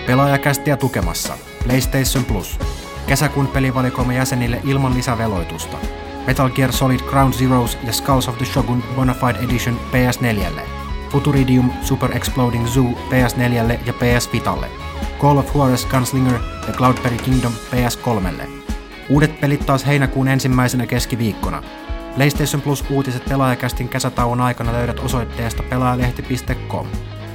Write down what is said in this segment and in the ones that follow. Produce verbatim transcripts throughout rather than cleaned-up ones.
Pelaajakästiä tukemassa PlayStation Plus. Kesäkuun pelivalikoima jäsenille ilman lisäveloitusta. Metal Gear Solid Ground Zeroes ja Skulls of the Shogun Bonafide Edition P S neljälle. Futuridium Super Exploding Zoo P S neljälle ja P S Vitalle. Call of Juarez Gunslinger ja Cloudberry Kingdom P S kolmelle. Uudet pelit taas heinäkuun ensimmäisenä keskiviikkona. PlayStation Plus uutiset Pelaajakästin kesätauon aikana löydät osoitteesta pelaajalehti piste com.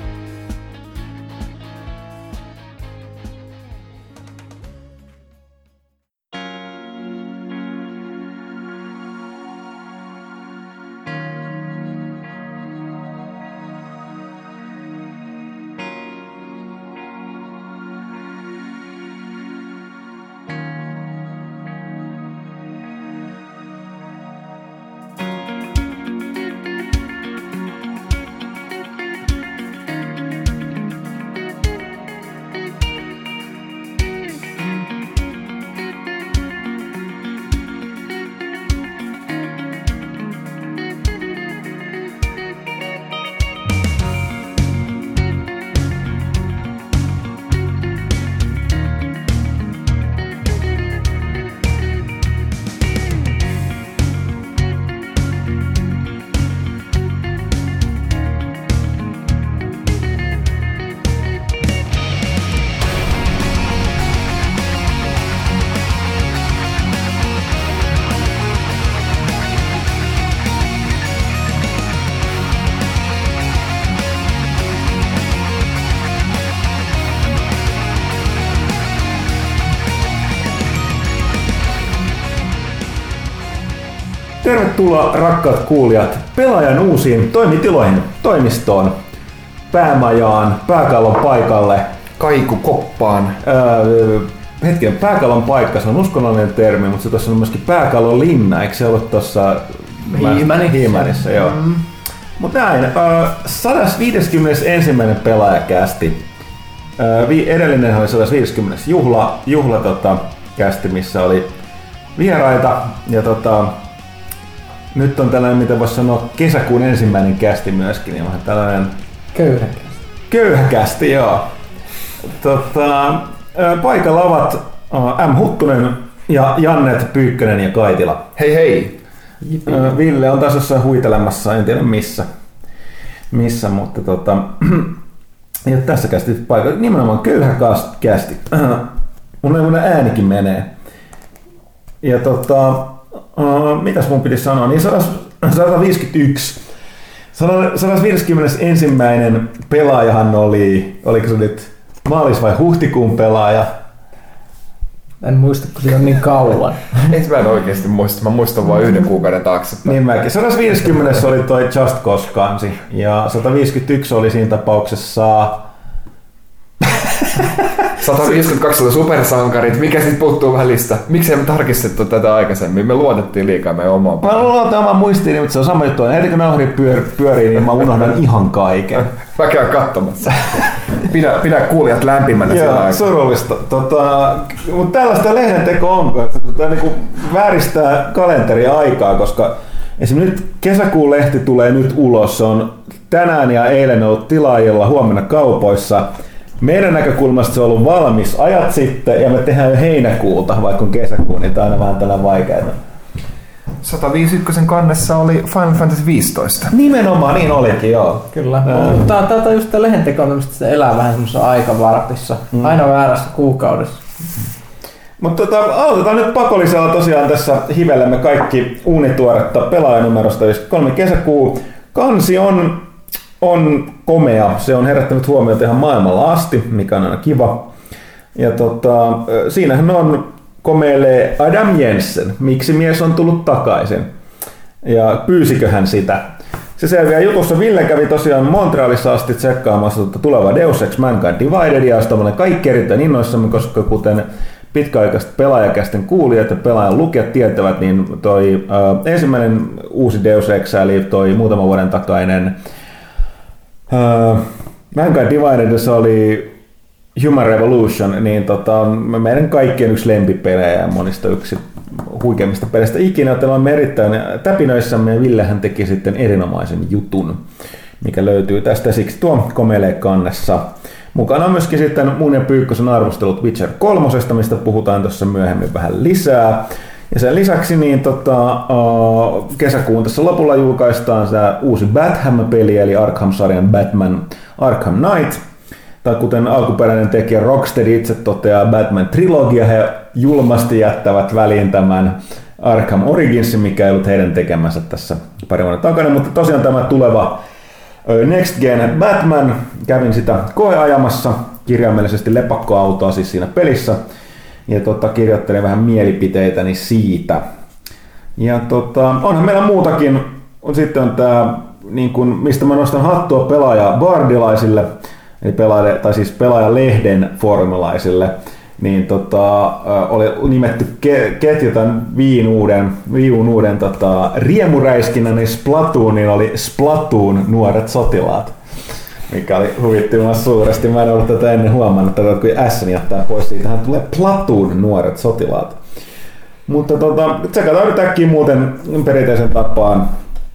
Tervetuloa rakkaat kuulijat Pelaajan uusiin toimitiloihin, toimistoon, päämajaan, pääkallon paikalle. Kaikukoppaan. Öö, hetken, pääkallon paikka, se on uskonnollinen termi, mutta se tuossa on myöskin pääkallon linna, eikö se ollut tuossa Hiimärissä? Joo. Mm. Mutta näin, öö, sata viisikymmentäyksi pelaajakästi. Öö, edellinen oli sata viisikymmentä juhla, juhla tota, kästi, missä oli vieraita ja tota, nyt on tällainen, mitä voisi sanoa, kesäkuun ensimmäinen kästi myöskin, niin vähän tällainen köyhäkästi. Köyhäkästi, joo. Tota, paikalla ovat M. Huttunen ja Jannet Pyykkönen ja Kaitila. Hei hei! Ville on taas jossain huitelemassa, en tiedä missä, missä mutta tota, ja tässä kästi paikalla, nimenomaan köyhäkästi. Mun äänikin menee. Ja tota, Uh, mitäs mun piti sanoa, niin sata viisikymmentäyksi. sata viisikymmentäyksi pelaajahan oli, oliko se nyt maalis- vai huhtikuun pelaaja? En muista, kun se on niin kauan. Ei mä en oikeesti muista, mä muistan vain yhden kuukauden taaksepäin. Niin mäkin. sata viisikymmentä oli toi Just Cause-kansi ja sata viisikymmentäyksi oli siinä tapauksessa sata viisikymmentäkaksi oli supersankarit, mikä sitten puuttuu välistä? Miksei me tarkistettu tätä aikaisemmin? Me luotettiin liikaa meidän omaan päivään. Mä luotan oman muistiin, mutta se on sama juttu. Heti kun nauhri pyör, pyörii, niin mä unohdan ihan kaiken. Mä käyn katsomassa. Pidä, pidä kuulijat lämpimänä siellä aikaa. Surullista. Tota, mutta tällaista lehdenteko on, että tota, niin vääristää kalenteria aikaa, koska esimerkiksi nyt kesäkuun lehti tulee nyt ulos. Se on tänään ja eilen ollut tilaajilla, huomenna kaupoissa. Meidän näkökulmasta se on ollut valmis ajat sitten ja me tehdään jo heinäkuuta, vaikka on kesäkuu, niin tämä on aina vähän tällä vaikeaa. sata viisikymmentäyksi kannessa oli Final Fantasy viisitoista. Nimenomaan, niin olikin, joo. Kyllä. Tämä Tää on just tämä lehdenteko, että se elää vähän semmoisessa aikavarpissa, mm. aina väärässä kuukaudessa. Mutta tota, aloitetaan nyt pakollisella tosiaan tässä hivellemme kaikki uunituoretta pelaajanumerosta kolme kesäkuu. Kansi on on komea. Se on herättänyt huomiota ihan maailmalla asti, mikä on aina kiva. Ja tota, siinähän on komeilee Adam Jensen, miksi mies on tullut takaisin. Ja pyysikö hän sitä? Se selviää jutussa. Ville kävi tosiaan Montrealissa asti tsekkaamassa tuota tulevaa Deus Ex Mankind Dividedia, josta olen kaikki erittäin innoissamme, koska kuten pitkäaikaiset pelaajakästen kuulijat ja pelaajan lukijat tietävät, niin toi äh, ensimmäinen uusi Deus Ex, eli toi muutaman vuoden takainen Uh, Mankind Dividedissa oli Human Revolution, niin tota, meidän kaikkien yksi lempipelejä ja monista yksi huikeimmista peleistä ikinä, joten olemme erittäin täpinöissämme ja Villehän teki sitten erinomaisen jutun, mikä löytyy tästä siksi tuo komelee kannessa. Mukana on myöskin sitten mun ja Pyykkösen arvostelut Witcher kolmosesta, mistä puhutaan tuossa myöhemmin vähän lisää. Ja sen lisäksi niin tota, uh, kesäkuun tässä lopulla julkaistaan se uusi Batham-peli, eli Arkham-sarjan Batman Arkham Knight. Tai kuten alkuperäinen tekijä Rocksteady itse toteaa, Batman Trilogia, he julmasti jättävät väliin tämän Arkham Originsin, mikä ei ollut heidän tekemänsä tässä pari vuoden takana. Mutta tosiaan tämä tuleva Next Gen Batman, kävin sitä koeajamassa, kirjaimellisesti lepakkoautoa siis siinä pelissä. Ja tota, kirjoittelin vähän mielipiteitäni siitä. Ja tota, onhan meillä muutakin. Sitten on tää, niin kun, mistä mä nostan hattua pelaaja bardilaisille, eli pelaaja, tai siis pelaajalehden formilaisille, niin tota, oli nimetty ke, ketju tämän Viin uuden, Viin uuden tota, riemuräiskinnän, niin Splatoonin oli Splatoon nuoret sotilaat. Mikä oli huvitti minua suuresti. Mä en ollut tätä ennen huomannut, että kun S jättää pois, siitähän tulee Platoon nuoret sotilaat. Mutta tota, tsekataan nyt äkkiä muuten perinteisen tapaan,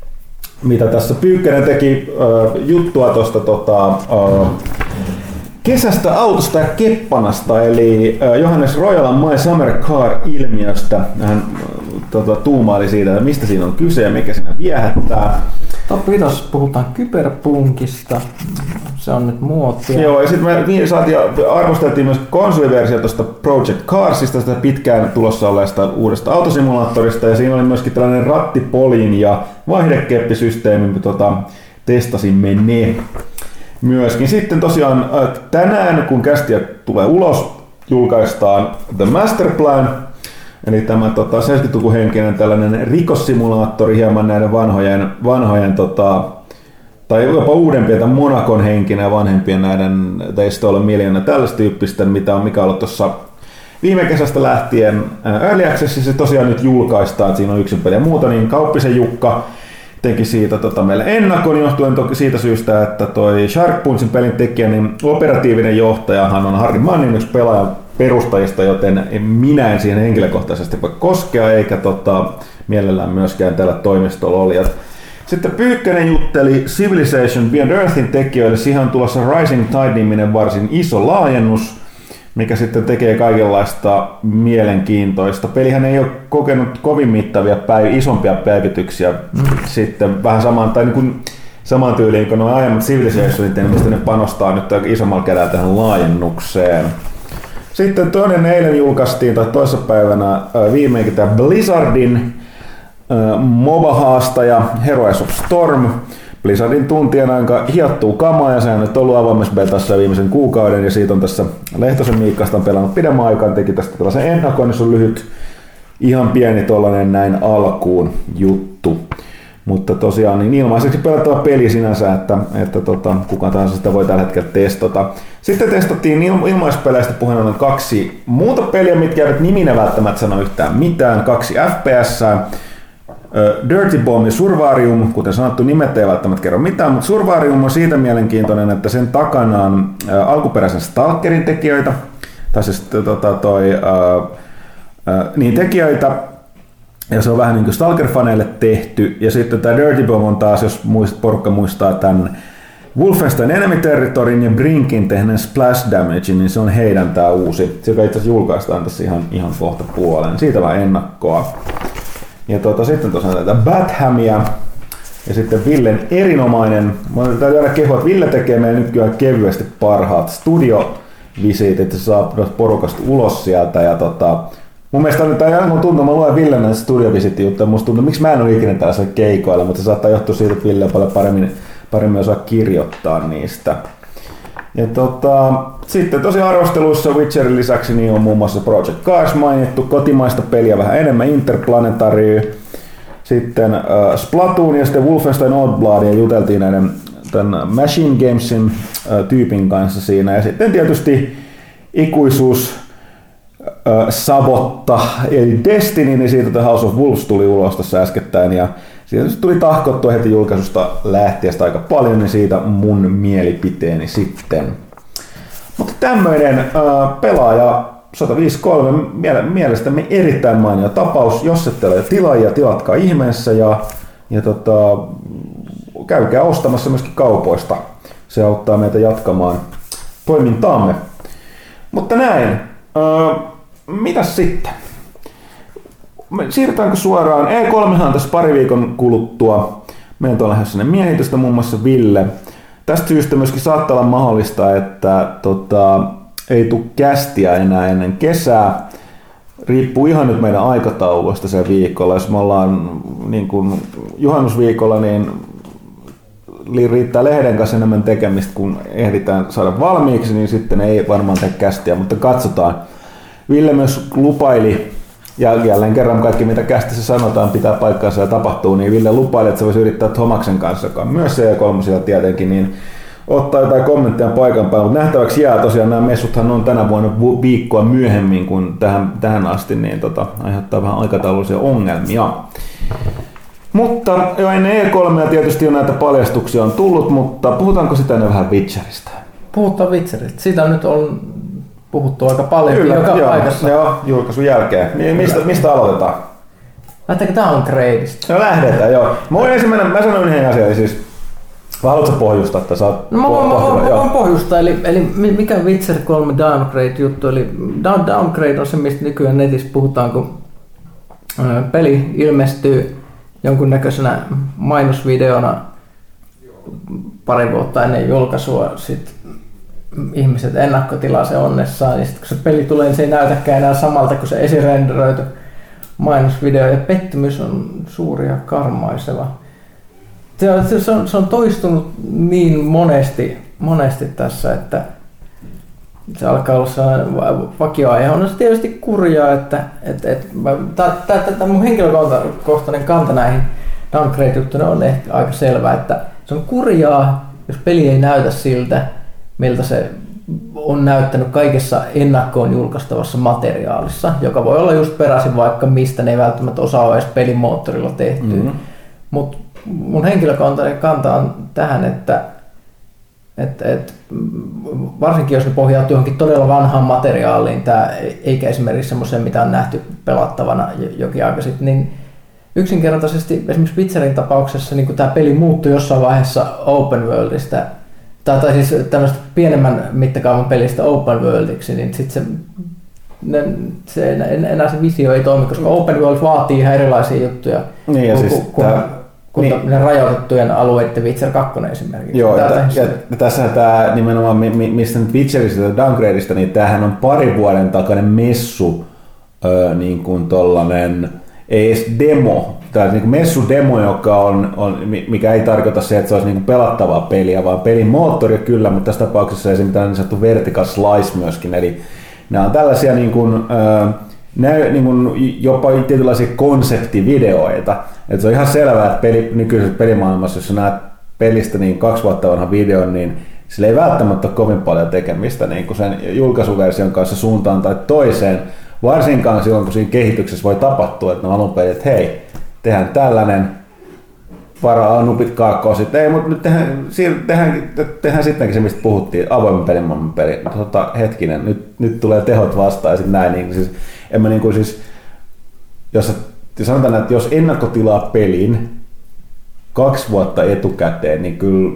mitä tässä Pyykkönen teki äh, juttua tuosta tota, äh, kesästä, autosta ja keppanasta, eli äh, Johannes Rojalan My Summer Car-ilmiöstä. Hän äh, tota, tuumaili siitä, että mistä siinä on kyse ja mikä siinä viehättää. Top viitos puhutaan kyberpunkista. Se on nyt muotia. Joo, ja sitten me saatiin, arvosteltiin myös konsoliversio tuosta Project Carsista, sitä pitkään tulossa olleesta uudesta autosimulaattorista, ja siinä oli myöskin tällainen rattipolin ja vaihdekeppisysteemi, me tota, testasimme ne myöskin. Sitten tosiaan tänään, kun kästiä tulee ulos, julkaistaan The Master Plan, eli tämä tota, seitsemänkymmentäluvun henkinen tällainen rikossimulaattori hieman näiden vanhojen, vanhojen tota, tai jopa uudempia, tai Monacon henkinen ja vanhempien näiden They Stole a Million tällaista tyyppistä, mitä on mikä ollut tuossa viime kesästä lähtien Early Accessissa, se tosiaan nyt julkaistaan, että siinä on yksin peli ja muuta, niin Kauppisen Jukka teki siitä tota, meille ennakon johtuen toki siitä syystä, että toi Shark Punchin pelin tekijä, niin operatiivinen johtajahan on Harry Mannin yksi pelaajan perustajista, joten minä en siihen henkilökohtaisesti voi koskea, eikä tota, mielellään myöskään tällä toimistolla olijat. Sitten Pyykkönen jutteli Civilization Beyond Earthin tekijöille. Siihen on tulossa Rising Tide-niminen varsin iso laajennus, mikä sitten tekee kaikenlaista mielenkiintoista. Pelihän ei ole kokenut kovin mittavia päiv- isompia päivityksiä mm. sitten vähän samaan, tai niin kuin samaan tyyliin kuin nuo aiemmat Civilizationit, niin mistä ne panostaa nyt isommalla kädellä tähän laajennukseen. Sitten toinen eilen julkaistiin, tai toissapäivänä viimeinkin tämä Blizzardin MOBA-haastaja Heroes of Storm. Blizzardin tuntien aika hiottuu kamaa, ja sehän on nyt ollut avoimessa betassa viimeisen kuukauden, ja siitä on tässä Lehtosen Miikasta on pelannut pidemmän aikaan, teki tästä tällaisen ennakon, niin se on lyhyt, ihan pieni tollanen näin alkuun juttu. Mutta tosiaan niin ilmaiseksi pelattava peli sinänsä, että, että tota, kukaan tahansa sitä voi tällä hetkellä testata. Sitten testattiin ilmaispeleistä puheen ollen kaksi muuta peliä, mitkä eivät niminä välttämättä sano yhtään mitään. Kaksi F P S. Dirty Bomb ja Survarium, kuten sanottu, nimet ei välttämättä kerro mitään, mutta Survarium on siitä mielenkiintoinen, että sen takana on alkuperäisen Stalkerin tekijöitä, tai siis tota, toi, ää, ää, niin tekijöitä, ja se on vähän niin kuin Stalker-faneille tehty, ja sitten tämä Dirty Bomb on taas, jos muist, porukka muistaa tämän Wolfenstein Enemy Territoryn ja Brinkin tehneen Splash Damage, niin se on heidän tämä uusi, se joka itse asiassa julkaistaan tässä ihan, ihan kohta puoleen, siitä vaan ennakkoa. Ja tuota, sitten tosiaan tätä Bathamia ja sitten Villen erinomainen, mä täytyy aina kehua, että Ville tekee meidän nykyään kevyesti parhaat studiovisiitit, että se saa porukasta ulos sieltä. Ja tota, mun mielestä on tämä aina mun tuntuu, mä luen Villen näitä studiovisiittijuttuja, musta tuntuu, miksi mä en ole ikinä tällaisella keikoilla, mutta se saattaa johtua siitä, että Ville on paljon paremmin, paremmin osaa kirjoittaa niistä. Ja tota, sitten tosiaan arvosteluissa Witcherin lisäksi niin on muun muassa Project Cars mainittu, kotimaista peliä vähän enemmän, Interplanetary, sitten äh, Splatoon ja sitten Wolfenstein Oddblood, ja juteltiin näiden tämän Machine Gamesin äh, tyypin kanssa siinä, ja sitten tietysti ikuisuus äh, savotta, eli Destiny, niin siitä House of Wolves tuli ulos tässä äskettäin, ja siitä tuli tahkottua heti julkaisusta lähtiestä aika paljon, niin siitä mun mielipiteeni sitten. Mutta tämmöinen äh, pelaaja sata viisikymmentäkolme miele- mielestämme erittäin mainio tapaus. Jos ette ole tilaajia, tilatkaa ihmeessä ja, ja tota, käykää ostamassa myöskin kaupoista. Se auttaa meitä jatkamaan toimintaamme. Mutta näin. Öö, mitäs sitten? Siirrytäänkö suoraan? E kolme on tässä pari viikon kuluttua. Meiltä on lähdössä sinne miehitystä, muun muassa Ville. Tästä syystä myöskin saattaa olla mahdollista, että tota, ei tule kästiä enää ennen kesää. Riippuu ihan nyt meidän aikatauluista se viikolla. Jos me ollaan niin kuin juhannusviikolla, niin riittää lehden kanssa enemmän tekemistä, kun ehditään saada valmiiksi, niin sitten ei varmaan tee kästiä, mutta katsotaan. Ville myös lupaili, ja jälleen kerran kaikki mitä kästissä sanotaan pitää paikkaansa ja tapahtuu, niin Ville lupaili, että se voisi yrittää Thomaksen kanssa, joka on myös C kolme tietenkin, niin ottaa jotain kommentteja paikan päällä, mutta nähtäväksi jää tosiaan nämä messuthan on tänä vuonna viikkoa myöhemmin kuin tähän, tähän asti, niin tota, aiheuttaa vähän aikataulullisia ongelmia. Mutta jo ennen E kolme tietysti jo näitä paljastuksia on tullut, mutta puhutaanko sitä ennen vähän Witcheristä? Puhutaan Witcheristä. Siitä on nyt on puhuttu aika paljon Kyllä, joka joo, paikassa. Joo, julkaisun jälkeen. Niin mistä, mistä aloitetaan? Lähdetäänkö downgradeista? No lähdetään, joo. Mä voin ensimmäinen, mä sanon yhden asian, siis vai haluatko pohjustaa, että sä oot No mä voin, mä voin pohjustaa, eli, eli mikä Witcher kolme downgrade-juttu, eli down, downgrade on se, mistä nykyään netissä puhutaan, kun peli ilmestyy jonkunnäköisenä mainosvideona pari vuotta ennen julkaisua, sit ihmiset ennakkotilaa se onnessaan, ja sitten kun se peli tulee, niin se ei näytäkään enää samalta kuin se esirenderöity mainosvideo, ja pettymys on suuri ja karmaiseva. Se on, se on, se on toistunut niin monesti, monesti tässä, että se alkaa olla sellainen vakioaihe. On se tietysti kurjaa, että että että tämä mun henkilökohtainen kanta näihin downgrade-juttuihin on ehkä aika selvä, että se on kurjaa, jos peli ei näytä siltä, miltä se on näyttänyt kaikessa ennakkoon julkaistavassa materiaalissa, joka voi olla just peräisin vaikka mistä, ne ei välttämättä osaa edes pelimoottorilla tehtyä. Mm-hmm. Mutta mun henkilökohtainen kanta on tähän, että et, et, varsinkin jos ne pohjautuu johonkin todella vanhaan materiaaliin, tää, eikä esimerkiksi semmoiseen, mitä on nähty pelattavana jokin aika sitten, niin yksinkertaisesti esimerkiksi Witcherin tapauksessa niin tämä peli muuttui jossain vaiheessa open worldista, tai, tai siis tämmöistä pienemmän mittakaavan pelistä open worldiksi, niin sitten se, ne, se, enää se visio ei toimi, koska open world vaatii ihan erilaisia juttuja. Niin, ja kun, siis kun, tää, kun niin. ne rajoitettujen alueiden Witcher kaksi esimerkiksi. Joo, ja, ja, ja tässä tämä nimenomaan, mistä nyt Witcherista ja downgradeista, niin tämähän on pari vuoden takainen messu, öö, niin kuin tollanen, ei edes demo, tämä niin messudemo, joka on, on, mikä ei tarkoita se, että se olisi niin pelattavaa peliä, vaan pelin moottori kyllä, mutta tässä tapauksessa ei se mitään niin sanottu vertical slice myöskin, eli nämä on tällaisia niin kuin, nä, niin kuin jopa tietynlaisia konseptivideoita, että se on ihan selvää, että peli, nykyisessä pelimaailmassa, jos näet pelistä niin kaksi vuotta vanhan videon, niin sillä ei välttämättä ole kovin paljon tekemistä niin kuin sen julkaisuversion kanssa suuntaan tai toiseen, varsinkaan silloin, kun siinä kehityksessä voi tapahtua, että ne alun perin, että hei, tehdään tällainen, varaa nupit kaakkoon sitten, ei, mutta nyt tehdään, tehdään, tehdään sittenkin se, mistä puhuttiin, avoimen pelin, maailman peli. Tota, hetkinen, nyt, nyt tulee tehot vastaan ja sitten näin. Niin, siis, en mä niin kuin siis, jos sanotaan, että jos ennakkotilaa pelin kaksi vuotta etukäteen, niin kyllä,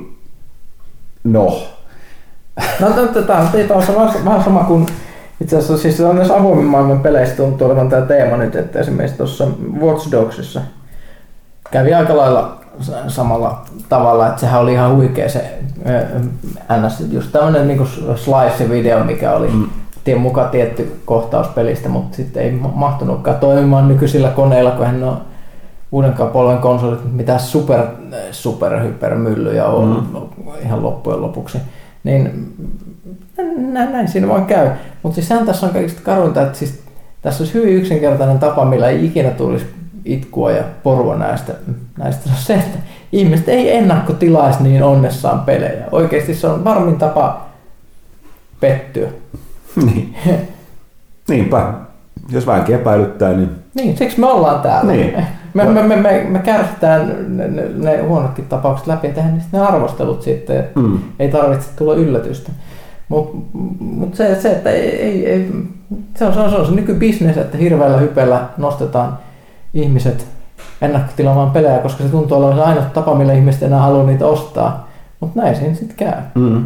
no. No tämä on vähän sama kuin itse asiassa siis on näissä avoimen maailman peleissä tuntuu olevan tämä teema nyt, että esimerkiksi tuossa Watch Dogsissa kävi aika lailla samalla tavalla, että sehän oli ihan huikea se ns. Just tämmönen niinku slice-video, mikä oli mm. tien mukaan tietty kohtaus pelistä, mutta sitten ei mahtunutkaan toimimaan nykyisillä koneilla, kun hän on uudenkaan polven konsolit, mitä super, super hyper myllyjä on mm. ihan loppujen lopuksi. Niin näin, näin siinä vaan käy. Mutta siis sehän tässä on kaikista karuinta, että siis tässä olisi hyvin yksinkertainen tapa, millä ei ikinä tulisi itkua ja porua näistä. näistä. On se, että ihmiset ei ennakkotilaisi niin onnessaan pelejä. Oikeasti se on varmin tapa pettyä. Niin. Niinpä. Jos vähänkin epäilyttää, niin... Niin, siksi me ollaan täällä. Niin. Me, me, me, me, me kärsitään ne, ne, ne huonotkin tapaukset läpi ja tehdään niistä ne arvostelut sitten. Mm. Ei tarvitse tulla yllätystä. Mutta mut se, se, että ei, ei, ei, se, on, se, on, se on se nykybisnes, että hirveällä hypellä nostetaan ihmiset ennakkotilaamaan pelejä, koska se tuntuu olevan se ainoa tapa, millä ihmiset enää haluaa niitä ostaa. Mutta näin siinä sitten käy. Mm.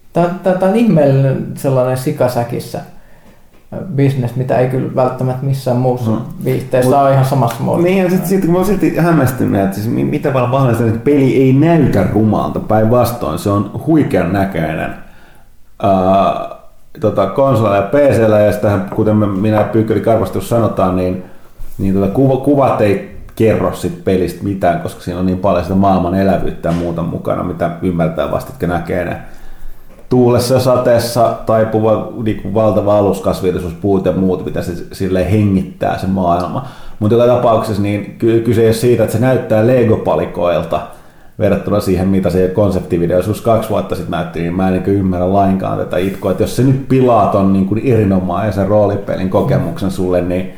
Tämä on ihmeellinen sellainen sikasäkissä business, mitä ei kyllä välttämättä missään muussa hmm. viihteessä ole ihan samassa muodossa. Niin, ja sitten sit, kun mä oon silti hämmästynyt, että siis mitä vaan vahvasti, että peli ei näytä rumalta, päinvastoin se on huikean näköinen uh, tota, konsolilla ja P C:llä, ja sitä, kuten minä ja Pyykköli Karvastus sanotaan, niin, niin tota, kuva, kuvat ei kerro sit pelistä mitään, koska siinä on niin paljon sitä maailman elävyyttä ja muuta mukana, mitä ymmärtää vasta, että näkee ne tuulessa ja sateessa taipuva niin valtava aluskasvillisuuspuut ja muut, mitä se silleen hengittää se maailma. Mutta joka tapauksessa niin kyse ei ole siitä, että se näyttää Lego-palikoilta verrattuna siihen, mitä se konseptivideo joskus kaksi vuotta sitten näytti, niin mä en niin ymmärrä lainkaan tätä itkoa. Että jos se nyt pilaa ton niin kuin erinomaisen roolipelin kokemuksen sulle, niin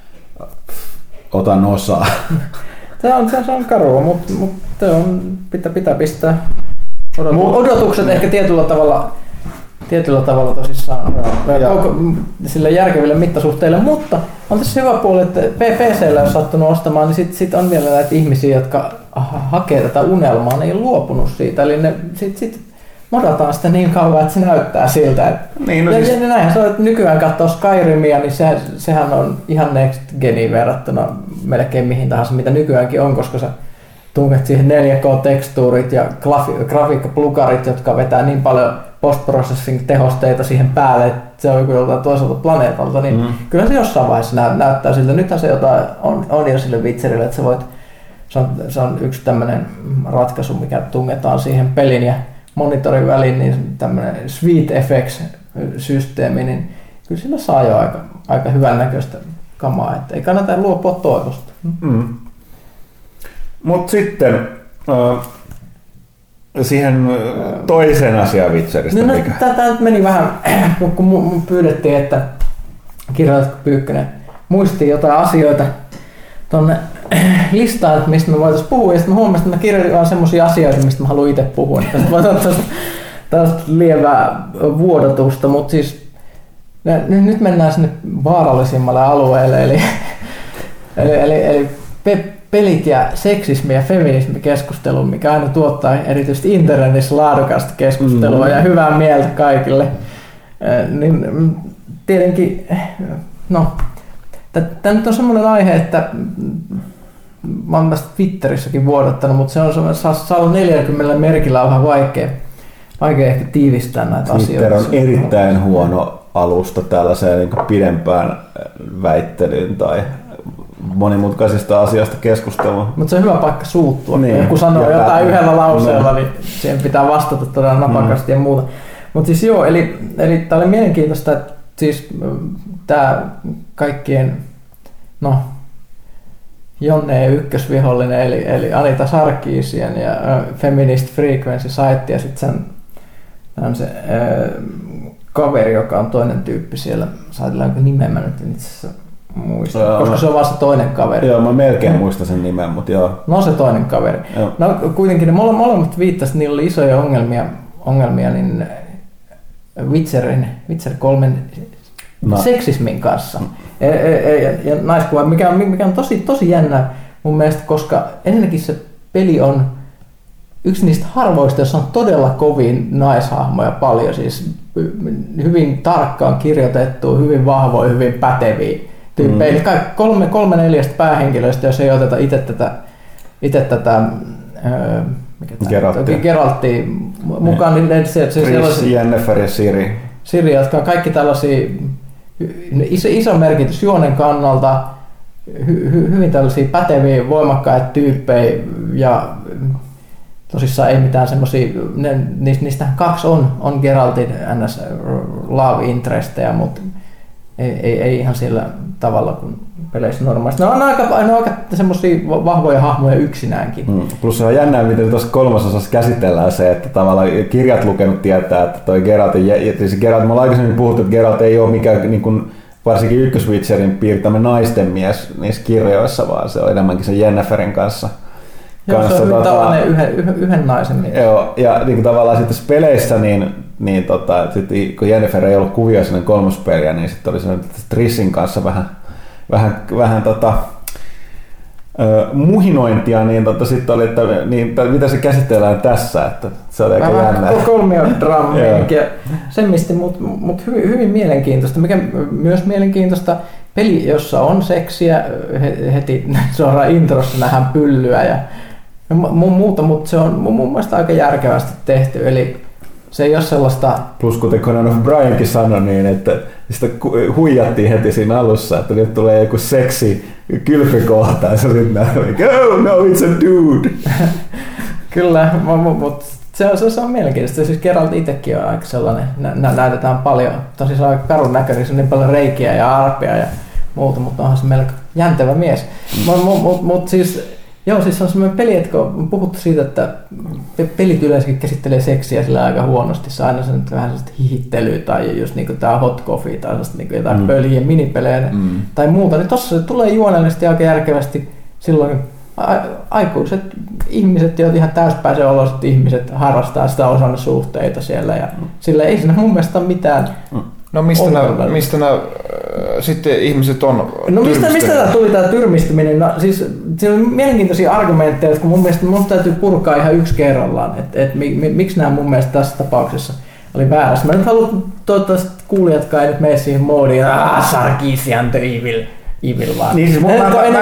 otan osaa. Se on, se on karua, mutta mut on, pitää, pitää pistää odotukset, odotukset ehkä tietyllä tavalla, tietyllä tavalla tosissaan koko, sille järkeville mittasuhteille, mutta on tässä hyvä puoli, että P C:llä on sattunut ostamaan, niin sitten sit on vielä näitä ihmisiä, jotka hakee tätä unelmaa, ne ei ole luopunut siitä, eli ne sit, sit modataan sitä niin kauan, että se näyttää siltä. Että niin, no ja, siis... ja näinhän se on, että nykyään katsoo Skyrimia, niin se, sehän on ihan next geni verrattuna melkein mihin tahansa, mitä nykyäänkin on, koska sä tunket siihen neljä K-tekstuurit ja grafiikkaplukarit, jotka vetää niin paljon post-processing-tehosteita siihen päälle, että se on joku joltain toiselta planeetalta, niin mm. kyllä se jossain vaiheessa nä- näyttää siltä. Nythän se jotain on, on jo sille Witcherille, että sä voit, se on, se on yksi tämmöinen ratkaisu, mikä tungetaan siihen pelin ja monitorin väliin, niin tämmöinen Sweet Effects-systeemi, niin kyllä sillä saa jo aika, aika hyvän näköistä kamaa, että ei kannata luopua toivosta. Mm. Mutta sitten äh, siihen toiseen asiaan Witcheristä. No, no, tämä nyt meni vähän, kun mun pyydettiin, että kirjoitatko Pyykkönen muistiin jotain asioita tuonne listaan, mistä me voitaisiin puhua, ja sitten mä huomasin, että mä kirjoitin vaan semmoisia asioita, mistä mä haluan itse puhua. Tästä voi ottaa tästä lievää vuodotusta, mutta siis nyt mennään sinne vaarallisimmalle alueelle, eli, eli, eli, eli pe, pelit ja seksismi ja feminismi keskustelu, mikä aina tuottaa erityisesti internetissä laadukasta keskustelua mm. ja hyvää mieltä kaikille. Niin tietenkin, no, tämä nyt on semmoinen aihe, että mä oon tästä Twitterissäkin vuodattanut, mutta se on saa neljäkymmentä merkillä on vähän vaikea, vaikea ehkä tiivistää näitä Twitter asioita. Twitter on erittäin huono alusta tällaiseen niin kuin pidempään väittelyyn tai monimutkaisista asioista keskustelua. Mutta se on hyvä paikka suuttua. Niin. Joku sanoo ja jotain yhdellä lauseella, no. niin siihen pitää vastata todella napakasti mm. ja muuta. Mutta siis joo, eli, eli tää oli mielenkiintoista, että siis tää kaikkien, no, Jonne ykkösvihollinen, eli, eli Anita Sarkeesian ja uh, Feminist Frequency Site ja sitten sen, sen se uh, kaveri, joka on toinen tyyppi siellä, saatella jonka nimen mä nyt itse asiassa muista, joo, koska mä, se on vaan se toinen kaveri. Joo, mä melkein muistan sen nimen, mutta joo. No se toinen kaveri. Joo. No kuitenkin ne mole, molemmat viittasivat, että niillä oli isoja ongelmia, ongelmia niin Witcherin, Witcher kolmen no. seksismin kanssa. Ja, ja, ja naiskuva, mikä on, mikä on tosi, tosi jännä mun mielestä, koska ensinnäkin se peli on yksi niistä harvoista, jossa on todella kovin naishahmoja paljon, siis hyvin tarkkaan kirjoitettu, hyvin vahvoja, hyvin päteviä tyyppejä. Mm. Kolme, kolme neljästä päähenkilöistä, jos ei oteta itse tätä, itse tätä öö, mikä Geralttia mukaan, niin ne, se, se, Triss, Yennefer ja Ciri. Ciri, jotka on kaikki tällaisia iso, iso merkitys juonen kannalta, hy, hy, hyvin tällaisia päteviä, voimakkaita tyyppejä ja tosissaan ei mitään semmosia, niistä kaksi on, on Geraltin ns. Love interestejä, mutta ei, ei, ei ihan sillä tavalla kuin peleissä normaalisti. Ne on aika, ne on aika semmosia vahvoja hahmoja yksinäänkin. Hmm. Plus se on jännää, miten tuossa kolmasosassa käsitellään se, että tavallaan kirjat lukenut tietää, että toi Geralt, siis Geralt, me ollaan aikaisemmin puhuttu, että Geralt ei ole mikään niin kuin, varsinkin ykköswitcherin piirtämä naisten mies niissä kirjoissa, vaan se on enemmänkin sen Yenneferin kanssa. Joo, se on hyvin tavallinen yhden, yhden, yhden naisen mies. Joo, ja niin kuin tavallaan sitten peleissä, niin, niin tota, sit, kun Yennefer ei ollut kuvioissa ennen kolmospeliä, niin sitten oli se Trissin kanssa vähän, vähän, vähän tota, muhinointia, niin tota, sitten oli, että niin, mitä se käsitellään tässä, että se oli aika jännä. Kolmiodraama-meininkiä. Se mistä, mutta mut hyvin, hyvin mielenkiintoista. Mikä myös mielenkiintoista, peli, jossa on seksiä, heti suoraan introssa nähdään pyllyä ja muuta, mutta se on mun mielestä aika järkevästi tehty. Eli se ei ole sellaista... Plus kuten Conan O'Brienkin sanoi, niin että sitä huijattiin heti siinä alussa, että nyt tulee joku seksi kylpykohta ja sitten näin, oh no it's a dude. Kyllä, mutta se on, se on mielenkiintoista. Siis Geralt itsekin on aika sellainen, nä- näytetään paljon, tosi se on aika karun näköinen, se on niin paljon reikiä ja arpia ja muuta, mutta onhan se melko jäntevä mies. Mutta mut, mut, mut siis... Joo, siis on semmoinen peli, että kun on puhuttu siitä, että pelit yleensäkin käsittelee seksiä sillä aika huonosti. Se on aina se vähän sellaista hihittelyä tai just niinku tää hot coffee tai niinku jotain mm. pöliä, minipelejä mm. tai muuta. Niin tossa se tulee juonellisesti aika järkevästi silloin a- aikuiset ihmiset ja ihan täyspäisen oloiset ihmiset harrastaa sitä osana suhteita siellä ja mm. sillä ei siinä mun mielestä ole mitään. Mm. No mistä nämä, mistä nämä äh, sitten ihmiset on No mistä, mistä tämä tuli tämä tyrmistyminen? No siis siinä on mielenkiintoisia argumentteja, kun mun mielestä mun täytyy purkaa ihan yksi kerrallaan, että et, mi, mi, miksi nämä mun mielestä tässä tapauksessa oli väärässä. Mä nyt haluan toivottavasti kuulijatkaan ei nyt mene siihen moodiin, aah Sarkisian the evil, evil vaan. Niin siis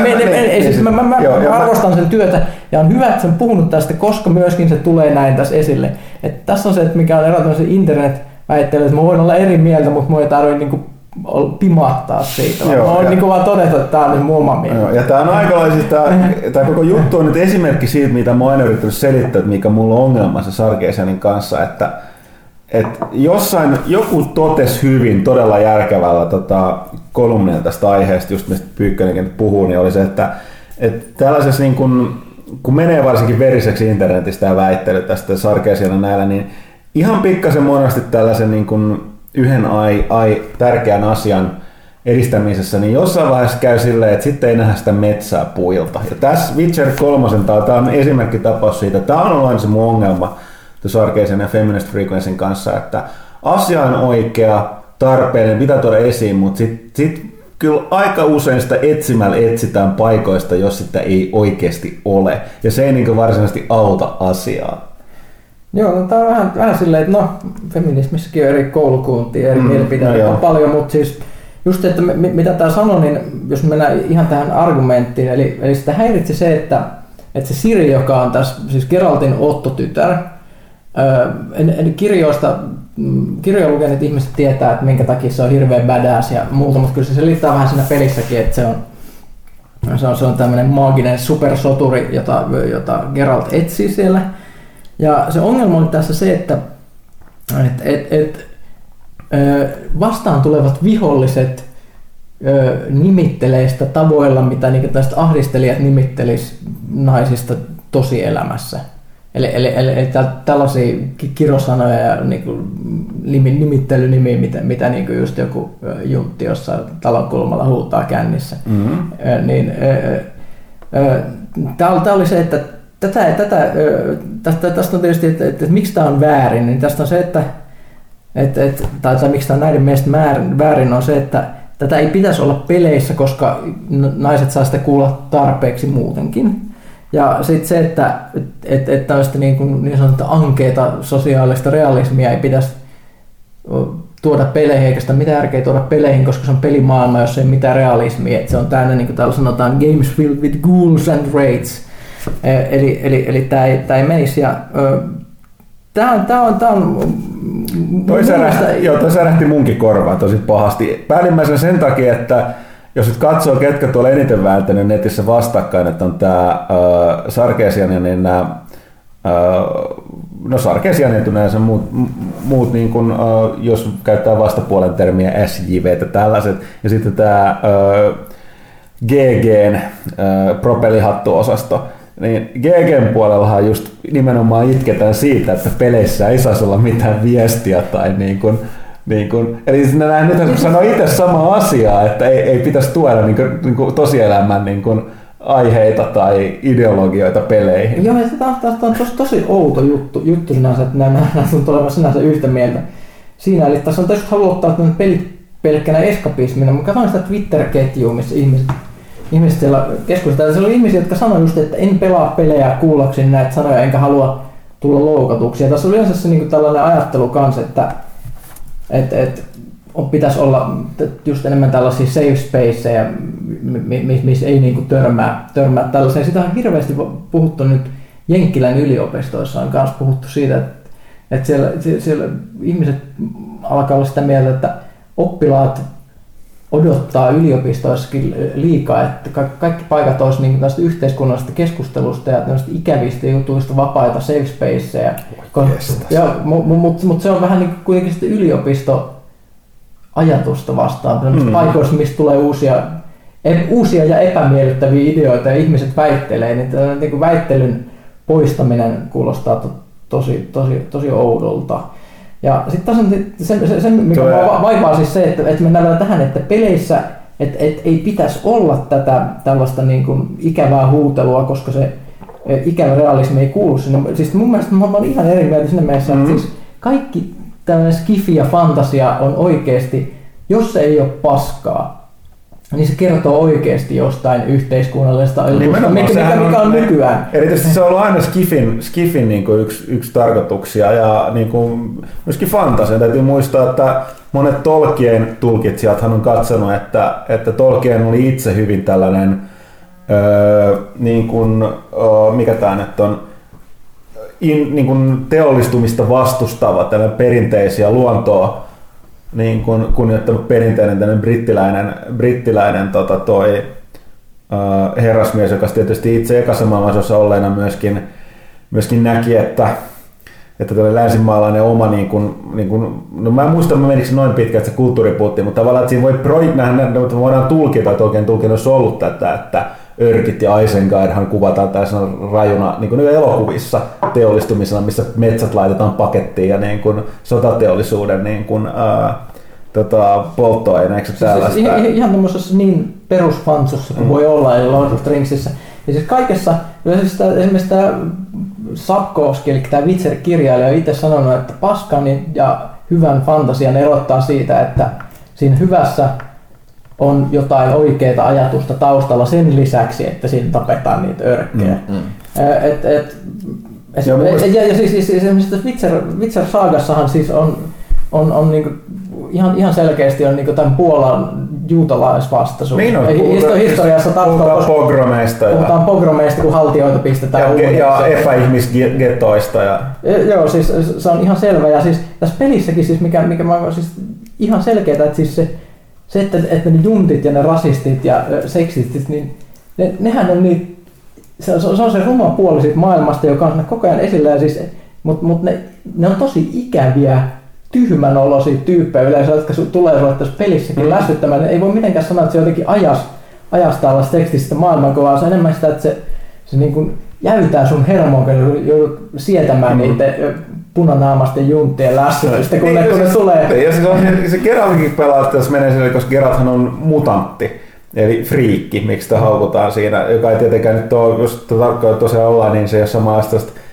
mä, mä, mä, mä, mä arvostan sen työtä ja on hyvä, että sen puhunut tästä, koska myöskin se tulee näin tässä esille. Et tässä on se, että mikä on erotunut se internet, väittely, että mä voin olla eri mieltä, mutta mun ei tarvitse niinku pimahtaa siitä. Joo, mä voin niinku vaan todeta, että tää on nyt mun oma mieltä. Ja tää on aikalaisista, tää koko juttu on nyt esimerkki siitä, mitä mä oon aina yrittänyt selittää, että mikä mulla on ongelma se Sarkeesianin kanssa, että et jossain joku totesi hyvin, todella järkevällä tota, kolumnilla tästä aiheesta, just mistä Pyykkönenkin puhuu, niin oli se, että et tällaisessa niin kun, kun menee varsinkin veriseksi internetistä ja väittely tästä Sarkeesianin näillä, niin ihan pikkasen monesti tällaisen niin kuin yhden ai, ai, tärkeän asian edistämisessä, niin jossain vaiheessa käy silleen, että sitten ei nähdä sitä metsää puilta. Ja tässä Witcher kolme, tämä on esimerkkitapaus siitä, tämä on ollut se mun ongelma Sarkeesian ja Feminist Frequencyn kanssa, että asia on oikea, tarpeellinen, pitää tuoda esiin, mutta sitten sit kyllä aika usein sitä etsimällä etsitään paikoista, jos sitä ei oikeasti ole. Ja se ei niin kuin varsinaisesti auta asiaa. Joo, no tää on vähän, vähän silleen, että no, feminismissäkin on eri koulukuntia, eri mm, mielipiteitä no on paljon, mutta siis just, että me, mitä tää sanoi, niin jos mennään ihan tähän argumenttiin, eli, eli sitä häiritsi se, että, että se Ciri, joka on tässä, siis Geraltin Otto-tytär, en, en kirjoista, kirjoja lukeneet ihmiset tietää, että minkä takia se on hirveän badass ja muuta, mutta kyllä se selittää vähän siinä pelissäkin, että se on, se on, se on tämmöinen maaginen supersoturi, jota, jota Geralt etsii siellä. Ja se ongelma on tässä se, että et, et, et, vastaan tulevat viholliset nimittelee sitä tavoilla, mitä niin tästä ahdistelijat nimittelis naisista tosielämässä. Eli, eli, eli, eli tällaisia kirosanoja ja niin kuin nimittelynimiä, mitä, mitä niin kuin just joku juntti jossain talonkulmalla huutaa kännissä. Mm-hmm. Niin, tämä oli se, että Tätä, tätä, tästä, tästä on tietysti, että, että, että miksi tämä on väärin, niin tästä on se, että, että, että tai, tai miksi tämä on näiden mielestä väärin, on se, että tätä ei pitäisi olla peleissä, koska naiset saa sitä kuulla tarpeeksi muutenkin. Ja sitten se, että että, että tällaista niin, kuin, niin sanottua ankeita sosiaalista realismia ei pitäisi tuoda peleihin, eikä sitä mitään järkeä tuoda peleihin, koska se on pelimaailma, jossa ei ole mitään realismia. Että se on täynnä, niin kuin täällä sanotaan, games filled with ghouls and wraiths. Eli, eli, eli tämä ei, ei menisi. Ja, tämä on... Tää on, tää on toi särähti, joo, toi särähti munkin korvaan tosi pahasti. Päällimmäisenä sen takia, että jos nyt katsoo, ketkä tuolla eniten vääntänyt netissä vastakkain, että on tämä äh, Sarkeesian, niin nämä äh, no Sarkeesian ja yleensä muut, muut niin kun, äh, jos käyttää vastapuolen termiä S J V, tällaiset, ja sitten tämä äh, G G:n äh, propellihattuosasto. Niin G G:n puolellahan just nimenomaan itketään siitä, että peleissä ei saisi olla mitään viestiä tai niin kuin, niin kuin, eli nythän sanoo itse samaa asiaa, että ei, ei pitäisi tuoda niin kuin, niin kuin tosielämän niin kuin aiheita tai ideologioita peleihin. Joo, ja tämä on, on tosi, tosi outo juttu, juttu sinänsä, että nämä on olevan sinänsä yhtä mieltä siinä. Eli tässä on tietysti haluaa ottaa pelit pelkkänä eskapismina. Mä katsoin sitä Twitter-ketjua, missä ihmiset ihmiset siellä keskustellaan. Siellä oli ihmisiä, jotka sanoivat just, että en pelaa pelejä kuullakseni näitä sanoja, enkä halua tulla loukatuksi. Ja tässä oli yleensä se niin tällainen ajattelu kanssa, että et, et, pitäisi olla just enemmän tällaisia safe spaceja, missä ei niin kuin törmää, törmää tällaiseen. Sitä on hirveästi puhuttu nyt Jenkkilän yliopistoissa, on myös puhuttu siitä, että, että siellä, siellä ihmiset alkaa olla sitä mieltä, että oppilaat odottaa yliopistoissakin liikaa, että kaikki paikat olisi niin tästä yhteiskunnallisesta keskustelusta ja ikävistä jutuista vapaita safe spaceja. Mutta mut, mut se on vähän niin kuin kuitenkin sitten yliopisto ajatusta vastaan, mm. paikoissa, mistä tulee uusia, uusia ja epämiellyttäviä ideoita ja ihmiset väittelee, niin, niin kuin väittelyn poistaminen kuulostaa to, tosi, tosi, tosi oudolta. Ja sitten tässä on se, se, se mikä va- vaivaa siis se, että, että mennään tähän, että peleissä et, et ei pitäisi olla tätä tällaista niin kuin ikävää huutelua, koska se ikävä realismi ei kuulu sinne. Siis mun mielestä mä olen ihan eri mieltä sinne mielessä, mm. että siis kaikki tällainen skifi ja fantasia on oikeasti, jos se ei ole paskaa, niin se kertoo oikeasti jostain yhteiskunnallisesta elusta, mikä, mikä, mikä on nykyään. Erityisesti se on ollut aina skifin, skifin niin kuin yksi, yksi tarkoituksia ja niin kuin myöskin fantasia. Täytyy muistaa, että monet Tolkien tulkitsijathan on katsonut, että, että Tolkien oli itse hyvin tällainen, öö, niin kuin, öö, mikä tämä nyt on, In, niin kuin teollistumista vastustava, tällainen perinteisiä luontoa niin kuin kunnioittanut perinteinen tällainen brittiläinen, brittiläinen tota toi, uh, herrasmies, joka tietysti itse ekassa maailmansodassa olleena myöskin, myöskin näki, että että tällainen länsimaalainen oma, niin kuin, niin kuin, no mä en muista, mä menikö noin pitkä, että se kulttuuri puhuttiin, mutta tavallaan, että siinä voi projekt, että voidaan tulkita, että oikein tulkinnoissa on ollut tätä, että Örkit ja Isengardhan kuvataan tällaisena rajuna niin kuin elokuvissa teollistumisena, missä metsät laitetaan pakettiin ja niin kuin sotateollisuuden niin kuin, ää, tota, polttoaineeksi siis tällaista. Siis ihan, ihan tämmöisessä niin perusfantsussa kuin mm. voi olla, eli Lord of the Ringsissa. Ja siis kaikessa, esimerkiksi tämä Sapkowski, eli tämä Witcher-kirjailija, on itse sanonut, että paskan ja hyvän fantasian erottaa siitä, että siinä hyvässä on jotain oikeaa ajatusta taustalla sen lisäksi, että siinä tapetaan niitä örkkejä. Mm, mm. Et, et, et, ja, et, ja, ja siis, siis esimerkiksi Witcher, Witcher Saagassahan siis on, on, on niinku, ihan, ihan selkeästi on niinku tämän Puolan juutalaisvastaisuus. Niin on, puhutaan, historiassa puhutaan pogromeista. Puhutaan pogromeista, kun haltioita pistetään ja, ja epäihmisgetoista. Ja... Joo, siis se on ihan selvä. Ja siis tässä pelissäkin, siis mikä, mikä on siis ihan selkeää, että siis se Se, että, että ne juntit ja ne rasistit ja seksistit, niin ne, nehän on niitä, se on se, on se ruma puoli siitä maailmasta, joka on koko ajan esillä, siis, mutta mut ne, ne on tosi ikäviä, tyhmänoloisia tyyppejä yleensä, jotka tulee sulle tässä pelissäkin mm. lässyttämään. Ei voi mitenkään sanoa, että se jotenkin ajas, ajas tällaista tekstistä maailmankuvaa, se on enemmän sitä, että se, se niin kuin jäytää sun hermoon, kun joudut sietämään mm. niitä punanaamasten junttien lässytystä, kun, niin, ne, kun ne tulee. Ja siis on, se Geraltkin pelaa, jos menee sille, koska Geralthan on mutantti, eli friikki, miksi sitä haukutaan siinä, joka ei tietenkään nyt ole, jos tarkkaan tosiaan ollaan, niin se ei ole samanlaista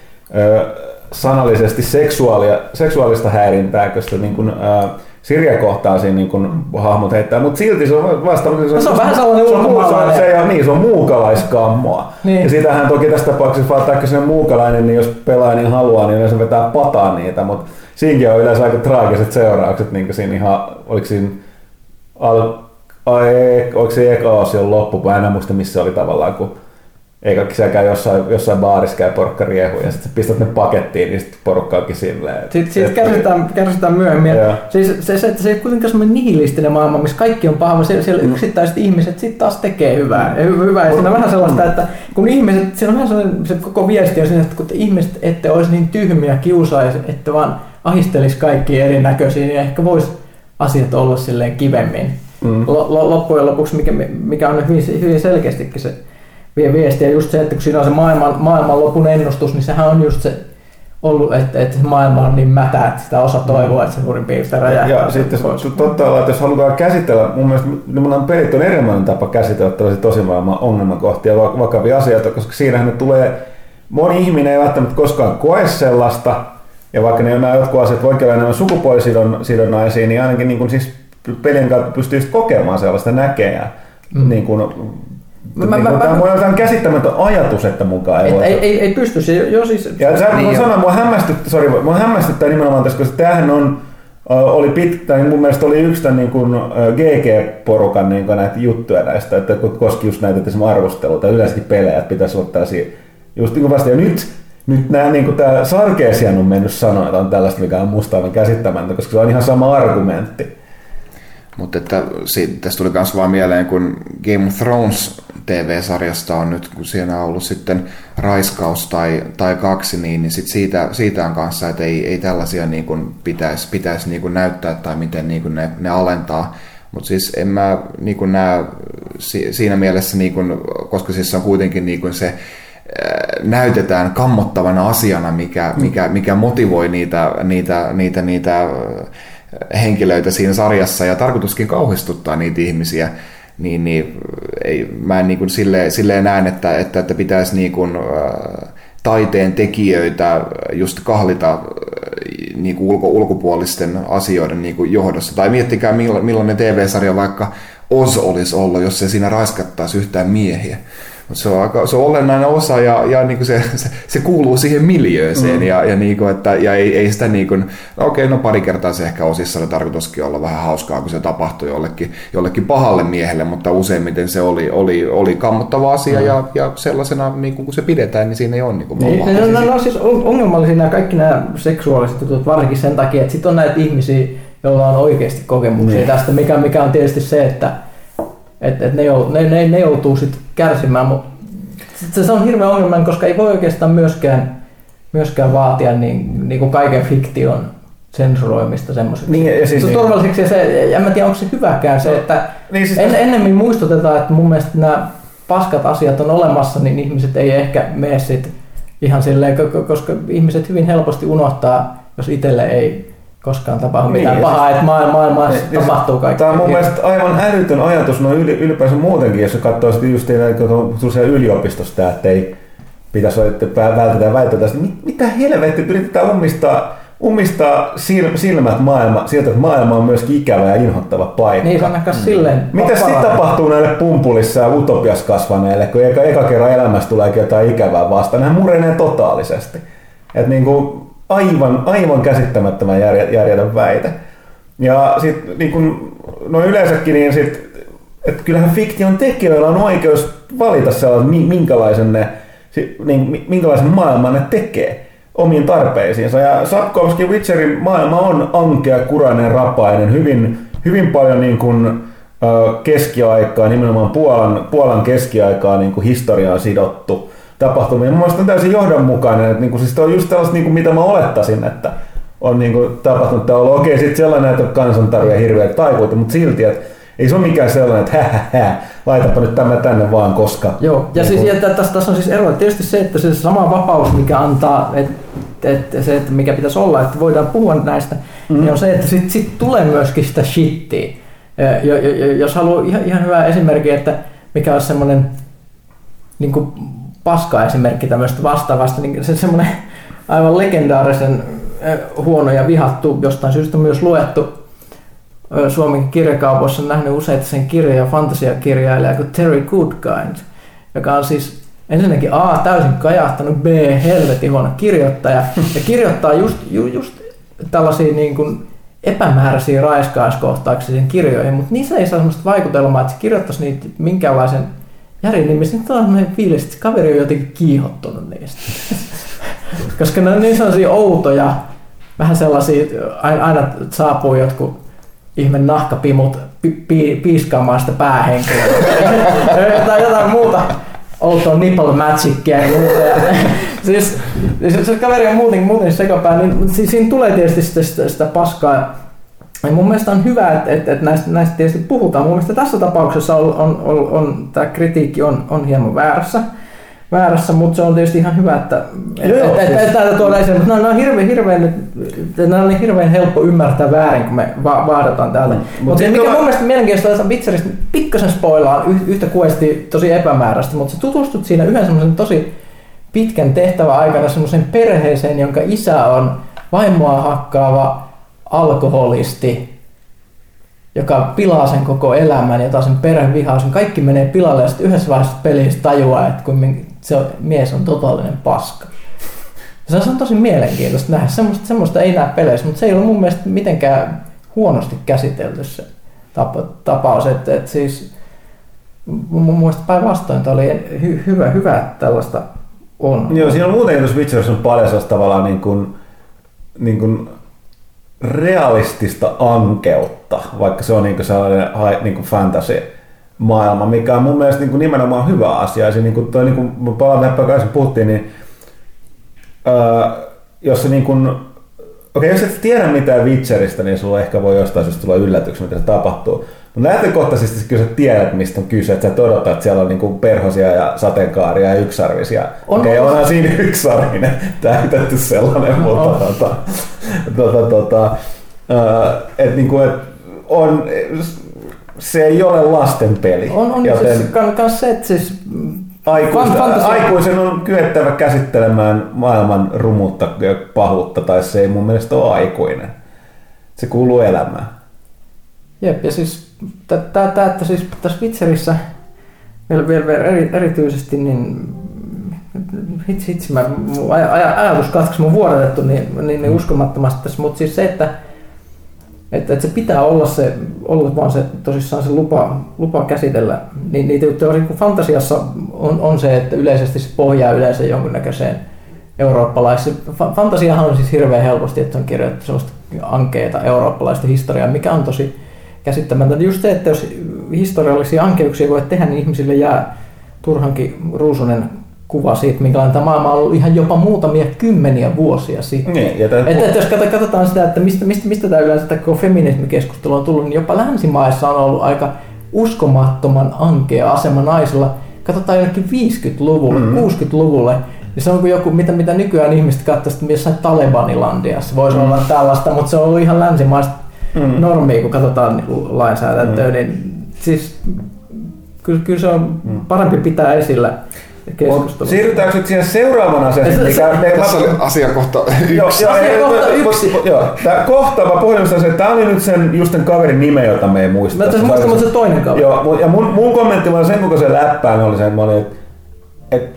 sanallisesti seksuaalia, seksuaalista häirintää, koska niin kuin, äh, Sirja-kohtaan siinä niin kuin hahmot heittää, mutta silti se on vasta... Se on, se on vähän sellainen ulkomaalainen. Se, se, niin, se on muukalaiskammoa. Niin. Ja sitähän toki tässä tapauksessa vaan, että sinne muukalainen, niin jos pelaa niin haluaa, niin yleensä vetää pataan niitä, mutta siinäkin on yleensä aika traagiset seuraukset, niin kuin siinä ihan, oliko siinä, al, ai, oliko se eka osion loppu, kun en muista missä oli tavallaan, kun eikä siellä käy jossain, jossain baarissa käy porukka riehu ja sitten pistät ne pakettiin, niin sitten porukka onkin silleen. Sitten siitä kärsitään, kärsitään myöhemmin. Siis se, se, se ei kuitenkaan semmoinen nihilistinen maailma, missä kaikki on paha, siellä, siellä mm. yksittäiset ihmiset sitten taas tekee hyvää. Ja hyvää. Ja siinä on vähän sellaista, että kun ihmiset, siinä on vähän sellainen, se koko viesti on siinä, että kun ihmiset ette olisi niin tyhmiä, kiusaisi, että vaan ahistelisi kaikki erinäköisiä, niin ehkä voisi asiat olla silleen kivemmin. Mm. Loppujen lopuksi, mikä, mikä on hyvin, hyvin selkeästikin se viesti, ja just se, että kun siinä on se maailman, maailmanlopun ennustus, niin sehän on just se ollut, että, että maailma on niin mätä, että sitä osa toivoa, että se suurin piirtein räjähtää. Ja sitten totta on, että jos halutaan käsitellä, mun mielestä mun pelit on erilainen tapa käsitellä tällaisia tosimaailman ongelmakohtia ja vakavia asioita, koska siinähän ne tulee, moni ihminen ei välttämättä koskaan koe sellaista, ja vaikka ne nämä jotkut asiat voi olla enemmän sukupuolisidonnaisia, niin ainakin niin kuin siis pelien kautta pystyy kokemaan sellaista näkeä. Mm. Niin kuin, Mä, mä, tämä mä, on tämä käsittämätön ajatus, että mukaan ei et, voi. ei, ei, ei pysty se, jo siis... Ja sä, niin sanoin, mua hämmästyttää, sorry, mua hämmästyttää nimenomaan tässä, koska tämähän on, oli pitkä, mun mielestä oli yksi tämän niin kuin G G-porukan niin kuin näitä juttuja näistä, että koski just näitä arvosteluita, yleensäkin pelejä, että pitäisi olla tällaisia, just niin kuin vasta, ja nyt, nyt nämä, niin kuin tämä Sarkeesian on mennyt sanoa, että on tällaista, mikä on musta aivan käsittämättä, koska se on ihan sama argumentti. Mutta että tästä tuli myös vaan mieleen, kun Game of Thrones T V-sarjasta on nyt, kun siinä on ollut sitten raiskaus tai, tai kaksi, niin, niin sit siitä, siitä on kanssa, että ei, ei tällaisia niin kuin pitäisi, pitäisi niin kuin näyttää tai miten niin kuin ne, ne alentaa. Mutta siis en mä niin kuin näe siinä mielessä, niin kuin, koska siis on kuitenkin niin kuin se näytetään kammottavana asiana, mikä, mikä, mikä motivoi niitä, niitä, niitä, niitä henkilöitä siinä sarjassa ja tarkoituskin kauhistuttaa niitä ihmisiä, niin, niin ei, mä en niin kuin silleen, silleen näen, että, että, että pitäisi niin kuin, äh, taiteen tekijöitä just kahlita äh, niin kuin ulko, ulkopuolisten asioiden niin kuin johdossa. Tai miettikää millainen T V-sarja vaikka Oz olisi ollut, jos se siinä raiskattaisi yhtään miehiä. Mutta se on, aika, se on olennainen osa ja, ja niin kuin se, se, se kuuluu siihen miljööseen mm. ja, ja, niin kuin, että, ja ei, ei sitä niin kuin, no okei, no pari kertaa se ehkä osissa oli tarkoituskin olla vähän hauskaa, kun se tapahtui jollekin, jollekin pahalle miehelle, mutta useimmiten se oli, oli, oli kammottava asia mm. ja, ja sellaisena niin kuin, kun se pidetään, niin siinä ei ole niin kuin niin, no, no, no siis ongelmallisia nämä kaikki nämä seksuaaliset jutut, varsinkin sen takia, että sitten on näitä ihmisiä, joilla on oikeasti kokemuksia mm. tästä, mikä, mikä on tietysti se, että et, et ne, ne, ne, ne joutuu sitten kärsimään, mutta se on hirveän ongelmallinen, koska ei voi oikeastaan myöskään, myöskään vaatia niin, niin kuin kaiken fiktion sensuroimista semmoiseksi. Niin, siis turvalliseksi ja se, en mä tiedä, onko se hyväkään se, että niin, siis en, täs... ennemmin muistutetaan, että mun mielestä nämä paskat asiat on olemassa, niin ihmiset ei ehkä mene sit ihan silleen, koska ihmiset hyvin helposti unohtaa, jos itselle ei koskaan tapahdu mitään niin, pahaa, siis, että maailmassa niin, tapahtuu kaikkea. Tämä on mun mielestä aivan älytön ajatus no yli, ylipäänsä muutenkin, jos katsoa just yliopistosta, että ei pitäisi olla, että vältetään väitetään, että mitä helvetti, yritetään ummistaa, ummistaa silmät maailma, sieltä, että maailma on myöskin ikävä ja inhottava paikka. Niin, se on ehkä mm. silleen. Mitä sitten tapahtuu näille pumpulissa ja utopiassa kasvaneille, kun eka, eka kerran elämässä tuleekin jotain ikävää vastaan, nehän murenee totaalisesti. Että niinku Aivan, aivan käsittämättömän järjetön väite. Ja sitten niin kun, no yleensäkin, niin sit, että kyllähän fiktion tekijöillä on oikeus valita sellaisen, minkälaisen, ne, niin, minkälaisen maailman ne tekee omiin tarpeisiinsa. Ja Sapkowskin Witcherin maailma on ankea, kurainen, rapainen, hyvin, hyvin paljon niin kun, keskiaikaa, nimenomaan Puolan, Puolan keskiaikaa niin kun historiaan sidottu tapahtumia. Mun mielestä on täysin johdonmukainen, että niinku, siis on just tällaista, niinku, mitä mä olettaisin, että on niinku, tapahtunut täällä. Okei, okay, sitten sellainen, että kansan tarvitsee hirveät taikuita, mutta silti, että ei se ole mikään sellainen, että hähähä, laitapa nyt tämä tänne vaan, koska... Joo, ja niinku... siis, tässä, tässä on siis ero, tietysti se, että se sama vapaus, mikä antaa, että, että se, että mikä pitäisi olla, että voidaan puhua näistä, mm-hmm. niin on se, että sitten sit tulee myöskin sitä shittiä. Jos haluaa ihan, ihan hyvä esimerkki, että mikä on semmoinen niinku, paska esimerkki tämmöistä vastaavasta, niin se semmoinen aivan legendaarisen huono ja vihattu, jostain syystä myös luettu Suomen kirjakaupoissa, on nähnyt useita sen kirjoja, fantasiakirjailija kuin Terry Goodkind, joka on siis ensinnäkin A, täysin kajahtanut, B, helvetin huono kirjoittaja, ja kirjoittaa just, just tällaisia niin kuin epämääräisiä raiskauskohtauksia kirjoihin, mutta niissä ei saa sellaista vaikutelmaa, että se kirjoittaisi niitä minkäänlaisen Jari nimistä, nyt on sellainen fiilis, että kaveri on jotenkin kiihottunut niistä. Koska ne on niin sellaisia outoja, vähän sellaisia, aina saapuu jotkut ihme nahkapimut pi, pi, piiskaamaan sitä päähenkilöä. tai jotain muuta outoa nipple magicia ja muuta. siis, siis se kaveri on muuten, muuten sekapää, niin siis siinä tulee tietysti sitä, sitä, sitä paskaa. Ja mun mielestä on hyvä, että, että, että näistä, näistä tietysti puhutaan. Mun mielestä tässä tapauksessa on, on, on, on, tämä kritiikki on, on hieman väärässä, väärässä, mutta se on tietysti ihan hyvä, että täältä tuodaan esille. Mutta nämä on hirveän, hirveän, nämä on hirveän helppo ymmärtää väärin, kun me va- vaadataan täältä. Mm. Mutta mikä on mun mielestä mielenkiintoista Witcherista, pikkasen spoilaan yhtä kuesti tosi epämääräisesti, mutta sä tutustut siinä yhden semmoisen tosi pitkän tehtävän aikana semmoisen perheeseen, jonka isä on vaimoa hakkaava alkoholisti, joka pilaa sen koko elämän, jota sen perhe vihaa, sen kaikki menee pilalle ja sitten yhdessä vaiheessa pelissä tajuaa, että kun se mies on totaalinen paska. Se on tosi mielenkiintoista nähdä. Semmoista, semmoista ei näe peleissä, mutta se ei ole mun mielestä mitenkään huonosti käsitelty se tapaus. Että, että siis, mun mielestä päinvastoin tämä oli hy, hyvä, hyvä, että tällaista on. Joo, siinä on muutenkin tuossa Witcherissa on paljon sellaista tavallaan niin kuin, niin kuin realistista ankeutta, vaikka se on niin kuin sellainen niin kuin fantasy-maailma, mikä on mun mielestä niin kuin nimenomaan hyvä asia. Ja se, niin kuin, toi, niin kuin palaan vähän takaisin puhuttiin, niin öö, jos se niin kuin, okei, jos et tiedä mitään Witcheristä, niin sulla ehkä voi jostain syystä tulla yllätyksi, mitä se tapahtuu. Mutta lähtökohtaisesti kyllä sä tiedät, mistä on kyse, että sä et odota, että siellä on niinku perhosia ja sateenkaaria ja yksarvisia. On, okei, okay, onhan siinä yksarvinen täytetty sellainen, mutta oh. tota, tota, tota, et niinku, et on, se ei ole lasten peli. On, on joten siis kans se, että siis aikuista, aikuisen on kyettävä käsittelemään maailman rumuutta ja pahuutta, tai se ei mun mielestä ole aikuinen. Se kuuluu elämään. Jep, ja siis tämä, että siis tässä Witcherissä vielä, vielä, vielä eri, erityisesti, niin hitsi, hitsi, mä, ajatuskatkoksi mun vuodatettu niin, niin, niin uskomattomasti tässä, mutta siis se, että, että, että se pitää olla se, olla vaan se tosissaan se lupa, lupa käsitellä, niin niitä juttuja fantasiassa on, on se, että yleisesti se pohjaa yleensä jonkunnäköiseen eurooppalaiseen. Fantasiahan on siis hirveän helposti, että on kirjoitettu sellaista ankeita eurooppalaista historiaa, mikä on tosi käsittämätöntä. Just se, että jos historiallisia ankeuksia voi tehdä, niin ihmisille jää turhankin ruusunen kuva siitä, minkälainen tämä maailma on ollut ihan jopa muutamia kymmeniä vuosia sitten. Niin, että, että jos katsotaan sitä, että mistä, mistä, mistä tämä yleensä tämä feminismikeskustelu on tullut, niin jopa länsimaissa on ollut aika uskomattoman ankea asema naisilla. Katsotaan jonnekin viisikymmentäluvulle, mm-hmm. kuusikymmentäluvulle, niin se on kuin joku, mitä, mitä nykyään ihmiset katsoisivat jossain Talebanilandiassa. Voisi mm-hmm. olla tällaista, mutta se on ollut ihan länsimaista mm-hmm. normia, kun katsotaan niin lainsäädäntöä. Mm-hmm. Niin, siis, kyllä, kyllä se on parempi pitää esillä. Siirrytäänkö nyt siihen seuraavan asiaan? Tässä oli asiakohta yksi. Joo, asiakohta yksi. Joo, tämä kohta, mä puhuin se, että tämä oli nyt sen, just sen kaverin nimen, jota me ei muista. Mä tässä muistan, mutta se toinen kaveri. Joo, ja mun, mun kommentti vaan sen, kun se läppään oli sen, että et,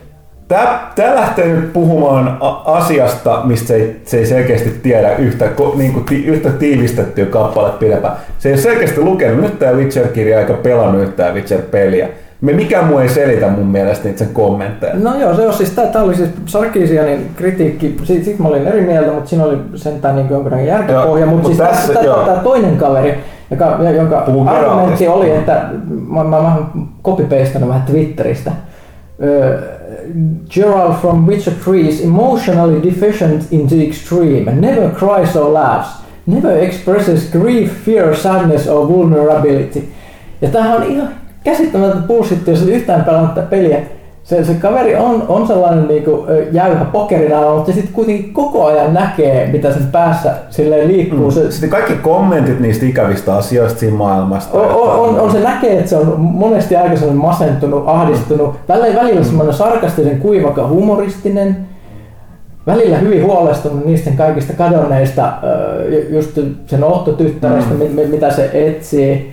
tämä lähtee nyt puhumaan asiasta, mistä se ei, se ei selkeästi tiedä yhtä, niin kuin, ti, yhtä tiivistettyä kappaletta pidempään. Se ei ole selkeästi lukenut yhtään Witcher-kirjaa eikä pelannut yhtään Witcher-peliä. Me mikään muu ei selitä mun mielestä niitä sen kommentteja. No joo, se on siis, tää oli siis Sarkisianin kritiikki, siitä, siitä mä olin eri mieltä, mutta siinä oli sentään niin jonkinlainen järkipohja, mutta mut siis tässä, tässä tämä toinen kaveri, joka, jonka Puhun argumentti oli, että mä, mä, mä copy-pastannut vähän Twitteristä. Uh, Gerald from Witcher three is emotionally deficient in the extreme, never cries or laughs, never expresses grief, fear, sadness or vulnerability. Ja tämähän on ihan käsittämätöntä bullshit, jos et yhtään pelannut tätä peliä. Se, se kaveri on, on sellainen niinku jäyhä pokerin alla, mutta sitten kuitenkin koko ajan näkee, mitä sen päässä silleen liikkuu. Mm. Sitten kaikki kommentit niistä ikävistä asioista siinä maailmasta. On, on, on, on se näkee, että se on monesti aika masentunut, ahdistunut, välillä, välillä semmoinen sarkastisen, kuivaka, humoristinen, välillä hyvin huolestunut niistä kaikista kadonneista, just sen Otto-tyttärestä, mm. mitä se etsii.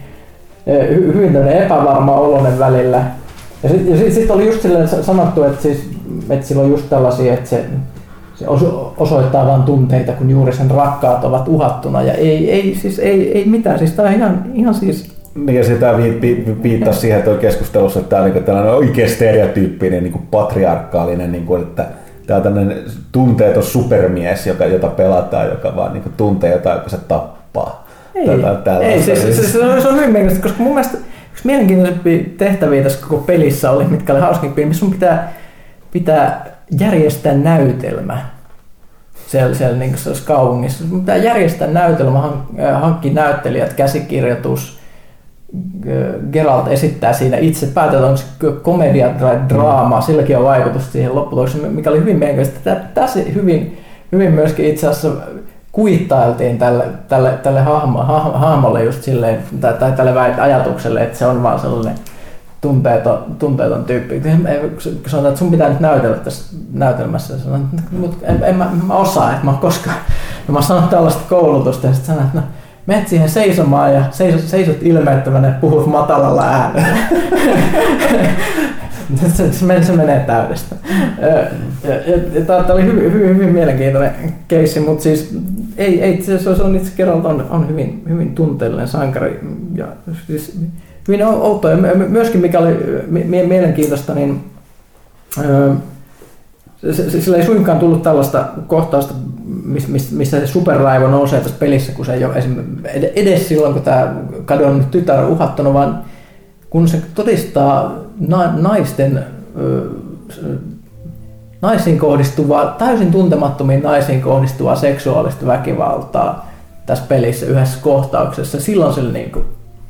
Hyvin tämmöinen epävarma oloinen välillä. Ja sitten sit, sit oli just silleen sanottu, että, siis, että sillä on just tällaisia, että se, se osoittaa vain tunteita, kun juuri sen rakkaat ovat uhattuna. Ja ei, ei, siis, ei, ei mitään, siis tämä on ihan, ihan siis... Ja sitä viittasi siihen että keskustelussa, että tämä on niin tällainen oikein stereotyyppinen niin patriarkaalinen, niin kuin, että tämä on tämmöinen tunteeton supermies, joka, jota pelataan, joka vaan niin tuntee jotain, joka se tappaa. Ei, ei se, se, se, se on hyvin mielenkiintoista, koska mun mielestä yksi mielenkiintoisempia tehtäviä tässä koko pelissä oli, mitkä oli hauskimpia, missä sun pitää, pitää järjestää näytelmä siellä, siellä niin kaupungissa. Sun pitää järjestää näytelmä, hankkia näyttelijät, käsikirjoitus, Geralt esittää siinä itse, päätetään onko se komedia tai draama, silläkin on vaikutus siihen lopputulokseen, mikä oli hyvin mielenkiintoista. Tässä hyvin, hyvin myöskin itse asiassa kuittailtiin tälle, tälle, tälle hahmo, hahmolle just silleen, tai, tai tälle ajatukselle, että se on vaan sellainen tunteeton, tunteeton tyyppi. Kun sanotaan, että sun pitää nyt näytellä tässä näytelmässä, sanoin, että en, en mä, mä osaa, että mä oon koskaan, ja mä sanon tällaista koulutusta, ja sitten sanon, että no, menet siihen seisomaan ja seisot, seisot ilmeettömänä ja puhut matalalla äänellä. se, se, se menee täydestä. Tämä oli hyvin, hyvin, hyvin mielenkiintoinen keissi, mutta siis ei, ei se, se on itse Geralt on, on hyvin, hyvin tunteellinen sankari ja siis hyvin outoa. Ja myöskin mikä oli mielenkiintoista, niin sillä ei suinkaan tullut tällaista kohtausta, missä se superraivo nousee tässä pelissä, kun se ei ole edes silloin, kun tämä kadonnut tytär on uhattunut, vaan kun se todistaa naisten, naisiin kohdistuvaa, täysin tuntemattomiin naisiin kohdistuvaa seksuaalista väkivaltaa tässä pelissä yhdessä kohtauksessa, silloin se niin kuin,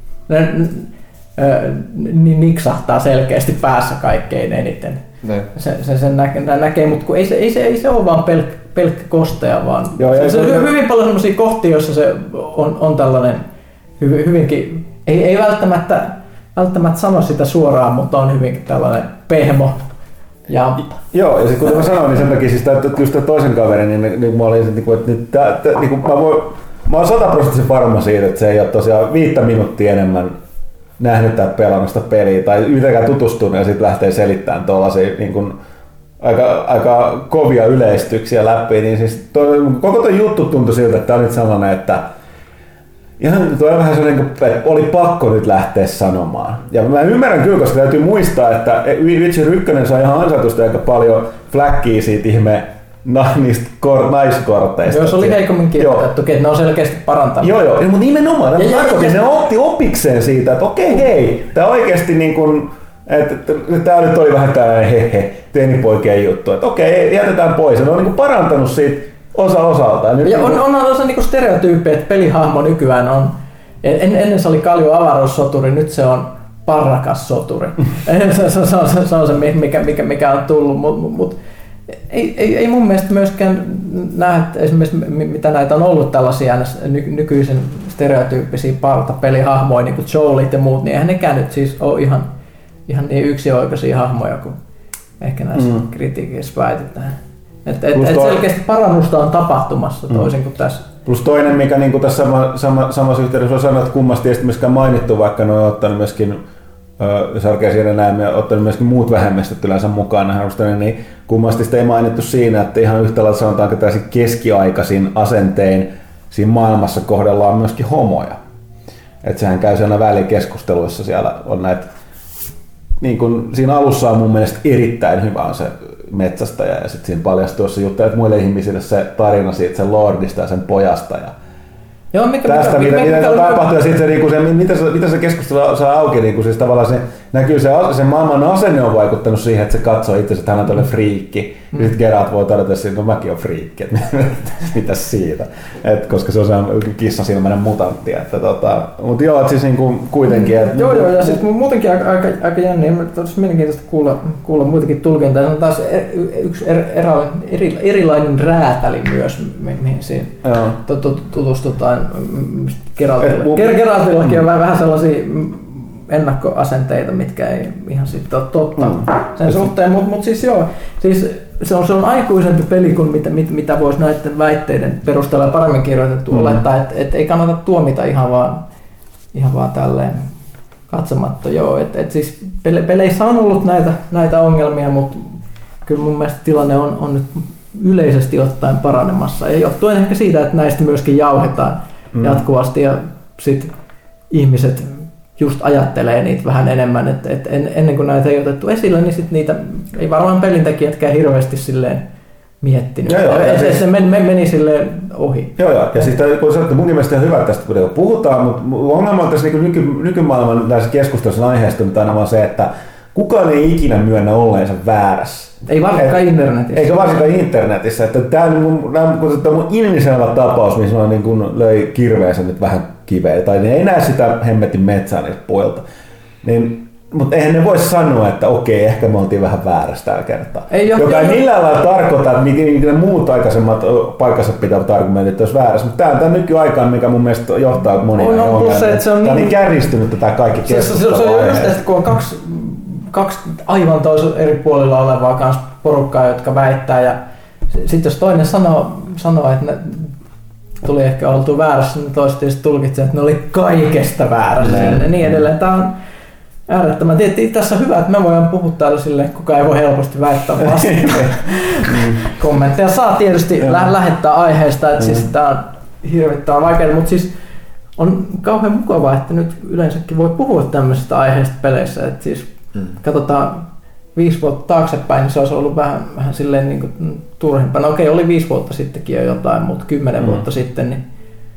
niin niksahtaa selkeästi päässä kaikkein eniten. Ne. Se, se, se näkee, näkee, mutta ei se, ei, se, ei se ole vaan pelkkä, pelkkä kosteja, vaan Joo, se, se on hyvin, hyvin paljon sellaisia kohtia, joissa se on, on tällainen hyvin, hyvinkin, ei, ei välttämättä, välttämättä sano sitä suoraan, mutta on hyvinkin tällainen pehmo. Ja... Joo, ja sitten kun mä sanoin, niin sen takia siis että just tämän toisen kaverin, niin, niin mä olin, että, että nyt tää, tää, niin mä, voin, mä oon sataprosenttisen varma siitä, että se ei ole tosiaan viittä minuuttia enemmän nähnyt tai pelannut sitä peliä tai yhtäkään tutustunut ja sitten lähtee selittämään tuollaisia niin kuin aika, aika kovia yleistyksiä läpi, niin siis toi, koko tuo juttu tuntui siltä, että tämä on nyt sellainen, että ihan tuo on vähän sellainen, että oli pakko nyt lähteä sanomaan. Ja mä ymmärrän kyllä, koska täytyy muistaa, että Witcher yksi sai ihan ansaitusta aika paljon fläkkiä siitä ihme niistä kor- naiskorteista. Joo, se oli heikommin kirjoitettu, että ne on selkeästi parantanut. Joo, joo, mutta nimenomaan. Ja, ja, ja, ne otti opikseen siitä, että okei, hei, tämä oikeasti niin kuin, että tämä nyt oli vähän tällainen hehe, teinipoikien juttu, että okei, jätetään pois. Ne on niin kuin parantanut siitä osa osaltaan. Ja on, on, on osa niin kuin stereotyyppi, että pelihahmo nykyään on, en, ennen se oli kalju avaruussoturi, nyt se on parrakas soturi. se, se, se, on, se, se on se, mikä, mikä, mikä on tullut, mutta mut, Ei, ei, ei mun mielestä myöskään nähdä, esimerkiksi mitä näitä on ollut tällaisia nykyisen stereotyyppisiä partapelihahmoja, niin kuin Joelit ja muut, niin eihän nekään nyt siis ole ihan, ihan niin yksioikoisia hahmoja kuin ehkä näissä mm. kritiikeissä väitetään. Että et, et selkeästi parannusta on tapahtumassa toisin mm. kuin tässä. Plus toinen, mikä niin kuin tässä sama, sama, samassa yhteydessä on sanonut, että kummasti ei sitten myöskään mainittu, vaikka ne on ottanut myöskin Sarkea siinä näemme, ottanut myöskin muut vähemmistöt yleensä mukaan, niin kummasti sitä ei mainittu siinä, että ihan yhtä lailla sanotaanko täysin keskiaikaisin asentein siinä maailmassa kohdellaan myöskin homoja. Että sehän käy siellä välikeskusteluissa, siellä on näitä, niin kun siinä alussa on mun mielestä erittäin hyvä on se metsästäjä ja sitten siinä paljastuu se juttu, että muille ihmisille se tarina siitä sen lordista ja sen pojasta ja Joo, mikä, tästä, mikä, mitä, mikä, mitä tapahtuu, ja sitten se, niinku se, mitä, se, mitä se keskustelu saa auki, niinku, siis tavallaan se näkyy, se, se maailman asenne on vaikuttanut siihen, että se katsoo itse, että hän on tällainen friikki. Mm. Nyt Geralt voi todeta, että no mäkin on friikki, että mitäs siitä, et, koska se on se kissasilmäinen mutantti. Että, tota, mutta joo, että siis niinku, kuitenkin. Et, joo, joo, ja sitten muutenkin aika, aika, aika jänniä, olisi mielenkiintoista kuulla, kuulla muitakin tulkintaa. Se on taas er, yksi er, er, eri, erilainen räätäli myös, mihin siinä tutustutaan. Geraltillakin on vähän sellaisia ennakkoasenteita, mitkä ei ihan sitten ole totta mm. sen suhteen, mutta mut siis joo, siis se on, se on aikuisempi peli kuin mitä, mit, mitä voisi näiden väitteiden perusteella paremmin kirjoitettu mm. olettaa, että et ei kannata tuomita ihan vaan, ihan vaan tälleen katsomatta, joo, että et siis pele, peleissä on ollut näitä, näitä ongelmia, mutta kyllä mun mielestä tilanne on, on nyt yleisesti ottaen paranemassa ja johtuen ehkä siitä, että näistä myöskin jauhetaan mm. jatkuvasti ja sitten ihmiset just ajattelee niitä vähän enemmän, että et en, ennen kuin näitä ei otettu esille, niin sit niitä ei varmaan pelintekijätkään hirveästi silleen miettinyt. Joo, joo, se, siis, se meni, meni silleen ohi. Joo, joo. Ja siis kun sanotte, munkin mielestä on hyvä tästä, kun puhutaan, mutta ongelma on tässä nyky, nykymaailman näissä keskustelussa aiheesta on aina vaan se, että kukaan ei ikinä myönnä olleensa väärässä. Ei varsinkaan Et, internetissä. Eikä varsinkaan internetissä. Että tämä on mun, mun ilmiselvä tapaus, missä mä niin kun löi kirveensä nyt vähän kiveen, tai ne ei näe sitä hemmetin metsää niiltä puolta. Niin, mutta eihän ne voi sanoa, että okei, ehkä me oltiin vähän väärässä tällä kertaa. Ei, joka jo, ei millään lailla tarkoita, että ne muut aikaisemmat paikassa pitävät argumentit olisi väärässä. Mutta tämä on tämä nykyaikaan, mikä mun mielestä johtaa monia on, on, se, se on tämä on niin kärjistynyt tätä kaikki keskustelua. Se, se, se on just tästä, kun on kaksi, kaksi aivan toisella eri puolilla olevaa kanssa porukkaa, jotka väittää. Ja sitten jos toinen sanoo, sanoo että ne, tuli ehkä oltu väärässä, niin toiset tietysti tulkitsi, että ne oli kaikesta väärässä ja niin edelleen. Tämä on äärettömän. Tietysti tässä on hyvä, että me voidaan puhua täällä silleen, kuka ei voi helposti väittää vastaan. Kommentteja saa tietysti lä- lähettää aiheesta, että siis tämä on hirvittävän vaikeaa, mutta siis on kauhean mukavaa, että nyt yleensäkin voi puhua tämmöisistä aiheista peleissä. Että siis mm. katsotaan viisi vuotta taaksepäin, niin se olisi ollut vähän, vähän silleen niin kuin turhimpaa. No okei, oli viisi vuotta sittenkin jo jotain, mutta kymmenen mm. vuotta sitten, niin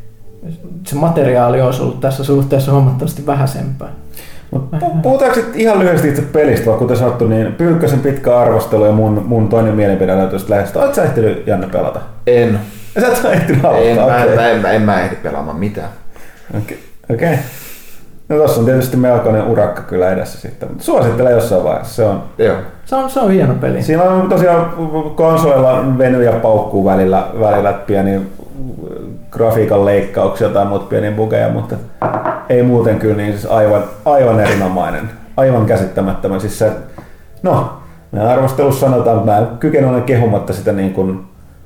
se materiaali olisi ollut tässä suhteessa huomattavasti vähäisempää. Puhutaanko sitten ihan lyhyesti itse pelistä, vaan kuten sanottu, niin Pyykkösen pitkä arvostelu ja mun, mun toinen mielipide löytyy lähestä. Oletko sä ehtinyt, Janne, pelata? En. Ja sä et ole ehtinyt aloittaa? En, okay. mä, en, mä, en mä ehdi pelaamaan mitään. Okei. Okay. Okay. No tossa on tietysti melkoinen urakka kyllä edessä sitten, mutta suosittelen jossain vaiheessa. Se on, Joo. Se on, se on hieno peli. Siinä on tosiaan konsoleilla veny ja paukkuu välillä, välillä pieni grafiikan leikkauksia tai muut pieniä bugeja, mutta ei muuten kyllä niin siis aivan, aivan erinomainen, aivan käsittämättömän. Siis se, no, meidän arvostelussa sanotaan, että mä kykenen olen kehumatta sitä niin kuin,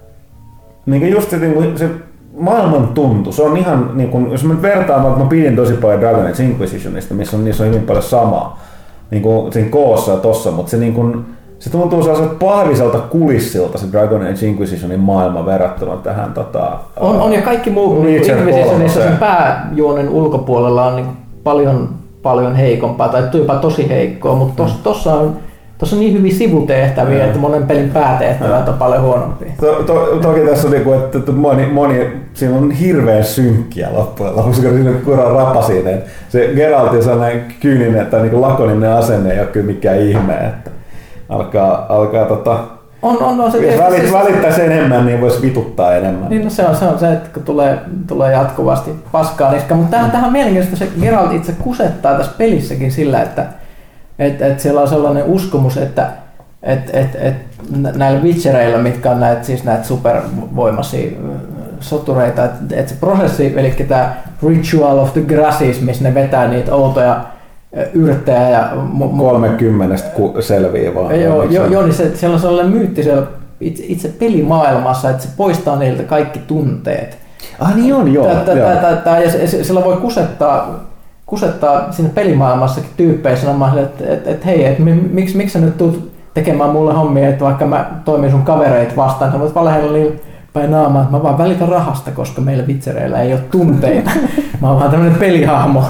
niin kuin just se, niin kuin se maailman tuntu. Se on ihan, niin kuin, jos mä nyt vertaan, että mä pidin tosi paljon Dragon Age Inquisitionista, missä on, niissä on hyvin paljon samaa niin kuin siinä koossa ja tossa, mutta se niin kuin, se tuntuu sellaiselta pahviselta kulissilta se Dragon Age Inquisitionin maailma verrattuna tähän tota, on, on ja kaikki muu Inquisitionissa sen pääjuonen ulkopuolella on niin paljon, paljon heikompaa tai jopa tosi heikkoa, mutta tos, mm. tossa on Tuossa on niin hyviä sivutehtäviä, mm. että monen pelin päätehtävät on paljon huonompia. To, to, toki tässä on niin että moni, moni, siinä on hirveän synkkiä loppujen lopuksi, kun siinä kuraa rapasinen. Se Geralt on sellainen kyyninen, että niin lakoninen asenne ei ole kyllä mikään ihme. Että alkaa, alkaa tota, on, on, on se jos välit, välittäisi enemmän, niin voisi vituttaa enemmän. Niin, no se, on, se on se, että kun tulee, tulee jatkuvasti paskaa niska. Mutta tähän, tähän on mielenkiintoista, se Geralt itse kusettaa tässä pelissäkin sillä, että Että et siellä on sellainen uskomus, että et, et, et näillä Witchereilla, mitkä on näitä, siis näitä supervoimaisia sotureita, että et se prosessi, eli tämä Ritual of the Grasses, missä ne vetää niitä outoja yrttejä ja kolmekymmentä selviää vaan. Joo, jo, jo, niin se, siellä on sellainen myytti siellä itse, itse pelimaailmassa, että se poistaa niiltä kaikki tunteet. Ah niin on, joo. Tää, tää, tää, tää, ja sillä voi kusettaa kusettaa siinä pelimaailmassakin tyyppejä sanomaan, että et, et, hei, et, miksi, miksi sä nyt tulet tekemään mulle hommia, että vaikka mä toimin sun kavereita vastaan, sä voit valehella niin päin naamaan, että mä vaan välitän rahasta, koska meillä vitsereillä ei ole tunteita. Mä oon vaan tämmönen pelihahmo,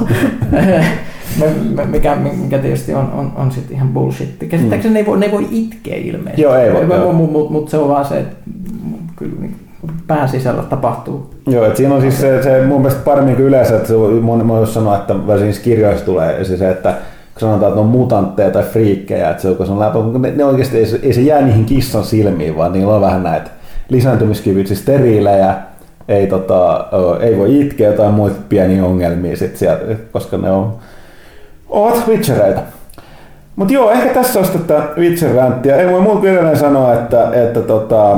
mikä, mikä tietysti on, on, on sit ihan bullshit. Käsittääkseni mm. ne, ei voi, ne ei voi itkeä ilmeisesti, joo, ei voi, mutta mut, mut se on vaan se, että kyllä niin pään sisällä tapahtuu. Joo, että siinä on siis se, se mun mielestä paremmin kuin yleensä, että moni jos sanoo, että siinä kirjoissa tulee se, että kun sanotaan, että ne on mutantteja tai friikkejä, että se on, kun se on läpä, ne, ne oikeasti ei, ei se jää niihin kissan silmiin, vaan niillä on vähän näitä lisääntymiskyvyt, siis steriilejä, ei, tota, ei voi itkeä jotain muita pieniä ongelmia sit sieltä, koska ne on, ovat Witchereita. Mutta joo, ehkä tässä olisi tätä Witcher-ränttiä. Ei voi muuta kuin edelleen sanoa, että, että tota,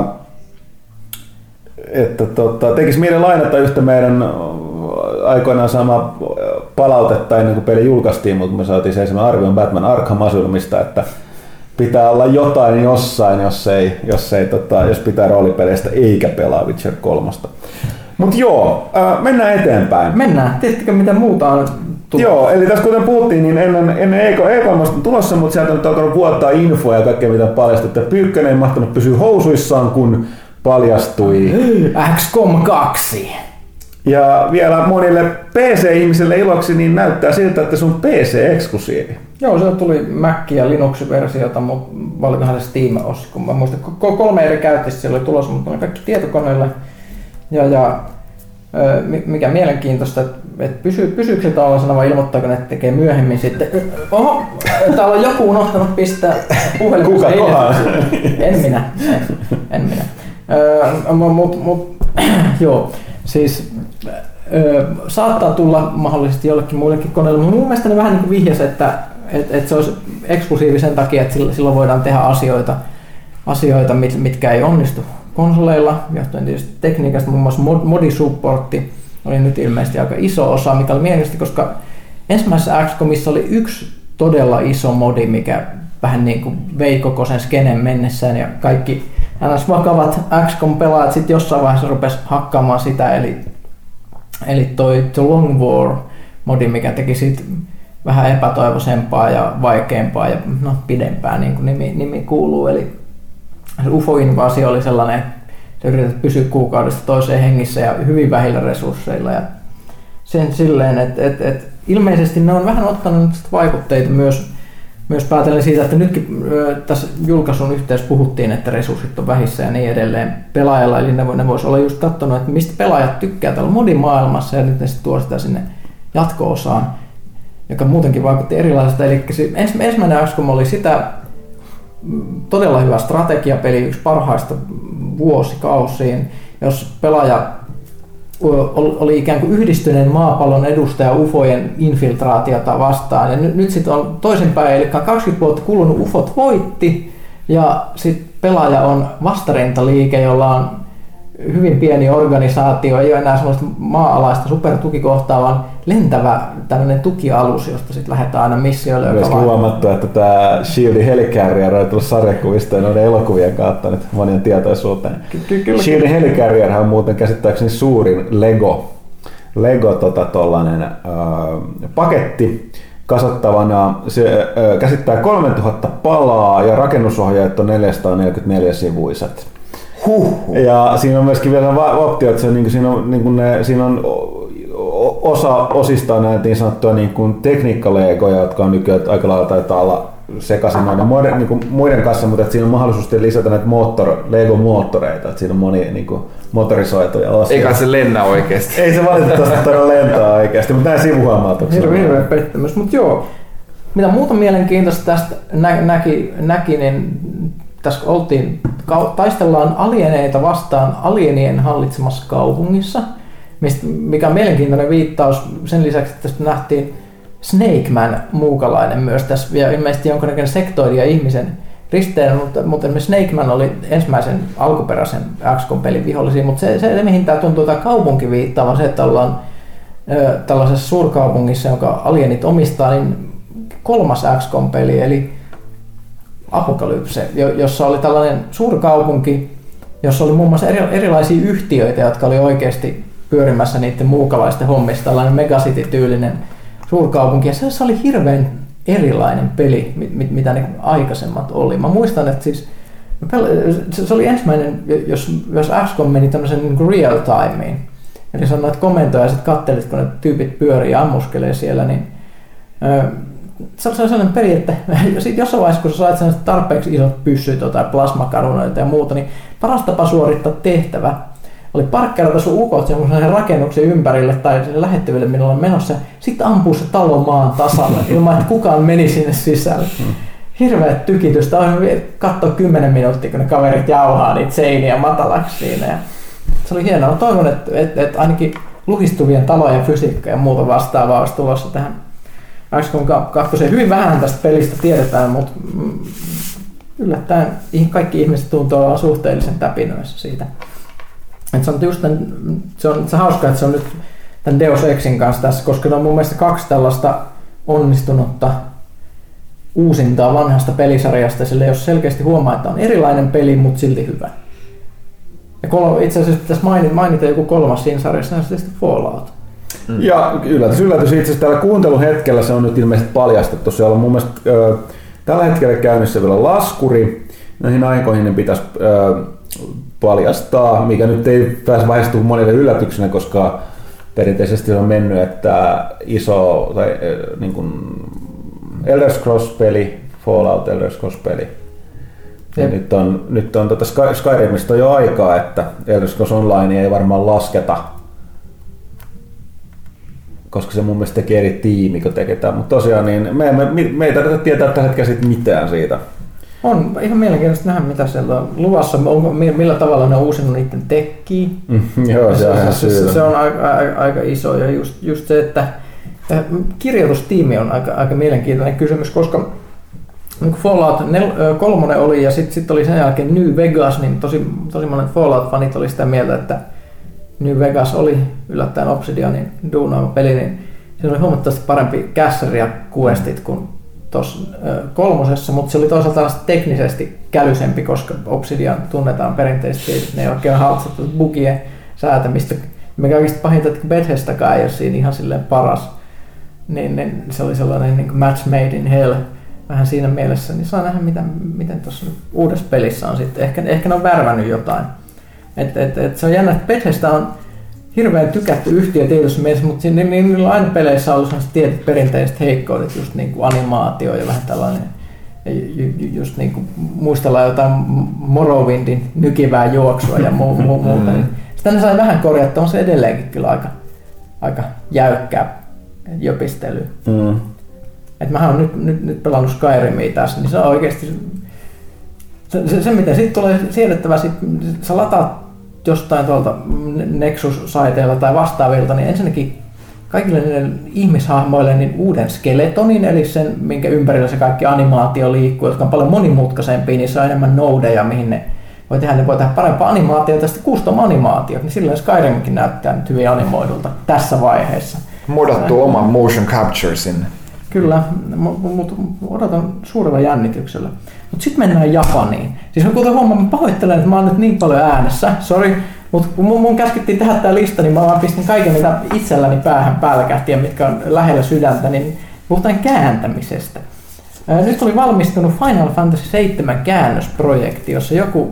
että tota, tekisi mielen lainata yhtä meidän aikoinaan sama palautetta ennen kuin peli julkaistiin, mutta me saatiin se ensimmäinen arvion Batman Arkham Asylumista, että pitää olla jotain jossain, jos, ei, jos, ei, tota, jos pitää roolipeleistä eikä pelaa Witcher kolme. Mutta joo, äh, mennään eteenpäin. Mennään. Tiedättekö mitä muuta on tullut? Joo, eli tässä kuten puhuttiin, niin ennen, ennen E kolme on tulossa, mutta sieltä on nyt alkanut vuottaa infoa ja kaikkea mitä on paljastettu. Pyykkönen ei mahtanut pysyä housuissaan, kun paljastui X COM kaksi. Ja vielä monille P C-ihmisille iloksi niin näyttää siltä, että se on P C-eksklusiivi. Joo, se tuli Mac- ja Linux-versiota, mutta valikohan se Steam-osa. Kun mä muistan, kolme eri käyttäjistä siellä oli tulossa, mutta ne kaikki tietokoneille. Ja, ja mikä mielenkiintoista, että pysyy, pysyykö se tällaisena vai ilmoittaako, että tekee myöhemmin sitten. Oho, täällä on joku unohtanut pistää puhelimesta. Kuka kohan? En minä, en, en minä. Mutta mut, joo, siis ö, saattaa tulla mahdollisesti jollekin muillekin koneille, mutta mun mielestä ne vähän niin kuin vihjasi, että et, et se olisi eksklusiivi sen takia, että silloin voidaan tehdä asioita, asioita mit, mitkä ei onnistu konsoleilla, johtuen tietysti tekniikasta, muun muassa mod, modisupportti oli nyt ilmeisesti aika iso osa, mikä oli mielestäni, koska ensimmäisessä X COMissa oli yksi todella iso modi, mikä vähän niin kuin vei koko sen skenen mennessään ja kaikki ns. Vakavat X COM-pelaajat sitten jossain vaiheessa rupesi hakkaamaan sitä, eli, eli toi The Long War-modi, mikä teki siitä vähän epätoivoisempaa ja vaikeampaa ja no, pidempää, niin kuin nimi, nimi kuuluu. Eli U F O-invaasio oli sellainen, että se yritetään pysyä kuukaudesta toiseen hengissä ja hyvin vähillä resursseilla. Ja sen silleen, että et, et, ilmeisesti ne on vähän ottanut vaikutteita myös, myös päätellen siitä, että nytkin ö, tässä julkaisun yhteydessä puhuttiin, että resurssit on vähissä ja niin edelleen pelaajalla. Eli ne, ne voisi olla just katsonut, että mistä pelaajat tykkää täällä modimaailmassa ja nyt ne sitten tuo sitä sinne jatko-osaan, joka muutenkin vaikutti erilaisesta. Eli ensimmäinen X COM oli sitä todella hyvä strategiapeli, yksi parhaista vuosikausiin, jos pelaaja oli ikään kuin yhdistyneen maapallon edustaja U F Ojen infiltraatiota vastaan. Ja nyt, nyt sitten on toisinpäin, eli kaksikymmentä vuotta kulunut U F Ot voitti, ja sitten pelaaja on vastarintaliike, jolla on hyvin pieni organisaatio, ei ole enää sellaista maa-alaista supertukikohtaa, vaan lentävä tämmöinen tukialus, josta sitten lähdetään aina missioille. Myöskin huomattu, että tämä Shieldin Helicarrier on tullut sarjakuvista ja noiden elokuvien kautta nyt monien tietoisuuteen. Shieldin Helicarrier on muuten käsittääkseni suurin Lego, Lego tota, tollainen, äh, paketti kasattavana. Se äh, käsittää kolmetuhatta palaa ja rakennusohjeet on neljäsataaneljäkymmentäneljä sivuiset. Huh. Ja siinä on myöskin vielä optio, että se, niin kuin, siinä, on, niin kuin ne, siinä on osa osista näitä niin sanottuja niin kuin tekniikkalegoja, jotka on nykyään aika lailla taitaa olla sekaisin noiden muiden, niin kuin muiden kanssa, mutta että siinä on mahdollisuus lisätä näitä moottor, Lego-moottoreita, että siinä on monia niin kuin motorisoituja osia. Eikä se lennä oikeasti. Ei se valitettavasti tarvitse lentää oikeasti, mutta näin sivuhuomautuksia. Hirveä, hirveä pettymys, mutta joo, mitä muuta mielenkiintoista tästä nä- näki, näki, niin tässä oltiin, taistellaan alieneita vastaan alienien hallitsemassa kaupungissa, mikä on mielenkiintoinen viittaus sen lisäksi, että tästä nähtiin Snake Man muukalainen myös tässä, ja ilmeisesti jonkinnäköinen sektoidi ja ihmisen risteinen, mutta, mutta Snake Man oli ensimmäisen alkuperäisen X COM-pelin vihollisia, mutta se, se, se mihin tämä tuntuu tämä kaupunki viittaa, on se, että ollaan ö, tällaisessa suurkaupungissa, jonka alienit omistaa, niin kolmas X COM-peli, eli Apokalypse, jossa oli tällainen suurkaupunki, jossa oli muun muassa erilaisia yhtiöitä, jotka oli oikeasti pyörimässä niiden muukalaisten hommissa, tällainen Megacity-tyylinen suurkaupunki, ja se oli hirveän erilainen peli, mitä ne aikaisemmat oli. Mä muistan, että siis, se oli ensimmäinen, jos, jos X COM meni tämmöisen niin real timeen, eli sä noita komentoja ja sitten kattelit, kun ne tyypit pyörii ja ammuskelee siellä, niin se on sellainen peli, että jossain vaiheessa, kun sä sait sellaiset tarpeeksi isot pyssyt tai plasmakarunoita ja muuta, niin paras tapa suorittaa tehtävä oli parkkeerata sun ukot semmoisen rakennuksen ympärille tai sinne lähettyville, millä on menossa, sitten ampuu se talo maan tasalle ilman, että kukaan meni sinne sisälle. Hirveät tykitystä. On katsoa kymmenen minuuttia, kun ne kaverit jauhaa niitä seiniä matalaksi siinä. Ja se oli hienoa. Toivon, että, että, että ainakin luhistuvien talojen fysiikka ja muuta vastaavaa olisi tulossa tähän X COM kaksi. Hyvin vähän tästä pelistä tiedetään, mutta yllättäen kaikki ihmiset tuntuu olevan suhteellisen täpinöissä siitä. Et se on just tämän, se on se hauskaa, että se on nyt tämän Deus Exin kanssa tässä, koska ne on mun mielestä kaksi tällaista onnistunutta uusintaa vanhasta pelisarjasta, sillä jos selkeästi huomaa, että on erilainen peli, mutta silti hyvä. Ja kol- itse asiassa pitäisi mainita, mainita joku kolmas siinä sarjassa, niin on sitten Fallout. Mm. Ja yllätys, yllätys. Itse asiassa tällä kuunteluhetkellä se on nyt ilmeisesti paljastettu. Siellä on mun mielestä ö, tällä hetkellä käynnissä vielä laskuri. Näihin aikoihin ne pitäisi ö, paljastaa, mikä nyt ei pääse vaihestu monille yllätyksenä, koska perinteisesti on mennyt, että iso tai ö, niin kuin Elder Scrolls-peli, Fallout Elder Scrolls-peli. Ja nyt on, nyt on tota Sky, Skyrimistä jo aikaa, että Elder Scrolls Online ei varmaan lasketa, koska se mun mielestä tekee eri tiimi, kun teketään. Mutta tosiaan niin me, me, me ei tarvitse tietää tällä hetkellä siitä mitään siitä. On ihan mielenkiintoista nähdä, mitä siellä on luvassa, onko, millä tavalla ne on uusinut niiden tekkiä. Mm, joo, se, se, se, se, se on aika, aika, aika iso, ja just, just se, että kirjoitustiimi on aika, aika mielenkiintoinen kysymys, koska niin Fallout kolme oli ja sitten sit oli sen jälkeen New Vegas, niin tosi, tosi monet Fallout-fanit oli sitä mieltä, että New Vegas oli yllättäen Obsidianin duunaava peli, niin siinä oli huomattavasti parempi kässäri ja questit kuin tuossa kolmosessa, mutta se oli toisaalta teknisesti kälysempi, koska Obsidian tunnetaan perinteisesti, että ne ei oikein haltsa bugien säätämistä, mikä oikeasti pahinta, että Bethesdakaan ei ole siinä ihan silleen paras, niin, niin se oli sellainen niin kuin match made in hell vähän siinä mielessä, niin saa nähdä miten, miten tuossa uudessa pelissä on sitten, ehkä, ehkä ne on värvännyt jotain. Et, et, et se on jännä, että Bethesda on hirveän tykätty yhtiö tietyssä mielessä, mutta niin, niin, niillä on aina peleissä ollut tietyt perinteiset heikkoudet, just niin kuin animaatio ja vähän tällainen, just niin kuin muistellaan jotain Morrowindin nykivää juoksua ja muu, muu, muuta. Niin sitä ne sai vähän korjattua, on se edelleenkin kyllä aika, aika jäykkää jöpistelyä. Mm. Et mähän olen nyt, nyt, nyt pelannut Skyrimia tässä, niin se on oikeasti se, se, se miten siitä tulee siedettävä, sit, sä lataat jostain tuolta Nexus-saiteilla tai vastaavilta, niin ensinnäkin kaikille niille ihmishahmoille niin uuden skeletonin, eli sen, minkä ympärillä se kaikki animaatio liikkuu, jotka on paljon monimutkaisempia, niin se on enemmän nodeja, mihin ne voi tehdä, ne voi tehdä parempaa animaatiota, ja sitten custom-animaatiot, niin silloin Skyrimkin näyttää nyt hyvin animoidulta tässä vaiheessa. Modattu oman motion capture sinne. Kyllä, mutta odotan suurella jännityksellä. Mutta sitten mennään Japaniin. Siis kuten huomaan, mä pahoittelen, että mä oon nyt niin paljon äänessä, sori, mutta kun mun, mun käskettiin tehdä tää lista, niin mä vaan pistin kaiken, mitä itselläni päähän pälkähti ja mitkä on lähellä sydäntä, niin puhutaan kääntämisestä. Ää, nyt oli valmistunut Final Fantasy seitsemän käännösprojekti, jossa joku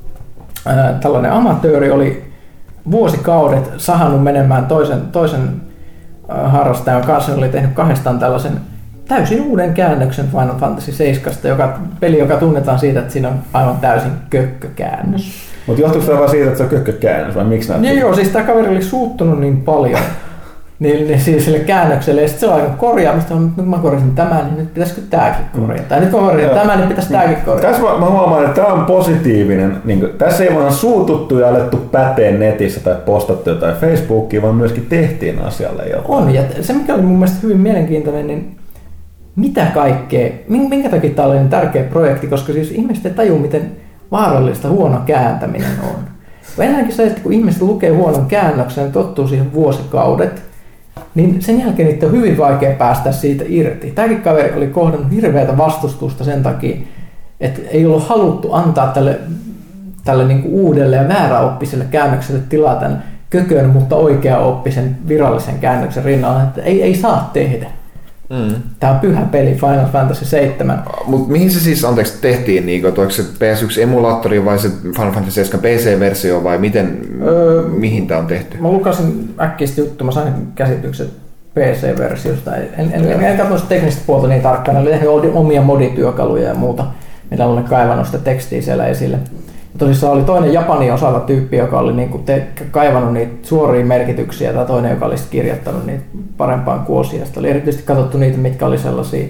ää, tällainen amatööri oli vuosikaudet sahannut menemään toisen, toisen harrastajan kanssa, oli tehnyt kahdestaan tällaisen täysin uuden käännöksen Final Fantasy seitsemän, joka peli, joka tunnetaan siitä, että siinä on aivan täysin kökkökäännös. Mutta johtuuko se vaan siitä, että se on kökkökäännös vai miksi näyttää? Joo, joo, siis tämä kaveri oli suuttunut niin paljon niin, niin siis sille käännökselle, ja sitten se on aika korjaamista, nyt kun mä korjasin tämän, niin nyt pitäisikö tämäkin korjata? Tai nyt kun mä korjasin tämän, niin pitäisi tämäkin korjata. Tässä mä, mä huomaan, että tämä on positiivinen. Niin kuin, tässä ei vaan suututtu ja alettu päteen netissä tai postattu jotain Facebookiin, vaan myöskin tehtiin asialle jotain. On, ja se mikä oli mun mielestä hyvin mielenkiintoinen, niin mitä kaikkea, minkä takia tämä oli niin tärkeä projekti, koska siis ihmiset ei tajua, miten vaarallista huono kääntäminen on. Ennenkin se, että kun ihmiset lukee huonon käännöksen ja tottuu siihen vuosikaudet, niin sen jälkeen niitä on hyvin vaikea päästä siitä irti. Tämäkin kaveri oli kohdannut hirveätä vastustusta sen takia, että ei ollut haluttu antaa tälle, tälle niin kuin uudelle ja vääräoppiselle käännökselle tilaa tämän kökön, mutta oikeaoppisen virallisen käännöksen rinnalla, että ei, ei saa tehdä. Mm. Tämä on pyhä peli Final Fantasy seitsemän. Mutta mihin se siis anteeksi tehtiin? Niin, onko se P S yksi emulaattori vai se Final Fantasy seitsemän P C-versio vai miten, öö, mihin tämä on tehty? Mä lukasin äkkiästi juttu, mä sain käsitykset P C-versiosta. En, en, en, en katsonut teknistä puolta niin tarkkaan, oli tehnyt omia modityökaluja ja muuta, mitä olen kaivannut sitä tekstiä siellä esille. Ja tosissaan oli toinen Japanin osaava tyyppi, joka oli niinku te- kaivannut niitä suoria merkityksiä, tai toinen, joka oli kirjoittanut niitä parempaan kuosiin. Sitten oli erityisesti katsottu niitä, mitkä oli sellaisia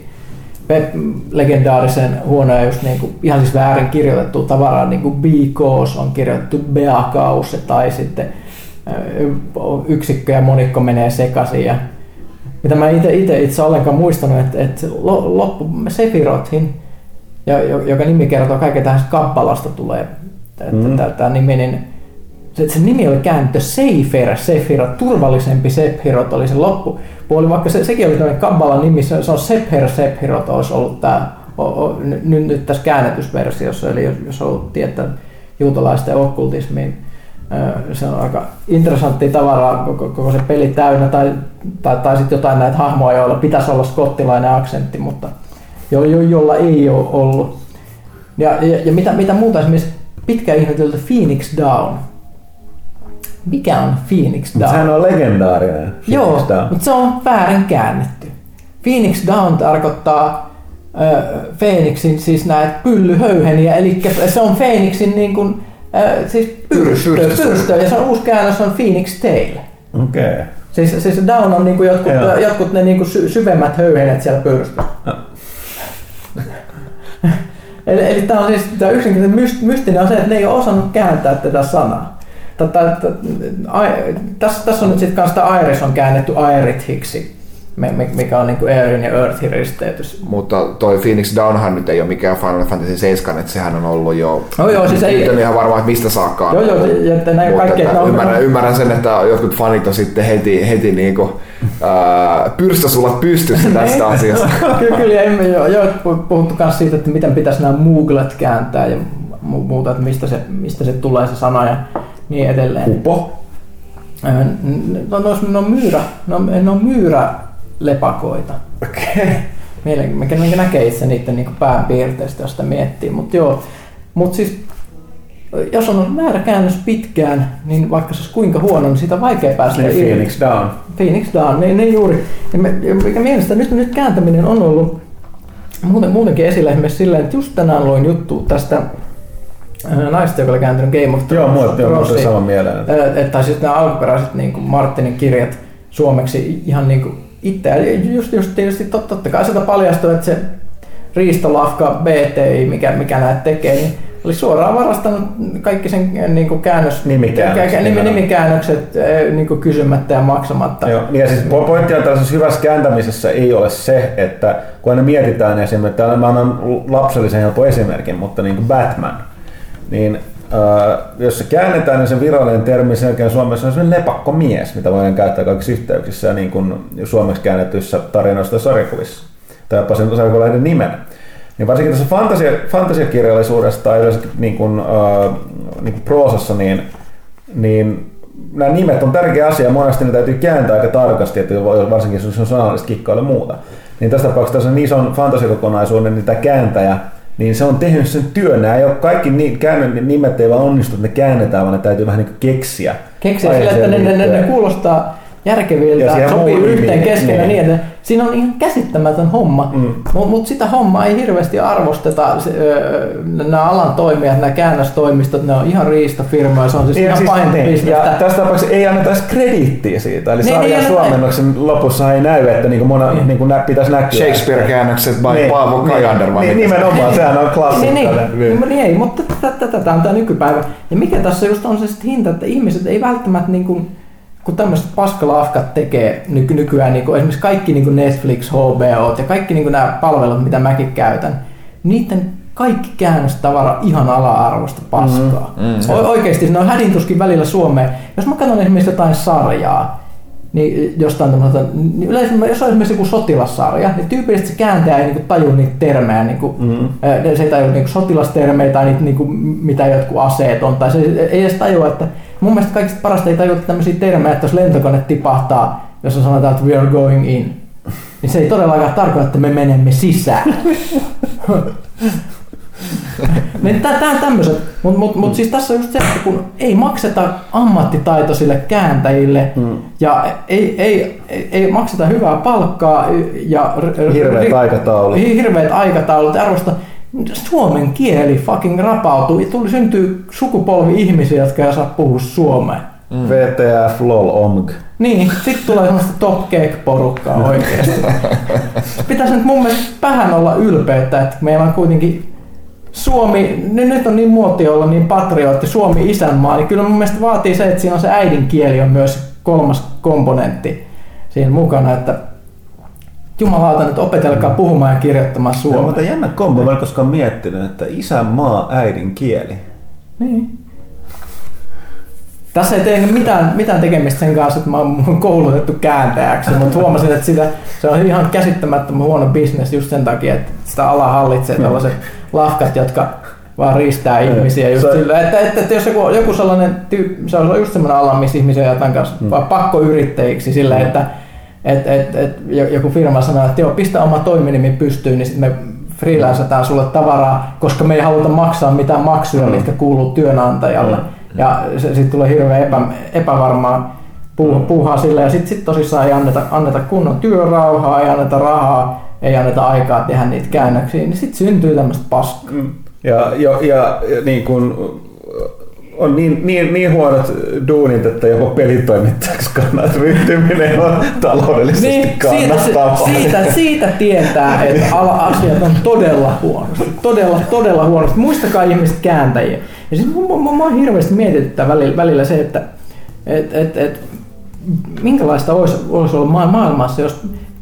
legendaarisen huonoja, just niinku, ihan siis väärin kirjoitettua tavaraa, niin kuin because on kirjoitettu beakause, tai sitten yksikkö ja monikko menee sekaisin. Ja mitä mä itse itse itse ollenkaan muistanut, että, että loppu Sephirothhin, joka nimi kertoo kaiken tähän Kabbalasta tulee, mm. tämä nimi, niin se, se nimi oli käännetty Sefer Sephiroth, turvallisempi Sephiroth oli se loppupuoli, vaikka se, sekin oli tämmöinen Kabbalan nimi, se, se on Sepher Sephiroth olisi ollut tämä o, o, nyt, nyt tässä käännetysversiossa, eli jos, jos on ollut tietää juutalaisten okkultismiin, se on aika interessanttia tavaraa, koko, koko se peli täynnä, tai, tai, tai sitten jotain näitä hahmoja, joilla pitäisi olla skottilainen aksentti, mutta jo, jo, jolla ei ole ollut. Ja, ja, ja mitä, mitä muuta esimerkiksi pitkään ihmetelty Phoenix Down. Mikä on Phoenix Down? Sehän on legendaarinen. Phoenix Joo, Down. mutta se on väärin käännetty. Phoenix Down tarkoittaa äh, Phoenixin siis näitä pyllyhöyheniä, eli se on Phoenixin niin kuin, äh, siis pyrstö, pyrstö, ja se on uusi käännös on Phoenix Tail. Okei. Okay. Siis, siis Down on niinku jotkut, jotkut ne niinku sy- syvemmät höyhenet siellä pyrstössä. No. eli, eli tämä on siis tää yksinkertainen myst- mystinen on se, että ne ei ole osannut kääntää tätä sanaa. Tätä, tätä, tässä, tässä on nyt sitten kanssa Iris on käännetty Aerithiksi. mikä on niinku Airin ja Earthin risteytys. Mutta toi Phoenix Downhan nyt ei ole mikään Final Fantasy seitsemän, että sehän on ollut jo... No joo, siis ei... Nyt on ihan varmaan, että mistä saakka on. Joo, joo, että näin kaikki... Että on... ymmärrän, ymmärrän sen, että jotkut fanit on sitten heti, heti niinku, ää, pyrstösulat pystyssä tästä asiasta. Kyllä, kyllä, emme jo, jo puhuttu myös siitä, että miten pitäisi nämä Mooglet kääntää ja muuta, että mistä se, mistä se tulee se sana ja niin edelleen. Kupo? No, no, no, myyrä, no, no myyrälepakoita. Okei. Okay. Mikä, mikä näkee itse niiden niin pääpiirteistä, jos sitä miettii. Mutta joo, mut siis jos on väärä käännös pitkään, niin vaikka se olisi kuinka huono, niin siitä on vaikea päästä niin, irti. Phoenix Down. Phoenix Down, niin, niin juuri. Ja me, mikä mielestäni nyt, nyt kääntäminen on ollut muuten, muutenkin esillä esimerkiksi silleen, että just tänään luin juttu tästä naista, joka oli kääntynyt Game of Thrones. Joo, mulla on sama mieleen. Että tai siis nämä alkuperäiset niin kuin Martinin kirjat suomeksi ihan niin kuin itse. Ja just, just tietysti tot, totta kai sieltä paljastui, että se riistolafka B T I, mikä, mikä näitä tekee, niin oli suoraan varastanut kaikki sen niin kuin käännös, nimikäännökset, nimi, nimikäännökset niin kuin kysymättä ja maksamatta. Joo, ja siis pointti on tällaisessa hyvässä kääntämisessä ei ole se, että kun aina mietitään esimerkiksi, täällä mä annan lapsellisen helppo esimerkin, mutta niin kuin Batman, niin äh, jos se käännetään, niin se virallinen termi selkeä Suomessa on sellainen lepakkomies, mitä voidaan käyttää kaikissa yhteyksissä ja niin kuin suomeksi käännetyissä tarinoissa ja sarjakuvissa, tai jopa sen sarjakuvalehden nimenä. Niin varsinkin tässä fantasia, fantasiakirjallisuudessa tai yleensä niin kuin, äh, niin kuin proosassa, niin, niin nämä nimet on tärkeä asia, monesti ne täytyy kääntää aika tarkasti, että varsinkin jos on sanallista kikkailla ja muuta. Niin tässä tapauksessa tässä on ison fantasiakokonaisuuden, niin tämä kääntäjä, niin se on tehnyt sen työn. Nämä ei ole kaikki ni- käännön nimet ei vaan onnistu, että ne käännetään, vaan ne täytyy vähän niin kuin keksiä. Keksiä sillä, että ne, ne, ne, ne kuulostaa järkeviltä, sopii yhteen keskenä niin, niin, että siinä on ihan käsittämätön homma, mm. mutta mut sitä hommaa ei hirveästi arvosteta. Se, nämä alan toimijat, nämä käännöstoimistot, ne on ihan riistofirmoja, se on siis ja ihan siis, pahinta bisnestä. Ja tässä tapauksessa ei anneta edes krediittiä siitä, eli niin, sarjan niin, suomennoksen niin, lopussa ei näy, että niinku mona, niin. niinku nä, pitäisi näkyä. Shakespeare-käännökset by niin, Paavo Kajander. Niin, nimenomaan, sehän on klassikko. Niin, niin, niin, ei, mutta tätä on tämä nykypäivä. Ja mikä tässä just on se hinta, että ihmiset ei välttämättä niinku, kun tämmöiset paskalafkat tekee nyky- nykyään, niin kuin esimerkiksi kaikki niin kuin Netflix, H B O ja kaikki niin kuin nämä palvelut, mitä mäkin käytän, niiden kaikki käännöstavara ihan ala-arvosta paskaa. Mm, mm. O- oikeasti ne on hädintuskin välillä Suomeen. Jos mä katson esimerkiksi jotain sarjaa, niin jostain tämmöistä, niin yleensä, jos on esimerkiksi joku sotilassarja, niin tyypillisesti se kääntäjä ei niin tajua niitä termejä, niin kuin, mm. se ei tajua niin sotilastermejä tai niitä, niin kuin, mitä jotkut aseet on, tai se ei edes tajua, että mun mielestä kaikista parasta ei tajuta tämmöisiä termejä, että jos lentokone tipahtaa, jos sanotaan, että we are going in, niin se ei todellakaan tarkoita, että me menemme sisään. niin tää tämmöiset, mutta mut, mut siis tässä on just se, että kun ei makseta ammattitaitoisille kääntäjille mm. ja ei, ei, ei, ei makseta hyvää palkkaa ja hirveät r- aikataulut, hirveät aikataulut arvosta, suomen kieli fucking rapautuu ja tuli syntyy sukupolvi ihmisiä, jotka ei saa puhua suomea. Mm. V T F, lol, omg. Niin, sit tulee semmoista top cake-porukkaa oikeesti. Pitäisi nyt mun mielestä vähän olla ylpeyttä, että meillä on kuitenkin Suomi, nyt on niin muoti olla niin patriotti, Suomi isänmaa, niin kyllä mun mielestä vaatii se, että siinä on se äidinkieli on myös kolmas komponentti siinä mukana, että jumalauta nyt opetelkaa puhumaan ja kirjoittamaan suomea. Mutta jännä kombo, mä en koskaan miettinyt, että isänmaa äidinkieli. Niin. Tässä ei tee mitään, mitään tekemistä sen kanssa, että mä oon koulutettu kääntäjäksi, mutta huomasin, että sitä, se on ihan käsittämättömän huono bisnes just sen takia, että sitä ala hallitsee tällaiset lafkat, jotka vaan riistää ihmisiä just sillä, että, että, että jos joku, joku sellainen tyyppi, se on just semmoinen ala, missä ihmisiä jätän kanssa mm. pakkoyrittäjiksi sillä, että et, et, et, joku firma sanoo, että joo, pistä oma toiminimi pystyyn, niin sitten me freelancetaan sulle tavaraa, koska me ei haluta maksaa mitään maksuja, mm. mitkä kuuluu työnantajalle. Mm. Ja sitten tulee hirveän epä, epävarmaa puuhaa, puuhaa sillä, ja sitten sit tosissaan ei anneta, anneta kunnon työrauhaa, ei anneta rahaa, ei anneta aikaa tehdä niitä käännöksiä, niin sitten syntyy tämmöistä paskaa. Ja, ja, ja, ja niin kun on niin, niin, niin huonot duunit, että jopa pelitoimittajaksi kannat ryhtyminen on taloudellisesti niin, kannattavaa. Siitä, siitä, siitä tietää, että asiat on todella huonosti. Todella, todella huonosti. Muistakaa ihmiset kääntäjiä. Ja siis mä oon hirveästi mietityttää välillä, välillä se, että et, et, et, minkälaista olisi, olisi olla maailmassa, jos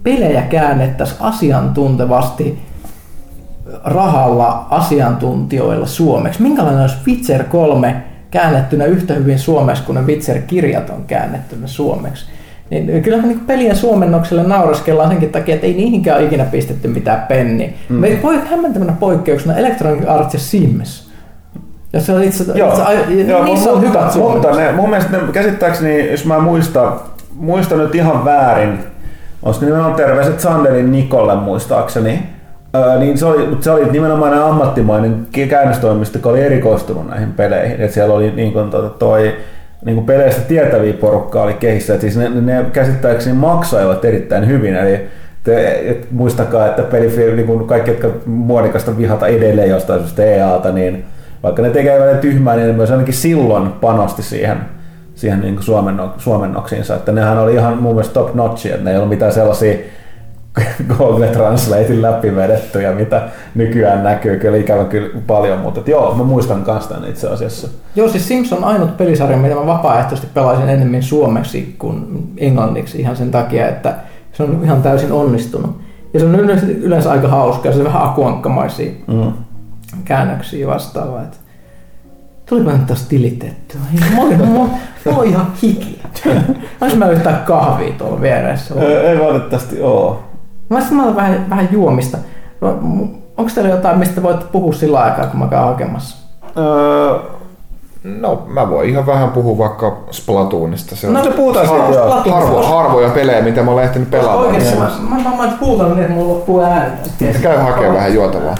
pelejä käännettäisiin asiantuntevasti rahalla asiantuntijoilla suomeksi. Minkälainen olisi Witcher kolme käännettynä yhtä hyvin suomeksi kuin ne Witcher-kirjat on käännettynä suomeksi? Niin kyllä niin pelien suomennokselle nauraskellaan senkin takia, että ei niihinkään ole ikinä pistetty mitään penniä. Mm. Me voi hämmentävänä poikkeuksena Electronic Arts ja Sims. Ja se on itse, joo, itse, joo, niissä on hyvät mutta ne, mun mielestä ne, käsittääkseni, jos mä muistan, muistan nyt ihan väärin, olisiko nimenomaan terveiset Sandelin Nikolle muistaakseni, öö, niin se oli, mutta se oli nimenomaan ammattimainen käännöstoimisto, joka oli erikoistunut näihin peleihin. Et siellä oli niin kuin, tota, toi, niin kuin peleistä tietäviä porukkaa oli kehissä, että siis ne, ne käsittääkseni maksaivat erittäin hyvin, eli te, et muistakaa, että pelifirma, niin kuin kaikki, jotka muodikasta vihata edelleen jostain syystä E A:ta, niin vaikka ne tekevät tyhmää, niin ne myös ainakin silloin panosti siihen, siihen niin kuin suomenno, suomennoksiinsa, että nehän oli ihan mun mielestä top notch, että ne ei ollut mitään sellaisia Google Translatein läpi vedettyjä, mitä nykyään näkyy kyllä ikävä kyllä paljon, mutta että joo, mä muistan kans tämän itse asiassa. Joo, siis Sims on ainut pelisarja, mitä mä vapaaehtoisesti pelaisin enemmän suomeksi kuin englanniksi ihan sen takia, että se on ihan täysin onnistunut. Ja se on yleensä, yleensä aika hauskaa, se on vähän akuankkamaisia mm. käännöksiä vastaavaa. Tulipa nyt taas tilitettyä. Mulla on ihan hiki. Olis mä yhtään kahvia tuolla vieressä? Ei valitettavasti oo. Mä olisin mä vähän, vähän juomista. Onko teillä jotain, mistä voit puhua sillä aikaa, kun mä käyn hakemassa? Öö, no mä voin ihan vähän puhua vaikka Splatoonista. Se on no se puhutaan siitä harvo, harvoja pelejä, mitä mä oon lähtenyt pelaamaan. Oikeesti mä, mä, mä, mä puhutaan niin, että mulla loppuu ääni. Käy hakemaan vähän juotavaa.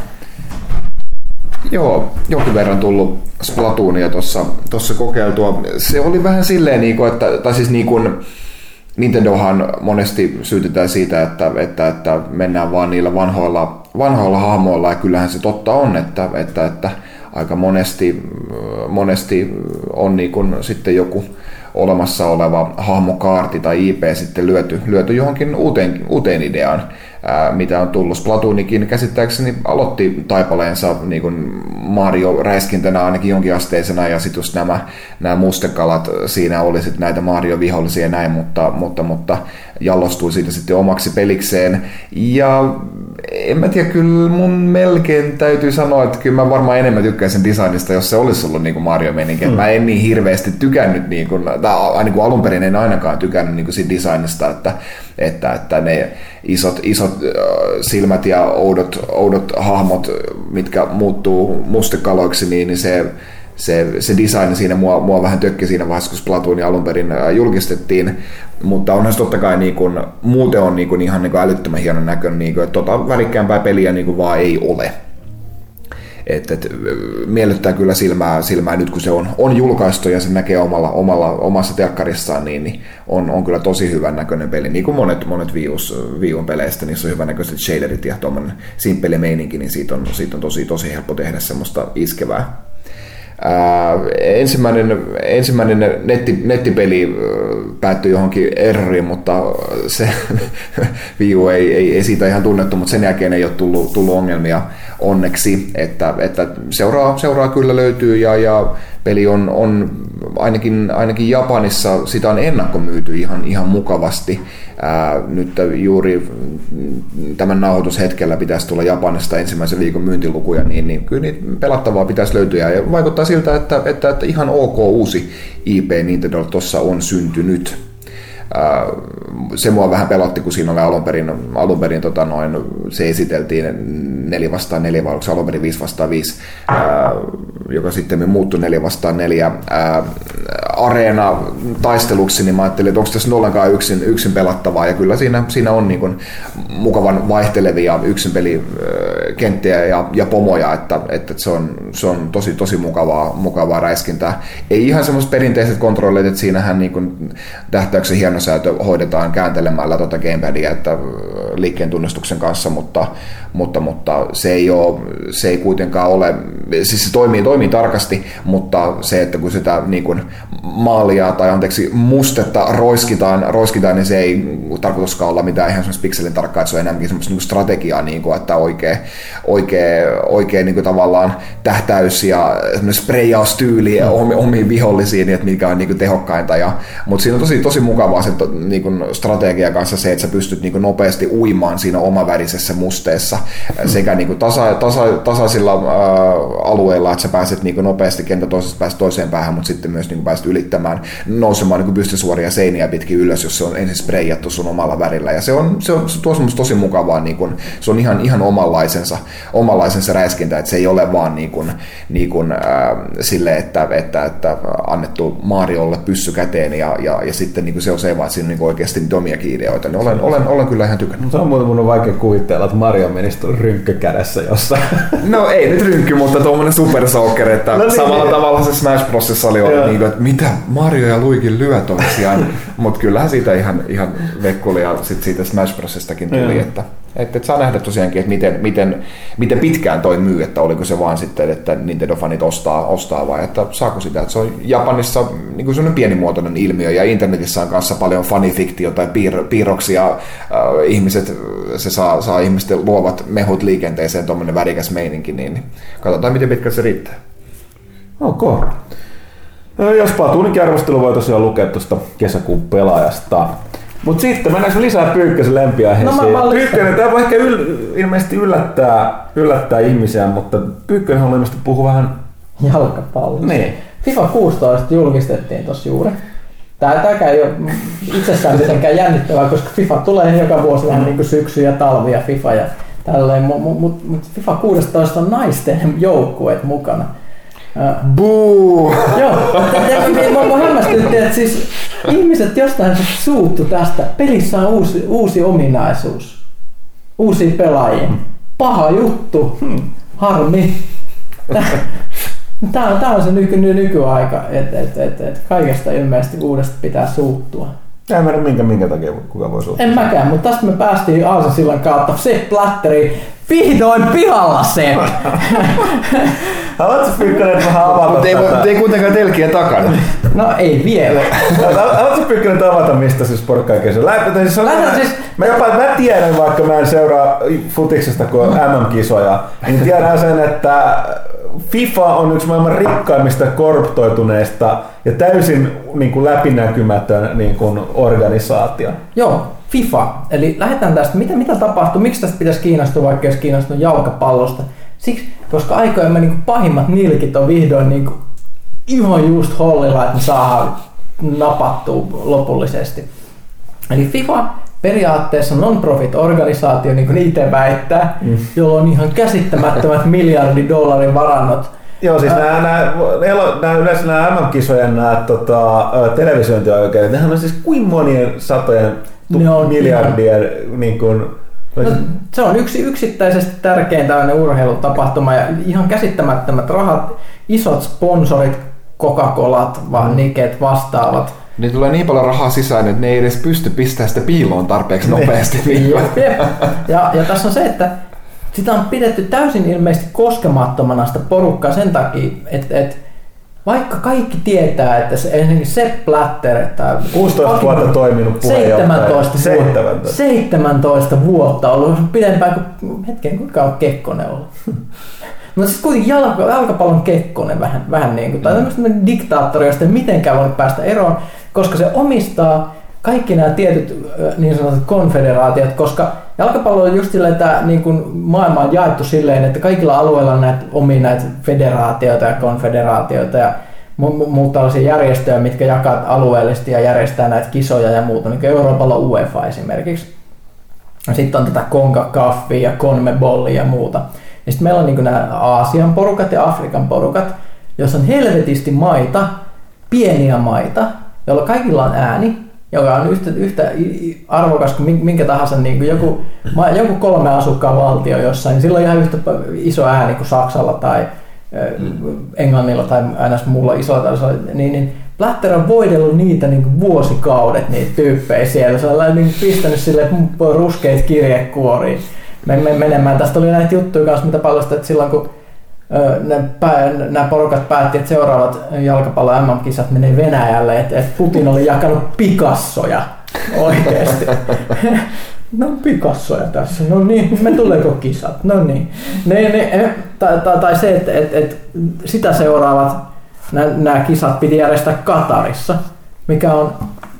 Joo, jonkin verran tullut Splatoonia tuossa kokeiltua. Se oli vähän silleen, että, tai siis niin kuin Nintendohan monesti syytetään siitä, että, että, että mennään vaan niillä vanhoilla, vanhoilla hahmoilla, ja kyllähän se totta on, että, että, että aika monesti, monesti on niin kuin sitten joku olemassa oleva hahmokaarti tai I P sitten lyöty, lyöty johonkin uuteen, uuteen ideaan, ää, mitä on tullut. Splatoonikin käsittääkseni aloitti taipaleensa niin kuin Mario-räiskintänä ainakin jonkinasteisena, ja sitten just nämä, nämä mustekalat, siinä oli sitten näitä Mario-vihollisia ja näin, mutta, mutta, mutta jallostui siitä sitten omaksi pelikseen. Ja en mä tiedä, kyllä mun melkein täytyy sanoa, että kyllä mä varmaan enemmän tykkäisin designista, jos se olisi ollut niin kuin Mario-meininki. Mm. Mä en niin hirveästi tykännyt, niin kuin, tai ainakin alun perin en ainakaan tykännyt niin kuin siitä designista, että, että, että ne isot, isot silmät ja oudot, oudot hahmot, mitkä muuttuu mustekaloiksi, niin, niin se Se, se design siinä mua, mua vähän tökki siinä vaiheessa, kun Splatoon alun perin julkistettiin, mutta onhan se totta kai niin kuin, muuten on niin kuin, ihan niin kuin älyttömän hienon näköinen, niin kuin, että tota värikkäämpää peliä niin kuin vaan ei ole. Et, et, miellyttää kyllä silmää, silmää nyt, kun se on, on julkaistu ja se näkee omalla, omalla, omassa telkkarissaan, niin, niin on, on kyllä tosi hyvän näköinen peli. Niin kuin monet, monet Wii U:n peleistä, niissä on hyvän näköiset shaderit ja tuommoinen simppeli meininki, niin siitä on, siitä on tosi, tosi helppo tehdä semmoista iskevää. Ää, ensimmäinen, ensimmäinen netti, nettipeli päättyi johonkin erroriin, mutta se Wii U ei, ei, ei siitä ihan tunnettu, mutta sen jälkeen ei ole tullut, tullut ongelmia onneksi, että, että seuraa, seuraa kyllä löytyy ja, ja peli on, on ainakin, ainakin Japanissa, sitä on ennakkomyyty ihan, ihan mukavasti. Ää, nyt juuri tämän nauhoitushetkellä pitäisi tulla Japanista ensimmäisen viikon myyntilukuja, niin, niin kyllä niitä pelattavaa pitäisi löytyä. Ja vaikuttaa siltä, että, että, että ihan ok uusi I P Nintendo tuossa on syntynyt. Ää, se mua vähän pelotti, kun siinä oli alun perin, alun perin tota noin, se esiteltiin neljä vastaan neljä, vai onko se alun perin viisi vastaan viisi, ää, joka sitten muuttui neljä vastaan neljä ää, areena taisteluksi, niin mä ajattelin, että onko tässä ollenkaan yksin, yksin pelattavaa, ja kyllä siinä, siinä on niin kuin mukavan vaihtelevia yksin pelikenttiä ja, ja pomoja, että, että se, on, se on tosi, tosi mukavaa, mukavaa räiskintää. Ei ihan semmoiset perinteiset kontrollit, että siinähän niin kuin tähtäyksen hienosäätö hoidetaan kääntelemällä tuota gamepadia, että liikkeen tunnistuksen kanssa, mutta, mutta, mutta se, ei ole, se ei kuitenkaan ole, siis se toimii, toimii tarkasti, mutta se, että kun sitä niin kuin maalia tai anteeksi mustetta roiskitaan, roiskitaan, niin se ei tarkoituskaan olla mitään ihan semmoista pikselin tarkkaa, että se on enemmänkin semmoista niin strategiaa, niin kuin, että oikea, oikea, oikea niin kuin tavallaan tähtäys ja sprejaustyyli mm. omiin vihollisiin, että mikä on niin kuin tehokkainta. Ja, mutta siinä on tosi, tosi mukavaa sen niin kuin strategia kanssa se, että sä pystyt niin kuin nopeasti uimaan siinä omavärisessä musteessa mm. sekä niin kuin tasa, tasa, tasaisilla ää, alueilla, että sä pääset niin kuin nopeasti kentän toisesta päästä toiseen päähän, mutta sitten myös niin kuin pääset ylittämään, nousemaan niin kuin pystysuoria seiniä pitkin ylös, jos se on ensin spreijattu sun omalla värillä. Ja se on, se on, se tuo tosi mukavaa, niin kuin, se on ihan, ihan omanlaisensa, omanlaisensa räiskintä, että se ei ole vaan niin kuin, niin kuin, äh, sille, että, että, että annettu Mariolle pyssy käteen ja, ja, ja sitten niin kuin se on se vaan, että siinä on niin kuin oikeasti niitä omiakin ideoita. Niin olen, olen, olen kyllä ihan tykännyt. Se on muuten mun on vaikea kuvitella, että Mario menisi tuon rynkkä kädessä jossain. No ei nyt rynkky, mutta tuommoinen Super Soaker, että no niin, samalla niin. tavalla se Smash Brosissa oli ollut, niin kuin, että mitä Mario ja Luigi lyö toisiaan, mutta kyllähän siitä ihan, ihan vekkuli ja sit siitä Smash Brosistakin tuli, että Että et saa nähdä tosiaankin, että miten, miten, miten pitkään toi myy, että oliko se vaan sitten, että Nintendo-fanit ostaa, ostaa vai että saako sitä. Että se on Japanissa niin kuin sellainen pienimuotoinen ilmiö ja internetissä on kanssa paljon fanifiktiota ja piir, piirroksia. Äh, ihmiset, se saa, saa ihmisten luovat mehut liikenteeseen, tuommoinen värikäs meininki, niin katsotaan miten pitkään se riittää. Ok. Jos Platoonikin arvostelu voi tosiaan lukea tuosta kesäkuun pelaajasta. Mutta sitten mennäänkö lisää Pyykkösen lempiaiheeseen? No, Pyykkönen, tämä voi ehkä yl, ilmeisesti yllättää, yllättää ihmisiä, mutta Pyykkönen haluaa ilmeisesti puhua vähän jalkapallosta. Niin. FIFA kuusitoista julkistettiin tuossa juuri. Tää, tääkään ei ole itsessään mitenkään jännittävää, koska FIFA tulee joka vuosi vähän niin kuin syksy ja talvi ja FIFA ja tälleen, mutta mut, mut FIFA kuusitoista on naisten joukkueet mukana. Buu! Joo, mä hämmästytti, että siis ihmiset jostain suuttu tästä. Pelissä on uusi, uusi ominaisuus. Uusia pelaajia. Paha juttu. Harmi. Tää on, tää on se nyky, nykyaika, että et, et, et kaikesta ilmeisesti uudesta pitää suuttua. En mä minkä, minkä takia kuka voi suuttua. En mäkään, mutta tästä me päästiin Aasinsillan kautta Sepp Blatteriin. Vihdoin pihalla Sepp! Haluatko Pyykkönen vähän avata Mutta ei, tätä? Ei kuitenkaan telkien takana. No ei vielä. Haluatko Pyykkönen avata mistä siis porukka oikein se lähtee? Siis mä, siis... mä jopa mä tiedän, vaikka mä en seuraa futiksesta kuin M M-kisoja, niin tiedän sen, että FIFA on yksi maailman rikkaimmista korruptoituneista ja täysin niin kuin läpinäkymätön niin kuin organisaatio. Joo, FIFA. Eli lähdetään tästä, mitä, mitä tapahtuu, miksi tästä pitäisi kiinnostua, vaikka jos kiinnostunut jalkapallosta. Siksi, koska aikojen niin kuin pahimmat nilkit on vihdoin niin kuin ihan just hollilla, että ne saadaan napattua lopullisesti. Eli FIFA periaatteessa non-profit-organisaatio, niin kuin itse väittää, mm. jolla on ihan käsittämättömät miljardin dollarin varannot. Joo, siis nämä, nämä, nämä yleensä nämä M M-kisojen nämä tota, televisiointioikeudet, nehän on siis kuin monien satojen tu- miljardien niin kuin, no, se on yksi yksittäisesti tärkein tällainen urheilutapahtuma ja ihan käsittämättömät rahat, isot sponsorit, Coca-Colat, vaan mm. Niket vastaavat. Niin tulee niin paljon rahaa sisään, että ne ei edes pysty pistämään sitä piiloon tarpeeksi nopeasti. ja, ja tässä on se, että sitä on pidetty täysin ilmeisesti koskemattomana sitä porukkaa sen takia, että, että vaikka kaikki tietää, että se, ensinnäkin Sepp Blatter, että kuusitoista vuotta toiminut puheenjohtaja. seitsemäntoista, seitsemäntoista vuotta ollut pidempään kuin hetken, kuinka on Kekkonen ollut. No siis kuitenkin jalka, jalkapallon Kekkonen vähän, vähän niin kuin, tai tämmöinen diktaattori, josta ei mitenkään voinut päästä eroon, koska se omistaa kaikki nämä tietyt niin sanotut konfederaatiot, koska jalkapallo on just silleen, että niin kuin maailma on jaettu silleen, että kaikilla alueilla on näitä omia näitä federaatioita ja konfederaatioita ja mu- muuta tällaisia järjestöjä, mitkä jakaa alueellisesti ja järjestää näitä kisoja ja muuta, niin kuin Euroopalla UEFA esimerkiksi. Sitten on tätä CONCACAFia ja CONMEBOLia ja muuta. Ja sitten meillä on niin nämä Aasian porukat ja Afrikan porukat, joissa on helvetisti maita, pieniä maita, joilla kaikilla on ääni, joka on yhtä, yhtä arvokas kuin minkä tahansa niin kuin joku, joku kolme asukkaan valtio jossain, niin sillä on ihan yhtä iso ääni kuin Saksalla tai Englannilla tai aina muulla isolla tasolla. Niin, niin Blatter on voidellut niitä niin kuin vuosikaudet, niitä tyyppejä siellä. Se on niin pistänyt silleen, että voi ruskeita kirjekuoriin menemään. Tästä oli näitä juttuja kanssa, mitä paljastaa, että silloin kun nämä porukat päätti, että seuraavat jalkapallon M M-kisat menee Venäjälle, että Putin oli jakanut Picassoja oikeasti. no Picassoja tässä, no niin, me tuleeko kisat, no niin. Ne, ne, tai, tai, tai se, että et, et, sitä seuraavat nämä kisat piti järjestää Katarissa, mikä on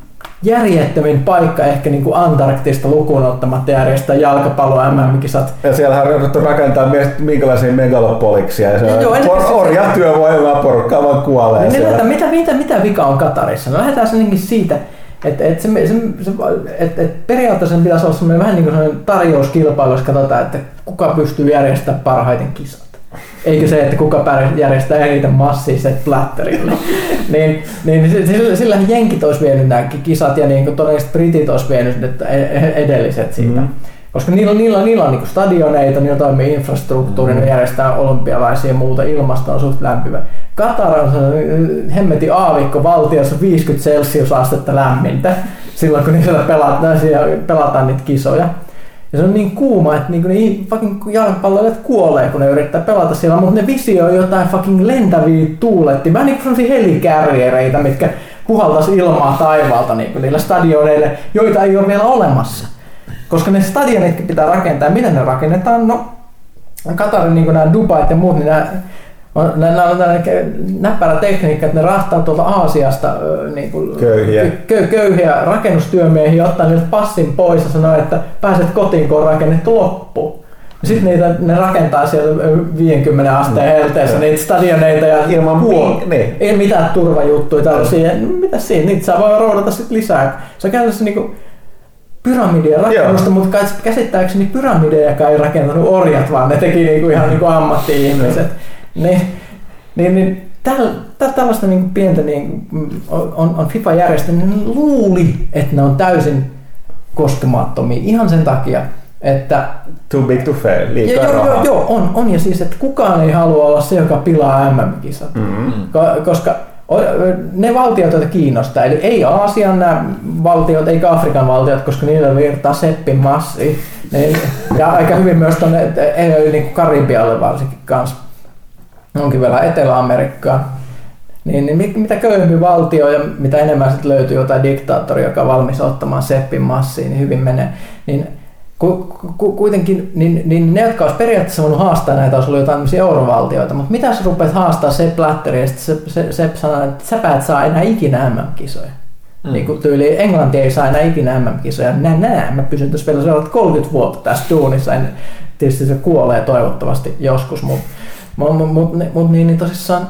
järjettömin paikka ehkä niin kuin Antarktista lukuun ottamatta järjestää jalkapallo M M-kisat. Ja siellähän on jouduttu rakentaa minkälaisia megalopoliksia ja se on por- orjatyövoimaa, porukkaa vaan kuolee niin, siellä. Mitä, mitä, mitä vika on Katarissa? No lähdetään senkin siitä, että et se, se, se, et, et periaatteessa sen pitäisi olla semmoinen, vähän niin kuin sellainen tarjouskilpailu, jos katsotaan, että kuka pystyy järjestämään parhaiten kisat. Eikä se, että kuka järjestää eniten massiiset platterille. niin, niin sillähän jenkit olisi vienyt nämä kisat ja niin todennäköisesti britit olisi vienyt edelliset siitä. Mm-hmm. Koska niillä, niillä, niillä on niin stadioneita, niillä toimii infrastruktuuri, mm-hmm. ne järjestää olympialaisia ja muuta, ilmasto on suht lämpimä. Katar on hemmetin aavikko valtiossa viisikymmentä celsiusastetta lämmintä silloin, kun niillä pelataan, pelataan niitä kisoja. Ja se on niin kuuma, että niinku ne fucking jalkapalloilijat kuolee, kun ne yrittää pelata siellä, mutta ne visioi jotain fucking lentäviä tuulettia, vähän niin kuin sellaisia helikärjereitä, mitkä puhaltais ilmaa taivaalta niinku niillä stadioneille, joita ei ole vielä olemassa. Koska ne stadionitkin pitää rakentaa, ja miten ne rakennetaan? No, Katarin niin nämä Dubait ja muut, niin nämä on, nämä on näppärä tekniikka, että ne rahtaa tuolta Aasiasta niin kuin köyhiä. Kö, köyhiä rakennustyömiehiä, ottaa niiltä passin pois ja sanoo, että pääset kotiin, kun on rakennettu loppuun. Sitten niitä, ne rakentaa siellä viisikymmentä asteen helteessä niitä stadioneita ja ilman puol- niin. ei mitään turvajuttuja tällaisia. Mitä siinä? Niitä saa voi roudata sitten lisää. Se on käytännössä niinku pyramidien rakennusta, Joo. mutta käsittääkseni pyramidejakaan ei rakentanut orjat, vaan ne teki niinku ihan niinku ammatti-ihmiset. Niin, niin, niin täl, täl, tällaista niin pientä niin, on, on FIFA järjestänyt, niin luuli, että ne on täysin koskemattomia ihan sen takia, että too big to fail, liikaa joo, rahaa. Joo, joo, on, on ja siis, että kukaan ei halua olla se, joka pilaa M M-kisat, mm-hmm. koska ne valtiot, joita kiinnostaa, eli ei Aasian nämä valtiot, eikä Afrikan valtiot, koska niillä virtaa seppin massi, ja aika hyvin myös tuonne niin Karibialle varsinkin kanssa. Onkin vielä Etelä-Amerikkaan, niin, niin mitä köyhempi valtio ja mitä enemmän sitten löytyy jotain diktaattoria, joka on valmis ottamaan seppin massiin, niin hyvin menee. Niin ku, ku, kuitenkin niin, niin ne, jotka olisi periaatteessa voinut haastaa näitä, olisi ollut jotain tämmöisiä eurovaltioita, mutta mitä sä rupeat haastaa Sepp Blatteri ja sitten Sepp se, se sanoo, että sä päät saa enää ikinä M M-kisoja. Mm. Niin tyyli Englanti ei saa enää ikinä M M-kisoja. Nää, nää, mä pysyn tässä vielä seuraavat kolmekymmentä vuotta tässä duunissa. En, tietysti se kuolee toivottavasti joskus, mutta Mutta mut, mut, niin, niin tosissaan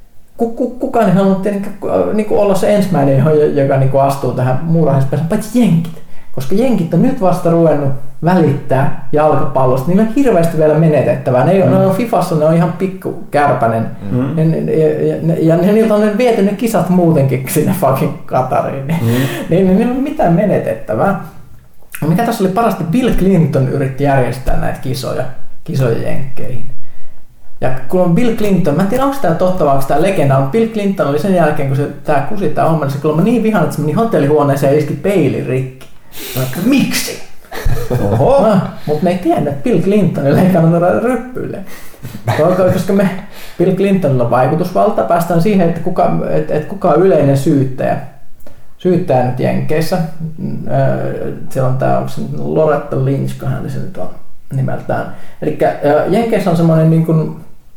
kukaan ei halunnut niin olla se ensimmäinen, joka niin astuu tähän muurahaispesähän, paitsi jenkit. Koska jenkit on nyt vasta ruvennut välittää jalkapallosta. Niillä on hirveästi vielä menetettävää. Ne, mm. ne on Fifassa, ne on ihan pikku kärpänen. Mm. Ja, ja, ja, ja niiltä on viety ne kisat muutenkin sinne fucking Qatariin. Mm. Niin, niin niillä on mitään menetettävää. Mikä tässä oli parasta, Bill Clinton yritti järjestää näitä kisoja, kisoja jenkkeihin. Ja kun on Bill Clinton, mä en tiedä onko tämä totta vai onko tämä legenda, mutta Bill Clinton oli sen jälkeen, kun se, tämä kusi tämä homma, niin se kyllä niin vihan, että se meni hotellihuoneeseen ja iski peilin rikki. Mä sanoin, miksi? Oho. No, mutta me ei tiedä, että Bill Clintonille ei kannata ryppyille. Koska me Bill Clintonilla on vaikutusvalta, päästään siihen, että kuka, että, että kuka on yleinen syyttäjä. Syyttäjä nyt Jenkeissä. Siellä on tämä, onko se Loretta Lynch, kun hän se nyt on nimeltään. Eli Jenkeissä on semmoinen, niin kuin,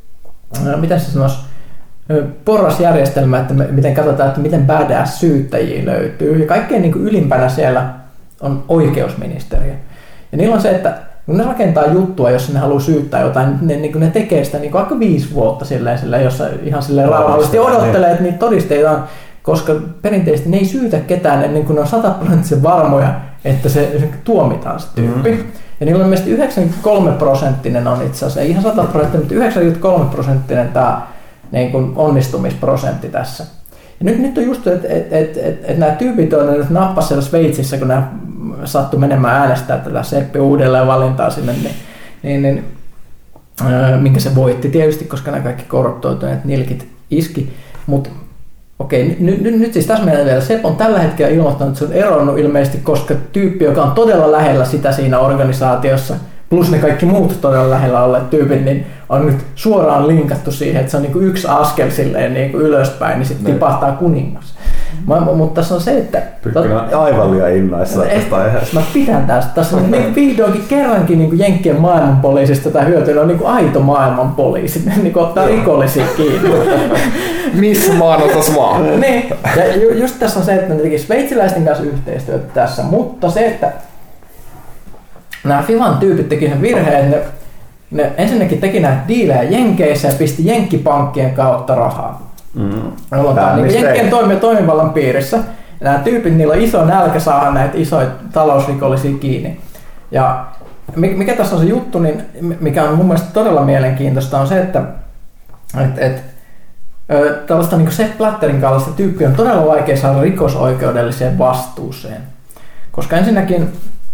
miten se sanoisi, porrasjärjestelmä, että me, miten katsotaan, että miten badass syyttäjiä löytyy. Ja kaikkein niin kuin ylimpänä siellä on oikeusministeriö. Ja niillä on se, että kun ne rakentaa juttua, jos ne haluaa syyttää jotain, ne, niin ne tekee sitä niin aika viisi vuotta silleen, silleen, jossa ihan silleen rauhallisesti odottelee, että niitä todisteita on, koska perinteisesti ne ei syytä ketään ennen kuin ne on sataprosenttisen varmoja, että se, se tuomitaan se tyyppi. Mm-hmm. Ja niillä on mielestäni yhdeksänkymmentäkolme prosenttinen on itse asiassa, ei ihan sata prosenttinen, mutta yhdeksänkymmentäkolme prosenttinen tämä niin kuin onnistumisprosentti tässä. Ja nyt, nyt on just, että et, et, et, et nämä tyypit on nyt nappasi siellä Sveitsissä, kun nämä sattui menemään äänestää tätä Seppi uudelleen valintaa sinne, niin, niin, niin äh, minkä se voitti tietysti, koska nämä kaikki korruptoituneet nilkit iski. Mutta okei, nyt, nyt, nyt siis tässä meidän vielä Sepp on tällä hetkellä ilmoittanut, että se on eronnut ilmeisesti, koska tyyppi, joka on todella lähellä sitä siinä organisaatiossa, plus ne kaikki muut todella lähellä olleet tyypit, niin on nyt suoraan linkattu siihen, että se on niin kuin yksi askel silleen niin kuin ylöspäin, niin sitten tipahtaa kuningas. Mutta tässä on se, että... Pyrkkinen on aivan liian innoissaan tästä aiheesta. Mä pidän tästä. Tässä on niin vihdoinkin kerrankin niin jenkkien maailmanpoliisista tätä hyötyä. Ne on niin aito maailmanpoliisi. Ne niin ottaa rikollisia kiinni. Missä maan osas vaan? Niin. Ja ju, just tässä on se, että ne teki sveitsiläisten kanssa yhteistyötä tässä. Mutta se, että nämä FIFAn tyypit teki sen virheen, ne, ne ensinnäkin teki näitä diilejä Jenkeissä ja pisti jenkkipankkien kautta rahaa. Mm. Niin jenkkien toimi, toimivallan piirissä. Ja nämä tyypit, niillä on iso nälkä saada näitä isoja talousrikollisia kiinni. Ja mikä tässä on se juttu, niin mikä on mun mielestä todella mielenkiintoista, on se, että et, et, tällaista niin kuin Sepp Blatterin kaltaista tyyppiä on todella vaikea saada rikosoikeudelliseen vastuuseen. Koska ensinnäkin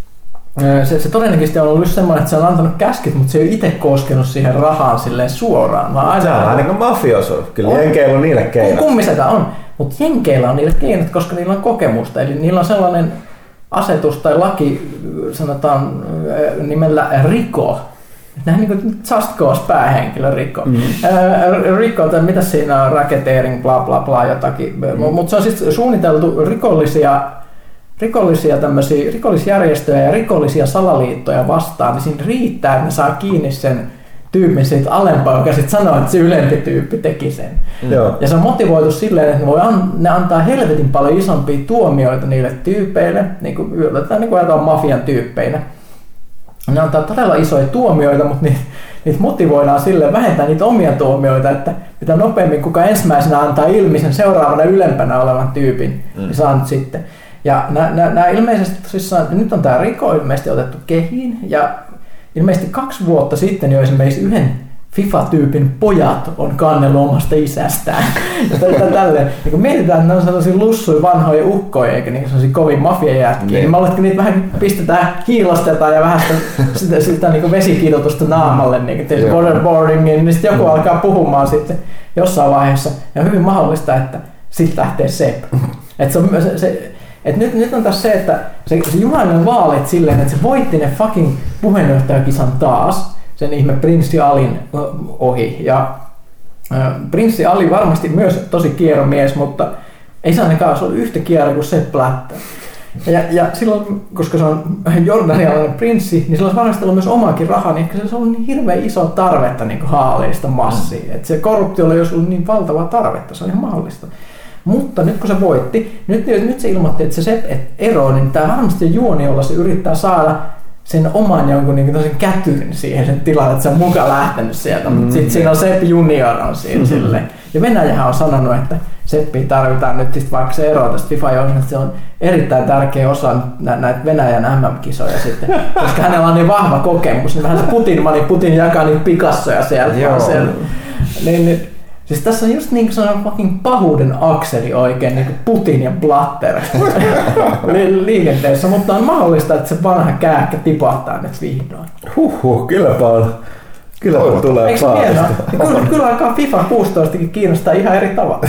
Se, se todennäköisesti on ollut semmoinen, että se on antanut käskyt, mutta se ei ole itse koskenut siihen rahaan silleen suoraan. Vaan se on aina niin kuin mafioso. Kyllä on. Jenkeillä on niille keinot. Kummisetä on, mutta jenkeillä on niille keinot, koska niillä on kokemusta. Eli niillä on sellainen asetus tai laki, sanotaan nimellä RICO. Näin niin kuin Just Cause päähenkilö RICO. Mm. Äh, RICO, tai mitä siinä on, racketeering, bla bla bla jotakin. Mm. Mutta se on siis suunniteltu rikollisia rikollisia tämmöisiä rikollisjärjestöjä ja rikollisia salaliittoja vastaan, niin siinä riittää, että ne saa kiinni sen tyypin siitä alempaa, joka sitten sanoo, että se ylempi tyyppi teki sen. Mm. Ja se on motivoitu silleen, että ne, voi an, ne antaa helvetin paljon isompia tuomioita niille tyypeille, niin kuin, niin kuin ajatellaan mafian tyyppeinä. Ne antaa todella isoja tuomioita, mutta niitä, niitä motivoidaan silleen vähentää niitä omia tuomioita, että mitä nopeammin kuka ensimmäisenä antaa ilmi sen seuraavana ylempänä olevan tyypin, mm. niin saa nyt sitten. Ja nämä ilmeisesti tosissaan, nyt on tämä RICO ilmeisesti otettu kehiin, ja ilmeisesti kaksi vuotta sitten jo esimerkiksi yhden FIFA-tyypin pojat on kannellut omasta isästään. Tälleen, niin kun mietitään, että ne on sellaisia lussuja vanhoja ukkoja, eikä niin sellaisia kovin mafiajätkiä, niin mä luulen, että niitä vähän pistetään, hiilostetaan ja vähän sitä, sitä, sitä niin vesikidotusta naamalle, niin kuin waterboardingin, niin sitten joku alkaa puhumaan sitten jossain vaiheessa. Ja on hyvin mahdollista, että sitten lähtee Sepp. Että se on, se, se, Et nyt, nyt on taas se, että se, se Jumainen vaalit silleen, että se voitti ne fucking puheenjohtajakisan taas, sen ihme Prinssi Alin ohi. Ja äh, Prinssi Ali varmasti myös tosi kierromies, mutta ei se ainakaan se ollut yhtä kierro kuin Sepp Blatter. Ja, ja silloin, koska se on jordanialainen prinssi, niin sillä olisi varmasti ollut myös omaakin rahaa, niin ehkä se on ollut niin hirveän iso tarvetta niin haaleista massia. Mm. Että se korruptiolla ei olisi ollut niin valtavaa tarvetta, se on ihan mahdollista. Mutta nyt kun se voitti, nyt, nyt se ilmoitti, että se Sepp eroo, niin tämä varmasti juoni, jolla se yrittää saada sen oman jonkun niin toisen kätyrin siihen sen tilalle, että se on mukaan lähtenyt sieltä, mutta mm-hmm. sitten siinä on Sepp Junior on siinä mm-hmm. silleen. Ja Venäjähän on sanonut, että Seppiä tarvitaan nyt sitten, vaikka se eroaa tästä FIFA-johdasta, että se on erittäin tärkeä osa näitä Venäjän M M-kisoja sitten, koska hänellä on niin vahva kokemus, niin vähän se Putin, mani Putin jakaa niitä Picassoja sieltä. siellä. Niin, niin, siis tässä on just niin kuin sellainen fucking pahuuden akseli oikein, niin kuin Putin ja Blatter liikenteessä, mutta on mahdollista, että se vanha kääkkä tipahtaa nyt vihdoin. Huhhuh, kylläpä on. Kyllä on tulee paasta. Kyllä, kyllä alkaa FIFA kuusitoistakin kiinnostaa ihan eri tavalla.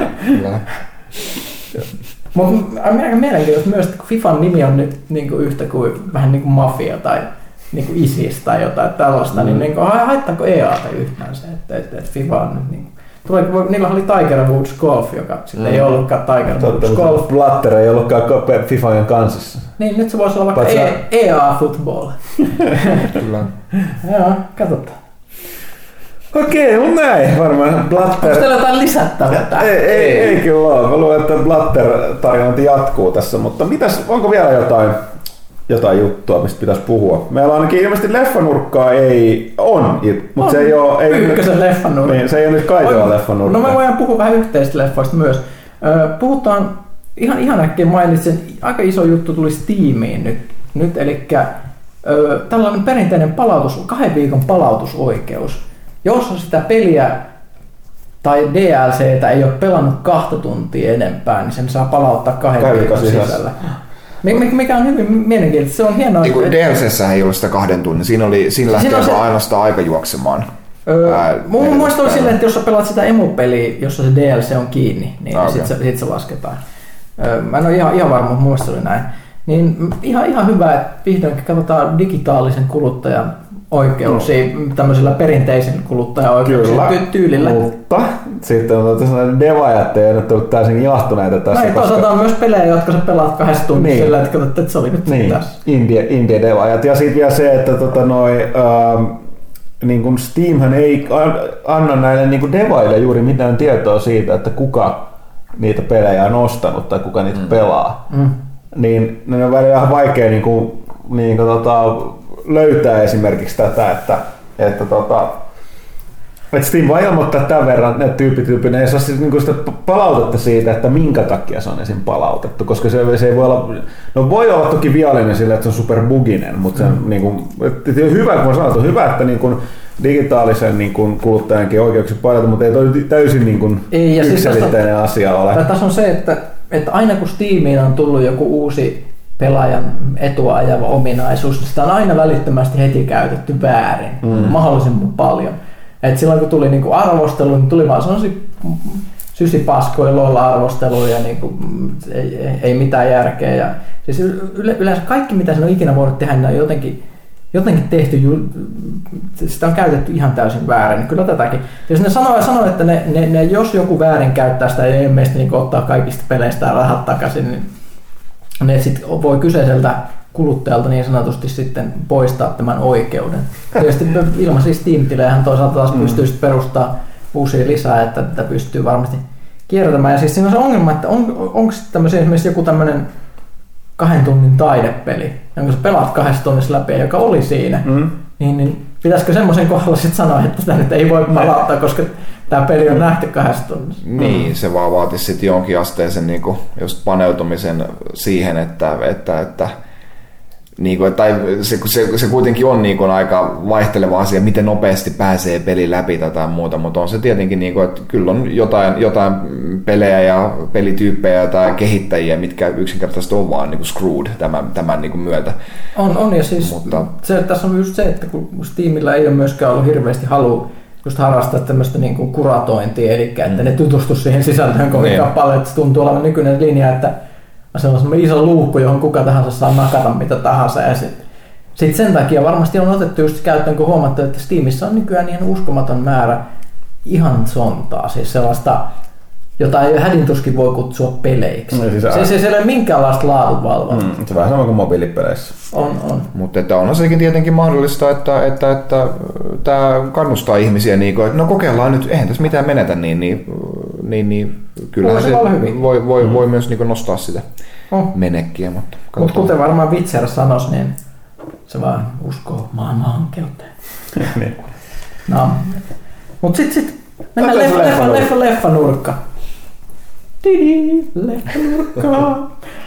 Mutta aika mielenkiintoista myös, että FIFAn nimi on nyt niin kuin yhtä kuin vähän niin kuin mafia tai niin kuin ISIS tai jotain tällaista, mm. niin, niin haittaako E A:ta yhtään se, että, että, että FIFA on nyt niin tulee, niillä oli Tiger Woods Golf, joka sitten mm. ei ollutkaan Tiger Woods Golf. Blatter ei ollutkaan FIFAn kansassa. Niin, nyt se voisi olla vaikka e- E A Football. Kyllä. Joo, katsotaan. Okei, mutta näin varmaan Blatter... Onko teillä jotain lisättävää? Ei, ei, ei kyllä ole. Mä luulen, että Blatter-tarinointi jatkuu tässä, mutta mitäs, onko vielä jotain, jotain juttua, mistä pitäisi puhua? Meillä ainakin ilmeisesti leffanurkkaa ei on, mutta on. Se ei ole... Ei Ykkösen leffanurkka. Niin, se ei ole nyt Kaitoa leffanurkkaa. No me voidaan puhua vähän yhteisistä leffoista myös. Puhutaan, ihan, ihan äkkiä mainitsen, aika iso juttu tuli Steamiin nyt, nyt eli tällainen perinteinen palautus, kahden viikon palautusoikeus. Jos sitä peliä tai D L C:tä ei ole pelannut kahta tuntia enempää, niin sen saa palauttaa kahden viikon sisällä. Mikä on hyvin mielenkiintoista. Se on hienoa. Niin kuin D L C:ssä ei ollut sitä kahden tunnin. Siinä, oli, siinä lähtee siinä se... ainoastaan aika juoksemaan. Öö, mun mielestä oli silleen, että jos sä pelaat sitä emupeliä, jossa se D L C on kiinni, niin okay. sitten se, sit se lasketaan. Öö, mä en ole ihan, ihan varma, mutta mun mielestä oli näin. Niin ihan, ihan hyvä, että vihdoinkin katsotaan digitaalisen kuluttajan oikeuksia mm. tämmöisellä perinteisen kuluttajan oikeuksilla ty- tyylillä. Mutta sitten on sellainen devaajat ei ole tullut täysin ilahtuneita tässä. No ei, toisaalta koska... on myös pelejä, jotka sä pelaat kahdessa tunnissa niin. Sillä, että katsot, että se oli nyt niin. Tässä. Indie, indie devaajat. Ja sitten vielä se, että tota noi, ähm, niin kuin Steamhän ei anna näille niin kuin devaille juuri mitään tietoa siitä, että kuka niitä pelejä on ostanut tai kuka niitä mm. pelaa. Mm. Niin ne on välillä vähän vaikea niin kuin, niin kuin, tota, löytää esimerkiksi tätä, että, että tota, et Steam vaan ilmoittaa tämän verran, ne tyypityyppi, ne ei saa siis niinku sitä palautetta siitä, että minkä takia se on esim. Palautettu, koska se, se ei voi olla, no voi olla toki viallinen sillä, että se on superbuginen, mutta se on mm. niinku, hyvä, kun on sanottu, hyvä, että niinku digitaalisen niinku kuluttajankin oikeuksia palautetaan, mutta ei toi täysin niinku yksiselitteinen siis asia ole. Tässä on se, että, että aina kun Steamiin on tullut joku uusi pelaajan etua ajava ominaisuus, niin sitä on aina välittömästi heti käytetty väärin, mm. mahdollisimman paljon. Et silloin kun tuli niinku arvostelu, niin tuli vaan sellaisia sysipaskoja lolla-arvosteluja ja niinku, ei, ei mitään järkeä. Ja siis yleensä kaikki mitä sen on ikinä voinut tehdä, niin on jotenkin, jotenkin tehty, sitä on käytetty ihan täysin väärin. Kyllä tätäkin. Jos ne sanoo ja sanoo, että ne, ne, ne, jos joku väärin käyttää sitä ja ilmeisesti niinku ottaa kaikista peleistä rahat takaisin, niin ne sit voi kyseiseltä kuluttajalta niin sanotusti sitten poistaa tämän oikeuden. Tietysti ilman siis Steam-tilejähän toisaalta taas mm. pystyy perustamaan uusia lisää, että tätä pystyy varmasti kiertämään. Ja siis siinä on se ongelma, että on, onko tämmöisiä esimerkiksi joku tämmöinen kahden tunnin taidepeli, jonka sä pelaat kahdessa tunnissa läpi, joka oli siinä, mm. niin, niin pitäisikö semmoisen kohdalla sitten sanoa, että sitä nyt ei voi palauttaa, koska tämä peli on nähty kahdessa tunnissa. Niin, se vaan vaatisi sitten jonkin asteisen niin kuin just paneutumisen siihen, että, että, että niin kuin, tai se, se, se kuitenkin on niin kuin aika vaihteleva asia, miten nopeasti pääsee peli läpi tai muuta, mutta on se tietenkin, niin kuin, että kyllä on jotain, jotain pelejä ja pelityyppejä tai kehittäjiä, mitkä yksinkertaisesti on vaan niin kuin screwed tämän, tämän niin kuin myötä. On, on ja siis mutta, se, tässä on just se, että kun Steamilla ei ole myöskään ollut hirveästi halua just harrastaa tämmöistä niin kuin kuratointia, eli että mm. ne tutustu siihen sisältöön kovinkaan paljon, että se tuntuu olevan nykyinen linja, että se on semmoinen iso luukku, johon kuka tahansa saa nakata mitä tahansa. Ja sitten sit sen takia varmasti on otettu just käyttöön, kun huomattu, että Steamissa on nykyään ihan uskomaton määrä ihan sontaa. Siis sellaista, jota ei hädintuskin voi kutsua peleiksi. No, siis se, se, se ei ole minkäänlaista laadunvalvontaa. Mm, se on vähän sama kuin mobiilipeleissä. On, on. Mutta on sekin tietenkin mahdollista, että, että, että, että tämä kannustaa ihmisiä, niin että no kokeillaan nyt, eihän tässä mitään menetä, niin, niin, niin, niin kyllähän se, se voi, voi, mm. voi myös niin nostaa sitä oh. menekkiä. Mutta Mut kuten varmaan Witcher sanoisi, niin se vaan uskoo maailman hankeuteen. No. Mutta sitten sit, mennään leffa, leffa, leffa, leffa nurkka. Didi, leffa nurkka.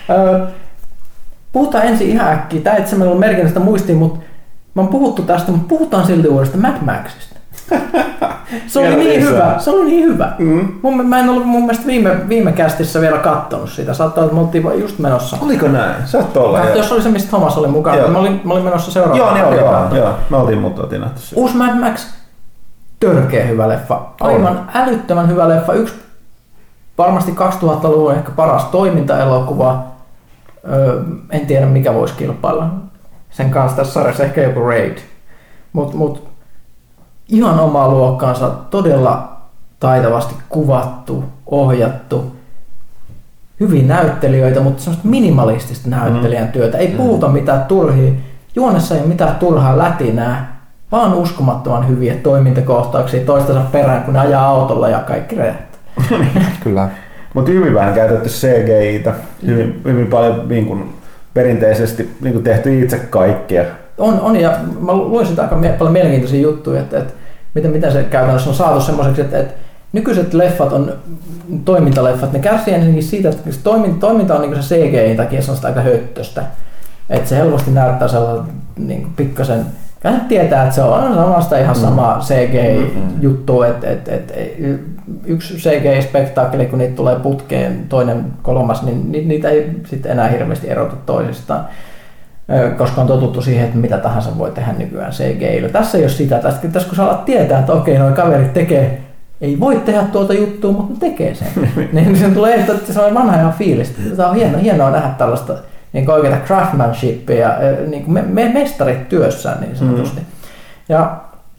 Puhutaan ensin ihan äkkiä. Tämä itse meillä on merkinnyt sitä muistiin, mutta mä oon puhuttu tästä, mutta puhutaan silti uudesta Mad Maxista. Se oli niin hyvä. Se oli niin hyvä. Mm. Mun, mä en ollut mun mielestä viime, viime kästissä vielä kattonut sitä. Saattaa, että me oltiin just menossa. Oliko näin? Saattoi olla. Jos oli se, mistä Thomas oli mukana. Mä olin, mä olin menossa seuraavaan. Joo, joo, joo, joo. Mä oltiin, mutta oltiin nähty sitä. Uusi Mad Max. Törkeä hyvä leffa. Aivan on. Älyttömän hyvä leffa. Yksi varmasti kaksituhattaluvun ehkä paras toimintaelokuva. Öö, en tiedä mikä voisi kilpailla sen kanssa tässä sarjassa. Ehkä joku Raid. Mut, mut, ihan omaa luokkaansa, todella taitavasti kuvattu, ohjattu, hyvin näyttelijöitä, mutta semmoista minimalistista näyttelijän työtä. Ei puhuta mitään turhia, juonessa ei ole mitään turhaa lätinää, vaan uskomattoman hyviä toimintakohtauksia toistensa perään, kun ne ajaa autolla ja kaikki räjähtää. Kyllä. Mutta hyvin vähän käytetty C G I-tä, hyvin, hyvin paljon niin kuin perinteisesti niin kuin tehty itse kaikkea. On, on, ja mä luin sitä aika paljon mielenkiintoisia juttuja, että, että miten, miten se käytännössä on saatu semmoiseksi, että, että nykyiset leffat on toimintaleffat, ne kärsii ensinnäkin siitä, että se toiminta, toiminta on niin se C G I takia sellaista aika höttöstä, että se helposti näyttää sellainen niin pikkasen, kyllä se tietää, että se on samasta ihan sama C G I-juttu, että, että, että yksi C G I-spektaakkeli, kun niitä tulee putkeen, toinen kolmas, niin niitä ei sitten enää hirveästi erota toisistaan. Koska on totuttu siihen, että mitä tahansa voi tehdä nykyään C G I-llä. Tässä ei ole sitä. Tässä, tässä kun sä alat tietää, että okei, nuo kaverit tekee, ei voi tehdä tuota juttua, mutta ne tekee sen. niin sen tulee, että se on vanha ihan fiilistä. Tämä on hienoa, hienoa nähdä tällaista niin oikeaa craftsmanshipia, niin kuin me, me, mestarit työssään niin sanotusti. Mm. Ja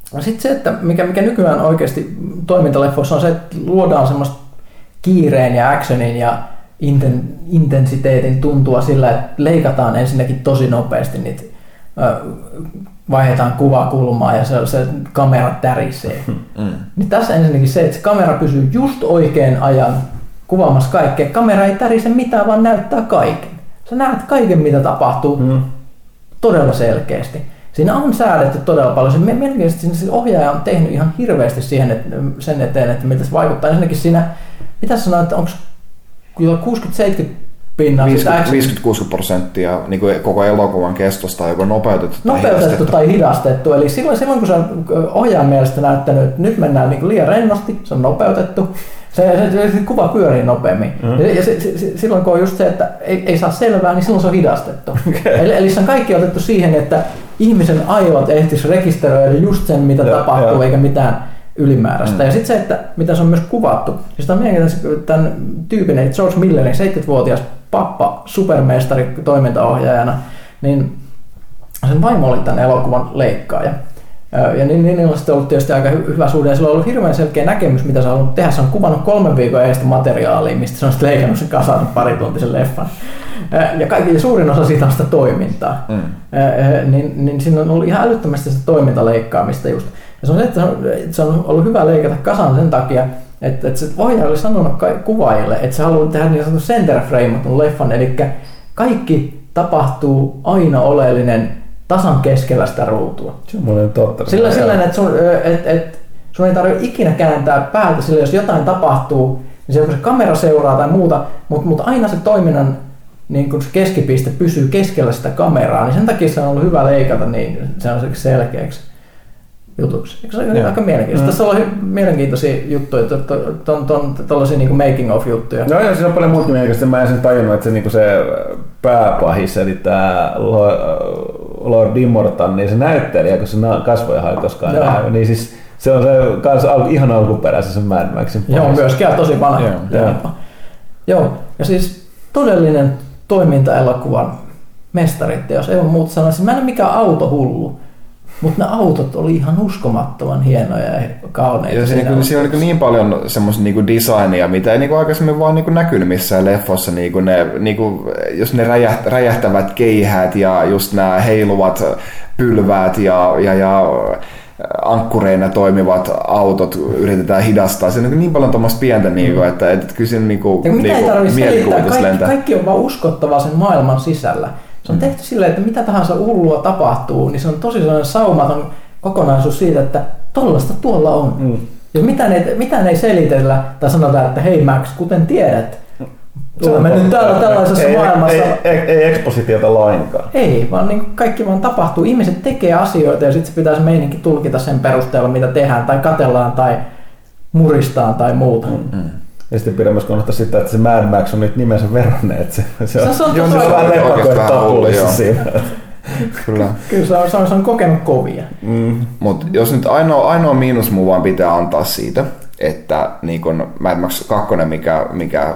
Sitten se, että mikä, mikä nykyään oikeasti toimintaleffoissa on se, että luodaan semmoista kiireen ja actionin ja inten, intensiteetin tuntua sillä, että leikataan ensinnäkin tosi nopeasti niitä, vaihdetaan kuvakulmaa ja se, se kamera tärisee. Mm. Niin tässä ensinnäkin se, että se kamera pysyy just oikein ajan kuvaamassa kaikkea. Kamera ei tärise mitään, vaan näyttää kaiken. Sä näet kaiken, mitä tapahtuu mm. todella selkeästi. Siinä on säädetty todella paljon. Se melkein se ohjaaja on tehnyt ihan hirveästi siihen, että, sen eteen, että miltä se vaikuttaa. Ensinnäkin siinä, mitä sanoit, että onko kuusikymmentä seitsemänkymmentä pinnaa? viisikymmentä kuusikymmentä prosenttia niin kuin koko elokuvan kestosta on joko nopeutettu tai nopeutettu hidastettu. tai hidastettu. Eli silloin, silloin kun se on ohjaajan mielestä näyttänyt, että nyt mennään niin kuin liian rennosti, se on nopeutettu. Se, se, se kuva pyörii nopeammin. Mm. Ja se, se, silloin kun on just se, että ei, ei saa selvää, niin silloin se on hidastettu. Okay. Eli, eli se on kaikki otettu siihen, että ihmisen aivot ehtis rekisteröidä just sen, mitä ja, tapahtuu, ja. eikä mitään ylimääräistä. Mm. Ja sitten se, että mitä se on myös kuvattu. Ja sitä on mielenkiintoista tämän tyypin, eli George Millerin seitsemänkymmentävuotias pappa, supermestari toimintaohjaajana, niin sen vaimo oli tämän elokuvan leikkaaja. Ja niin, niin on sitten ollut tietysti aika hyvä suhde, ja sillä on ollut hirveän selkeä näkemys, mitä se on halunnut tehdä. Se on kuvannut kolmen viikon edestä materiaalia, mistä se on sitten leikannut sen kasaan parituntisen leffan. Ja, kaikki, ja suurin osa siitä on sitä toimintaa. Mm. Niin, niin siinä on ollut ihan älyttömästi sitä toimintaleikkaamista just. Ja se on se, että se on ollut hyvä leikata kasan sen takia, että, että se ohjaaja oli sanonut kuvaajille, että se haluaa tehdä niin sanotun center frameatun leffan, eli kaikki tapahtuu aina oleellinen tasan keskellä sitä ruutua. Semmoinen totta. Sillä sellainen, että sun, et, et, sun ei tarvitse ikinä kääntää päätä, sillä jos jotain tapahtuu, niin se, se kamera seuraa tai muuta, mutta, mutta aina se toiminnan niin kun se keskipiste pysyy keskellä sitä kameraa, niin sen takia se on ollut hyvä leikata niin se on selkeäksi jutuksi. Eikö se ole aika mielenkiintoista? Mm. Tässä on mielenkiintoisia juttuja, tuollaisia niin making of juttuja. No joo, siinä on paljon muutkin mielenkiintoista. Mä en sen tajunnut, että se, niin se pääpahis, eli tämä Lord Immortan, niin se näyttelijä, kun se kasvoja ei koskaan näy, niin siis se on se kans ihan alkuperäisen sen Mad Maxin. Joo, myöskään tosi vanha. Joo, joo. Joo, ja siis todellinen toimintaelokuvan mestariteos, ei ole muuta sanoa. Mä en ole mikään autohullu, mutta ne autot oli ihan uskomattoman hienoja ja kauneita. Ja siinä, siinä, siinä oli niin paljon semmoista niinku designia, mitä ei niinku aikaisemmin vaan niinku näkynyt missään leffossa. Niinku ne, niinku, jos ne räjäht, räjähtävät keihäät ja just nämä heiluvat pylväät ja, ja, ja ankkureina toimivat autot yritetään hidastaa. Se on niin paljon tuommoista pientä, niinku, että, että kyllä siinä niinku, niinku, mielikuvitus lentää. Kaikki on vaan uskottavaa sen maailman sisällä. Se on tehty silleen, että mitä tahansa hullua tapahtuu, niin se on tosi sellainen saumaton kokonaisuus siitä, että tollaista tuolla on. Mm. Ja mitään ei, mitään ei selitellä tai sanotaan, että hei Max, kuten tiedät, olemme nyt täällä tällaisessa ei, maailmassa. Ei, ei, ei ekspositiota lainkaan. Ei, vaan niin kaikki vaan tapahtuu. Ihmiset tekee asioita ja sitten se pitää se meininki tulkita sen perusteella, mitä tehdään tai katellaan tai muristaan tai muuta. Mm. Ja sitten pidä myös kannattaa sitä, että se Mad Max on nyt nimensä verranneet. Se, se on, se on, se on vähän lepakoita tapulissa siinä. Kyllä. Kyllä se on, se on, se on kokenut kovia. Mm. Mutta jos nyt ainoa, ainoa miinus muu vaan pitää antaa siitä, että niin kun Mad Max kaksi, mikä, mikä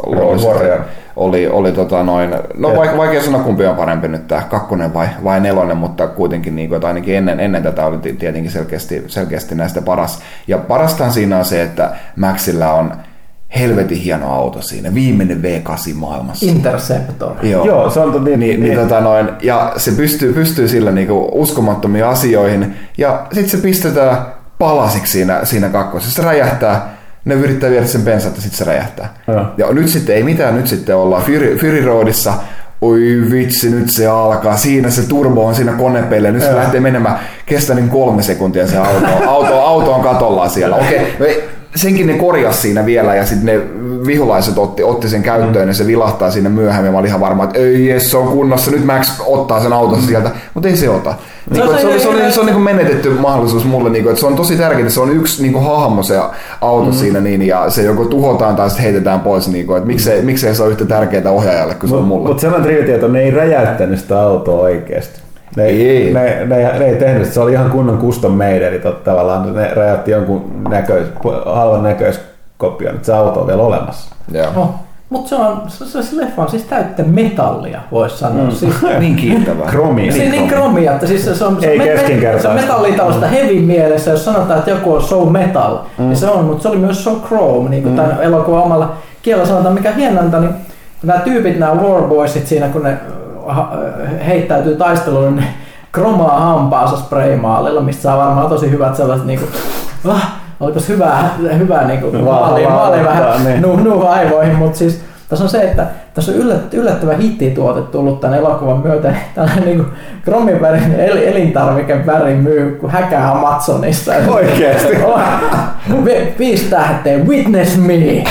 oli, oli, oli tota noin, no vaikea, vaikea sanoa kumpi on parempi nyt, tämä kakkonen vai, vai nelonen, mutta kuitenkin niin kun, että ainakin ennen, ennen tätä oli tietenkin selkeästi, selkeästi näistä paras. Ja parastaan siinä on se, että Maxilla on helvetin hieno auto siinä, viimeinen V kahdeksan maailmassa. Interceptor. Joo, Joo se on niin, niin, niin, niin. Tota noin, ja se pystyy, pystyy sillä niinku uskomattomiin asioihin, ja sitten se pistetään palasiksi siinä, siinä kakkosessa. Se räjähtää, ne yrittää viedä sen bensat, ja sitten se räjähtää. Ja. ja nyt sitten ei mitään, nyt sitten ollaan Fury, Fury Roadissa, oi vitsi, nyt se alkaa, siinä se turbo on siinä konepeille, nyt se ja. lähtee menemään, kestää niin kolme sekuntia se auto, auto, auto on katollaan siellä. Okei, okay. Senkin ne korjasi siinä vielä ja sitten ne vihulaiset otti, otti sen käyttöön ja se vilahtaa siinä myöhemmin. Mä olin ihan varma, että ei jes, se on kunnossa, nyt Max ottaa sen auton sieltä, mutta ei se ota. Niin, se, se, se, se on, se on niin menetetty mahdollisuus mulle, niin kuin, että se on tosi tärkeää, se on yksi niin kuin hahmo se auto mm. siinä niin, ja se joko tuhotaan tai sitten heitetään pois, niin kuin, että miksei, miksei se ole yhtä tärkeää ohjaajalle kuin se on mulle. Mutta sellainen trivitieto, ne ei räjäyttänyt sitä autoa oikeasti. Ne ei, ei. Ne, ne, ne, ne ei tehnyt, se oli ihan kunnon custom made, eli tavallaan ne räjäytti jonkun näköis, halvan näköiskopion, että se auto on vielä olemassa. Joo. Oh. Mutta se on, se, se, se leffa on siis täyttä metallia, voisi sanoa. Mm. Siis, niin kiintävää. Kromia. Niin, niin kromia, että siis se on, ei me, keskinkertaista. Se metalli tällaista heavy mielessä, jos sanotaan, että joku on so metal, mm. niin se on, mutta se oli myös so chrome, niin kuin mm. tämän elokuvan omalla kielellä sanotaan, mikä hienointa, niin nämä tyypit, nämä warboysit siinä, kun ne heittäytyy taisteluun, niin kromaa hampaansa spraymaalilla, mistä saa varmaan tosi hyvät sellaiset niinku, ah, olipas hyvää, hyvää niinku maaliin, maaliin vähän niin. nuuhu aivoihin, mutta siis tässä on se, että tässä on yllät, yllättävän hittituote tullut tämän elokuvan myötä. Tällainen niinku kromivärinen el, elintarvikeväri myy kuin häkää Amazonissa. Oikeesti? Vi, viisi tähteä, witness me!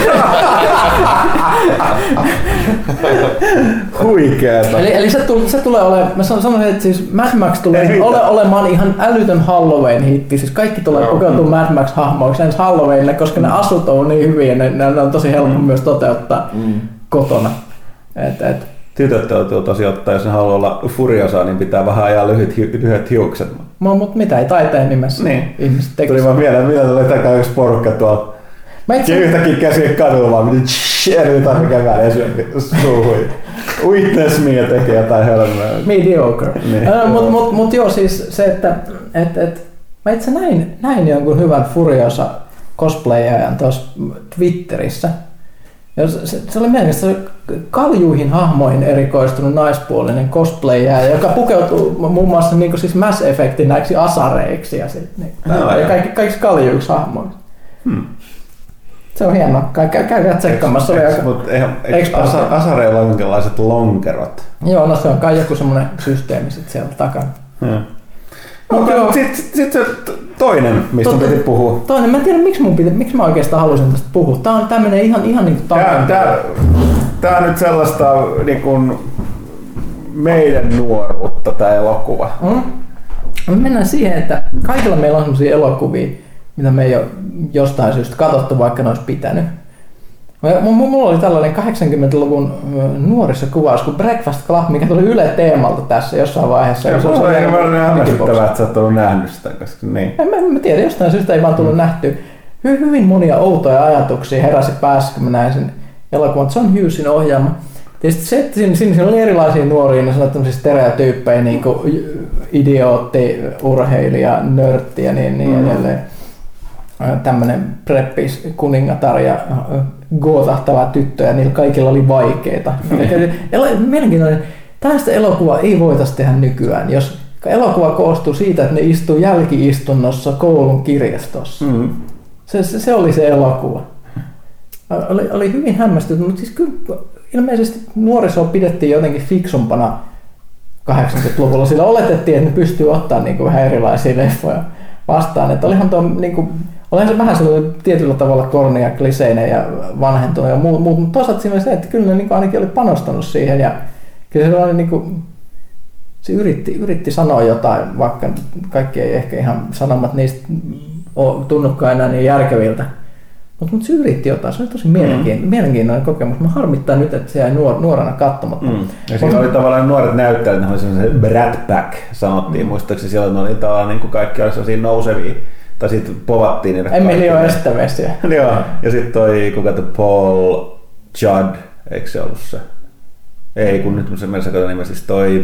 Huikeeta. Eli, eli se, tule, se tulee olemaan, mä sanoisin, että siis Mad Max tulee ole, olemaan ihan älytön Halloween-hitti. Siis kaikki tulee pukeutua Mad Max-hahmoiksi ensi Halloweenille, koska ne asut on niin hyviä ja ne, ne on tosi helppo mm. myös toteuttaa mm. kotona. Et, et. Tytöt täytyy tosi ottaa, jos ne haluaa olla furiosaa, niin pitää vähän ajaa lyhyt, lyhyet hiukset. Mutta mitä ei taiteen nimessä niin. ihmiset tekisi. Tuli vaan mieleen, mitä tuli takana yksi porukka tuolla. Ja yhtäkkiä käsiä kadulla vaan, miten eritytaan mikä väliä suuhui. Witness me ja tekee jotain hölmöä. Mediocre. Niin. Äh, Mutta mut, mut joo, siis se, että et, et, mä itse näin, näin jonkun hyvän Furiosa cosplayajan tuossa Twitterissä. Ja se, se, se oli mielenkiintoista, se oli kaljuihin hahmoihin erikoistunut naispuolinen cosplayaja, joka pukeutuu muun muassa niin kuin siis Mass Effectin näiksi asareiksi ja, sit, niin, no, ja kaikki, kaikiksi kaljuiksi hahmoiksi. Hmm. Se on hienoa. Käykää tsekkaamassa. Mutta asareilla on jonkinlaiset lonkerot. Joo, no se on kai joku semmoinen systeemi sit siellä takana. Hmm. Okay, sitten sit se toinen, mistä Totta, piti puhua. Toinen, mä en tiedä miksi, mun piti, miksi mä oikeastaan halusin tästä puhua. Tää on tämmönen ihan, ihan niin kuin tää, tää, tää on nyt sellaista niin kuin meidän nuoruutta tää elokuva. Mm. Me mennään siihen, että kaikilla meillä on sellaisia elokuvia, mitä me ei ole jostain syystä katsottu, vaikka ne olisi pitänyt. Mulla oli tällainen kahdeksankymmentäluvun nuorissa kuvaus kuin Breakfast Club, mikä tuli Yle Teemalta tässä jossain vaiheessa. Ja se on ihan varmaan hämmästyttävää, että sä oot ollut nähnyt sitä. Koska niin. En, mä, mä tiedän, jostain syystä ei vaan tullut mm. nähty. Hy, hyvin monia outoja ajatuksia heräsi päässä, kun mä näin sen elokuvan. John Hughesin ohjaama. Tietysti se, että siinä, siinä oli erilaisia nuoria, niin sanotaan tämmöisiä stereotyyppejä, niin kuin idiootti, urheilija, nörtti ja niin, niin mm. edelleen. Tämmönen preppis kuningatar ja gootahtava tyttö ja niillä kaikilla oli vaikeita. Mielenkiintoinen. Tällaista elokuvaa ei voitaisi tehdä nykyään, jos elokuva koostuu siitä, että ne istuu jälki-istunnossa koulun kirjastossa. Mm. Se, se, se oli se elokuva. Oli, oli hyvin hämmästynyt, mutta siis kyllä ilmeisesti nuorisoa pidettiin jotenkin fiksumpana kahdeksankymmentäluvulla, sillä oletettiin, että ne pystyy ottaa niin kuin vähän erilaisia leffoja vastaan. Että olihan tuo niin kuin, olihan se vähän sellainen tietyllä tavalla korni ja kliseinen ja vanhentunut ja muut, muut, mutta toisaalta siinä oli se, että kyllä ne niin ainakin oli panostanut siihen ja kyllä se oli niin kuin, se yritti, yritti sanoa jotain, vaikka kaikki ei ehkä ihan sanomat niistä tunnukaan enää niin järkeviltä. Mutta mut se yritti jotain, se oli tosi mielenkiintoinen, mm. mielenkiintoinen kokemus. Mä harmittaa nyt, että se jäi nuor, nuorena katsomatta. Mm. Ja siinä oli tavallaan nuoret näyttelijät, ne oli sellainen Brat Pack, sanottiin mm. muistaakseni. Siellä oli tavallaan niin kuin kaikki oli sellaisia nousevia, tai sitten povattiin niille kaikki. Emilio Estevesiä. Joo, ja sitten toi, kuka toi Paul Judd, eikö se ollut se? Ei, kun nyt se meni sekaisin nimessä, siis toi,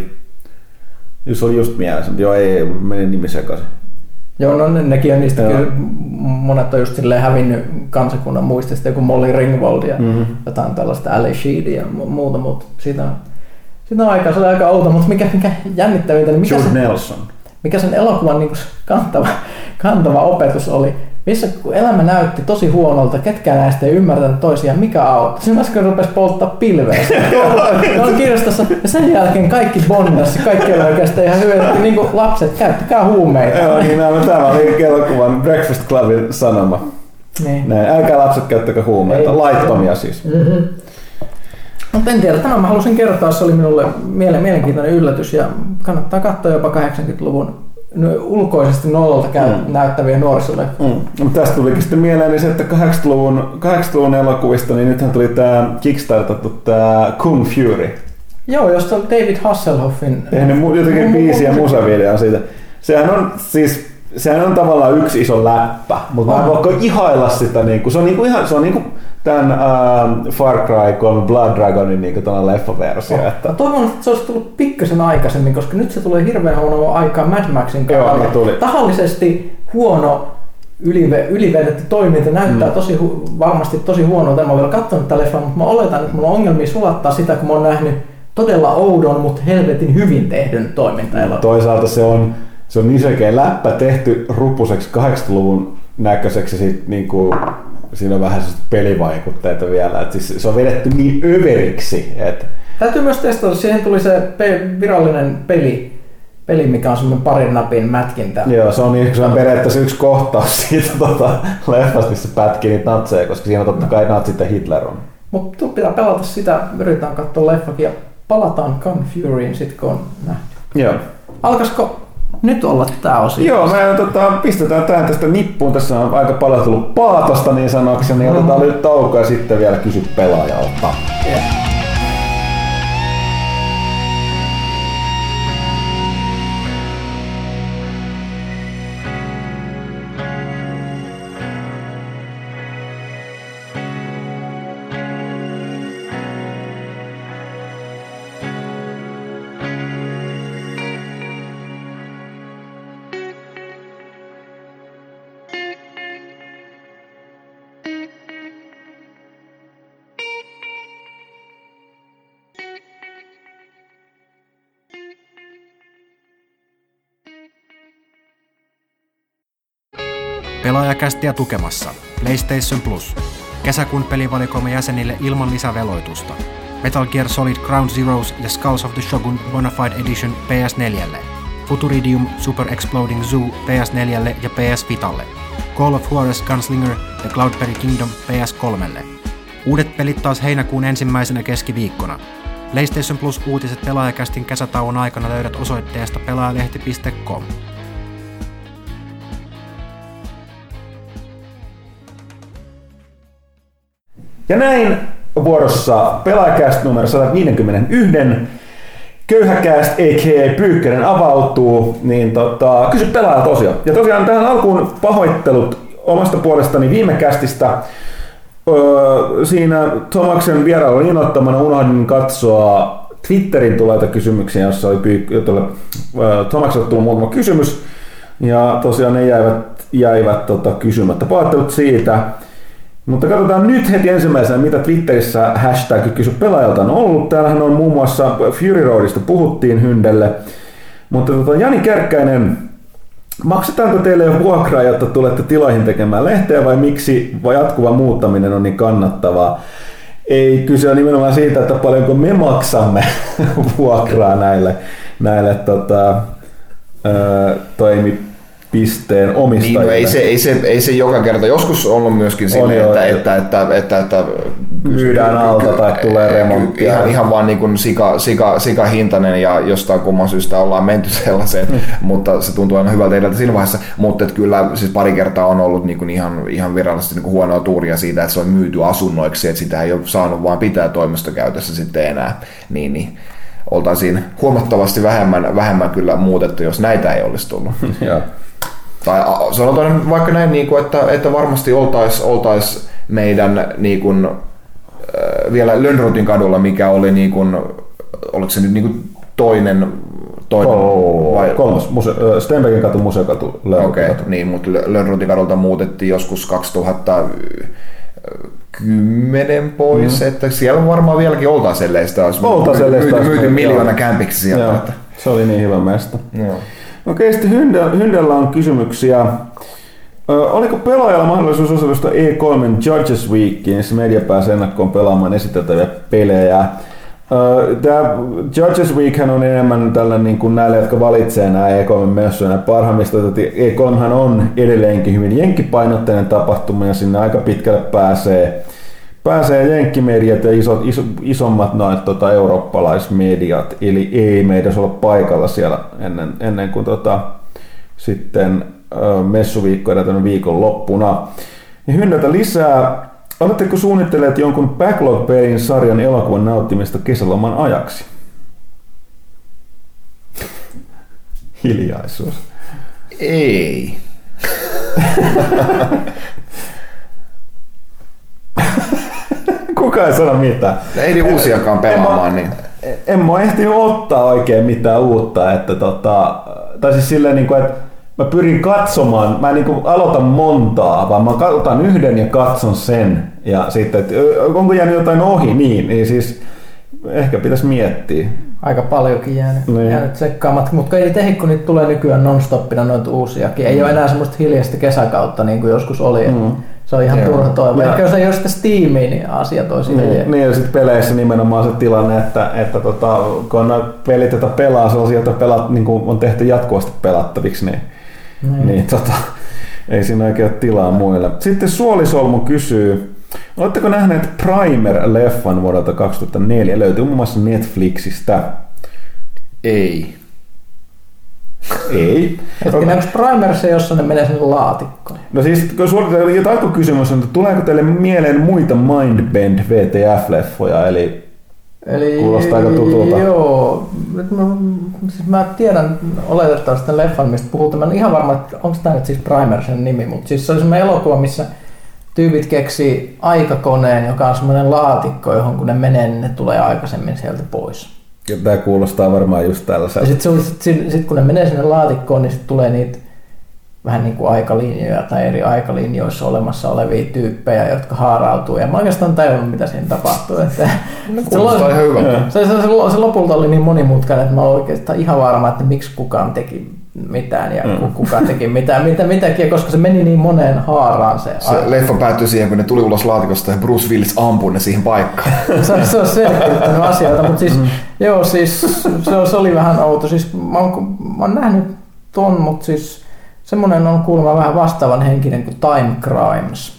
just oli just mielessä, mutta joo, ei, meni nimi sekaisin. Joo, no ne, nekin on niistä, kyllä, monet on just silleen hävinnyt kansakunnan muistista, joku Molly Ringwald ja mm-hmm. jotain tällaista Ali Sheedy ja muuta, mutta siitä on, siitä on aika, se oli aika outo, mutta mikä, mikä jännittävintä, niin mikä, sen, Nelson. mikä sen elokuvan niin kuin kantava, kantava opetus oli, missä kun elämä näytti tosi huonolta, ketkään näistä ei ymmärtänyt toisiaan, mikä auttoi. Siinä äsken rupesi polttaa pilveä. On kirjastossa ja sen jälkeen kaikki bondasi, kaikki oli oikeastaan ihan hyvin, että niin kuin lapset, käyttäkää huumeita. Joo, niin nämä, tämä oli elokuvan Breakfast Clubin sanoma. Niin. Näin, älkää lapset käyttäkää huumeita, ei, laittomia siis. Mm-hmm. Mutta en tiedä, tämän mä halusin kertoa, se oli minulle mielenkiintoinen yllätys ja kannattaa katsoa jopa kahdeksankymmentäluvun ulkoisesti nollalta käy mm. näyttäviä nuorisolle. Mm. Tästä tulikin sitten mieleen niin se, että kahdeksankymmentäluvun elokuvista, niin nythän tuli tämä kickstartattu tämä Kung Fury. Joo, josta on David Hasselhoffin. Tehnyt jotenkin biisi ja musavideon siitä. Sehän on siis sehän on tavallaan yksi iso läppä, mutta mä en voiko ihailla sitä, niin kuin, se on, niin kuin ihan, se on niin kuin tämän uh, Far Cry kolme Blood Dragonin niin kuin leffaversio. Oh. Että... Toivon, että se olisi tullut pikkasen aikaisemmin, koska nyt se tulee hirveän huonoa aikaa Mad Maxin kannalta. Tahallisesti huono ylive, ylivedetty toiminta näyttää mm. tosi hu- varmasti tosi huonolta. Mä oon vielä katsonut tätä leffaa, mutta mä oletan, että mulla on ongelmia sulattaa sitä, kun mä oon nähnyt todella oudon, mutta helvetin hyvin tehdyn toimintaelokuvan. Toisaalta se on, se on niin selkeä läppä tehty ruppuseksi kahdeksankymmentäluvun näköiseksi, sit niinku, siinä on vähän pelivaikutteita vielä. Et siis se on vedetty niin överiksi. Et... Täytyy myös testata, siihen tuli se pe- virallinen peli, peli, mikä on semmoinen parin napin mätkintä. Joo, se on, niin, se on periaatteessa yksi kohtaus siitä tota, leffasta, missä pätkii niitä natseja, koska siinä on totta kai natsit ja Hitler on. Mutta pitää pelata sitä, yritetään katsoa leffakin ja palataan Kung Furyin sit kun on nähty. Joo. Alkaisiko nyt olla tää osio? Joo, me tota, pistetään tähän tästä nippuun. Tässä on aika paljon tullut paatosta niin sanokseni, niin otetaan nyt taukoa ja sitten vielä kysy pelaajalta. Yeah. Pelaajakästiä tukemassa PlayStation Plus. Kesäkuun pelivalikoima jäsenille ilman lisäveloitusta. Metal Gear Solid Ground Zeroes ja Skulls of the Shogun Bonafide Edition P S neljälle. Futuridium Super Exploding Zoo P S neljälle ja P S Vitalle. Call of Juarez Gunslinger ja Cloudberry Kingdom P S kolmelle. Uudet pelit taas heinäkuun ensimmäisenä keskiviikkona. PlayStation Plus uutiset pelaajakästin kesätauon aikana löydät osoitteesta pelaajalehti piste com. Ja näin vuorossa Pelaajakäst numero sata viisikymmentäyksi. Köyhäkäst, a k a. Pyykkönen avautuu, niin tota, kysy pelaajalta osio. Ja tosiaan tähän alkuun pahoittelut omasta puolestani viime kästistä. Öö, siinä Tomaksen vierailun innoittamana unohdin katsoa Twitterin tuleita kysymyksiä, jossa oli Pyykk- öö, Tomakselle tullut muutama kysymys. Ja tosiaan ne jäivät, jäivät tota, kysymättä. Pahoittelut siitä. Mutta katsotaan nyt heti ensimmäisenä, mitä Twitterissä hashtag kysy pelaajalta on ollut. Täällähän on muun muassa Fury Roadista puhuttiin Hyndelle. Mutta tota, Jani Kärkkäinen, maksetaanko teille jo vuokraa, jotta tulette tiloihin tekemään lehteä vai miksi vai jatkuva muuttaminen on niin kannattavaa? Ei, kyse on nimenomaan siitä, että paljonko me maksamme vuokraa näille, näille tota, ää, toimi pisteen omistajille. Niin, no ei, se, ei, se, ei se joka kerta. Joskus on ollut myöskin silleen, että, että, että, että, että myydään alta tai tulee remonttia. Ihan, ihan vaan niin kuin sika, sika, sikahintainen ja jostain kumman syystä ollaan menty sellaiseen, mm. mutta se tuntuu aina hyvältä edeltä siinä vaiheessa. Mutta että kyllä siis pari kertaa on ollut niin kuin ihan, ihan virallisesti niin kuin huonoa tuuria siitä, että se on myyty asunnoiksi, että sitä ei ole saanut vaan pitää toimistokäytössä sitten enää. Niin, niin oltaisiin huomattavasti vähemmän, vähemmän kyllä muutettu, jos näitä ei olisi tullut. Tai sanotaan vaikka näin, että, että varmasti oltaisiin oltais meidän niin kuin, vielä Lönnrotin kadulla, mikä oli, niin kuin, oliko se nyt niin kuin toinen, toinen oh, vai? Kolmas, muse- Stenbergin katu, Museokatu, Lönnrotin okay, katu. Niin, mutta Lönnrotin kadulta muutettiin joskus kaksituhattakymmenen pois, mm. että siellä varmaan vieläkin oltaisiin selleistä, olisi myyty, myyty miljoona kämpiksi sieltä. Että. Se oli niin hyvä mesta. Joo. Okei, sitten Hyndellä on kysymyksiä. Ö, oliko pelaajalla mahdollisuus osallistua E kolme Judges Weekiin, jossa media pääsee ennakkoon pelaamaan esiteltäviä pelejä? Tämä Judges Week on enemmän tällä niin kuin näille, jotka valitsee nämä E kolme-messuja parhaimmista. E kolme on edelleenkin hyvin jenkkipainotteinen tapahtuma ja sinne aika pitkälle pääsee, pääsee jenkkimediat ja iso, iso, isommat noit, tota, eurooppalaismediat, eli ei meidän olla paikalla siellä ennen, ennen kuin tota, sitten ö, messuviikko edetään viikon loppuna. Ja Hynnältä lisää, oletteko suunnitelleet jonkun Backlog-pelin sarjan elokuvan nauttimista kesäloman ajaksi? Hiljaisuus. Ei. Kuka ei sano mitään. Ei niin uusiakaan pelaamaan. En, niin. en mä ehtinyt ottaa oikein mitään uutta. Että tota, tai siis silleen, niin kuin, että mä pyrin katsomaan, mä en niin kuin aloita montaa, vaan mä otan yhden ja katson sen. Ja sitten, että onko jäänyt jotain ohi, niin, niin siis ehkä pitäisi miettiä. Aika paljonkin jäänyt, niin. jäänyt tsekkaamat, mutta ei tehi, kun niitä tulee nykyään non-stoppina noita uusiakin. Ei mm. ole enää semmoista hiljaista kesäkautta niin kuin joskus oli. Mm. Se on ihan Joo. turha toivo. Ehkä jos ei ole sitä Steamia, niin asiat olisi niin, niin, ja sitten peleissä nimenomaan se tilanne, että, että tota, kun on pelit, joita pelaa, sellaisia, joita pelaat, niin kuin on tehty jatkuvasti pelattaviksi, niin, niin. niin tota, ei siinä oikein ole tilaa muille. Sitten Suolisolmu kysyy, oletteko nähneet Primer-leffan vuodelta kaksituhattaneljä? Löytyy muun muassa Netflixistä. Ei. Ei. Hetkinen, onko Primer se, jossa ne menee sinne laatikkoon? No siis, kun suoritetaan kysymys on, että tuleeko teille mieleen muita Mindbend V T F-leffoja, eli, eli kuulostaa aika tutulta? Joo, nyt mä, siis mä tiedän oletettavasti tämän leffan, mistä puhutaan. Mä en ihan varma, että onko tämä nyt siis Primer sen nimi, mutta siis se oli semmoinen elokuva, missä tyypit keksii aikakoneen, joka on semmoinen laatikko, johon kun ne menee, niin ne tulee aikaisemmin sieltä pois. Ja tämä kuulostaa varmaan just tällaiselta. Sitten sit, sit, kun ne menee sinne laatikkoon, niin sitten tulee niitä vähän niin kuin aikalinjoja tai eri aikalinjoissa olemassa olevia tyyppejä, jotka haarautuu. Ja mä oikeastaan tajunnut, mitä siinä tapahtuu. Että no, kuulostaa ihan hyvältä. Se, se, se, se lopulta oli niin monimutkainen, että mä olin oikeastaan ihan varma, että miksi kukaan teki mitään ja mm. kuka teki mitään, mitä, mitäkin, koska se meni niin moneen haaraan se. Se leffa päättyi siihen, kun ne tuli ulos laatikosta ja Bruce Willis ampui ne siihen paikkaan. se, se on selkeyttänyt asioita, mutta siis, mm. joo, siis se, se oli vähän outo. Siis, mä, oon, mä oon nähnyt ton, mutta siis semmoinen on kuulemma vähän vastaavan henkinen kuin Time Crimes.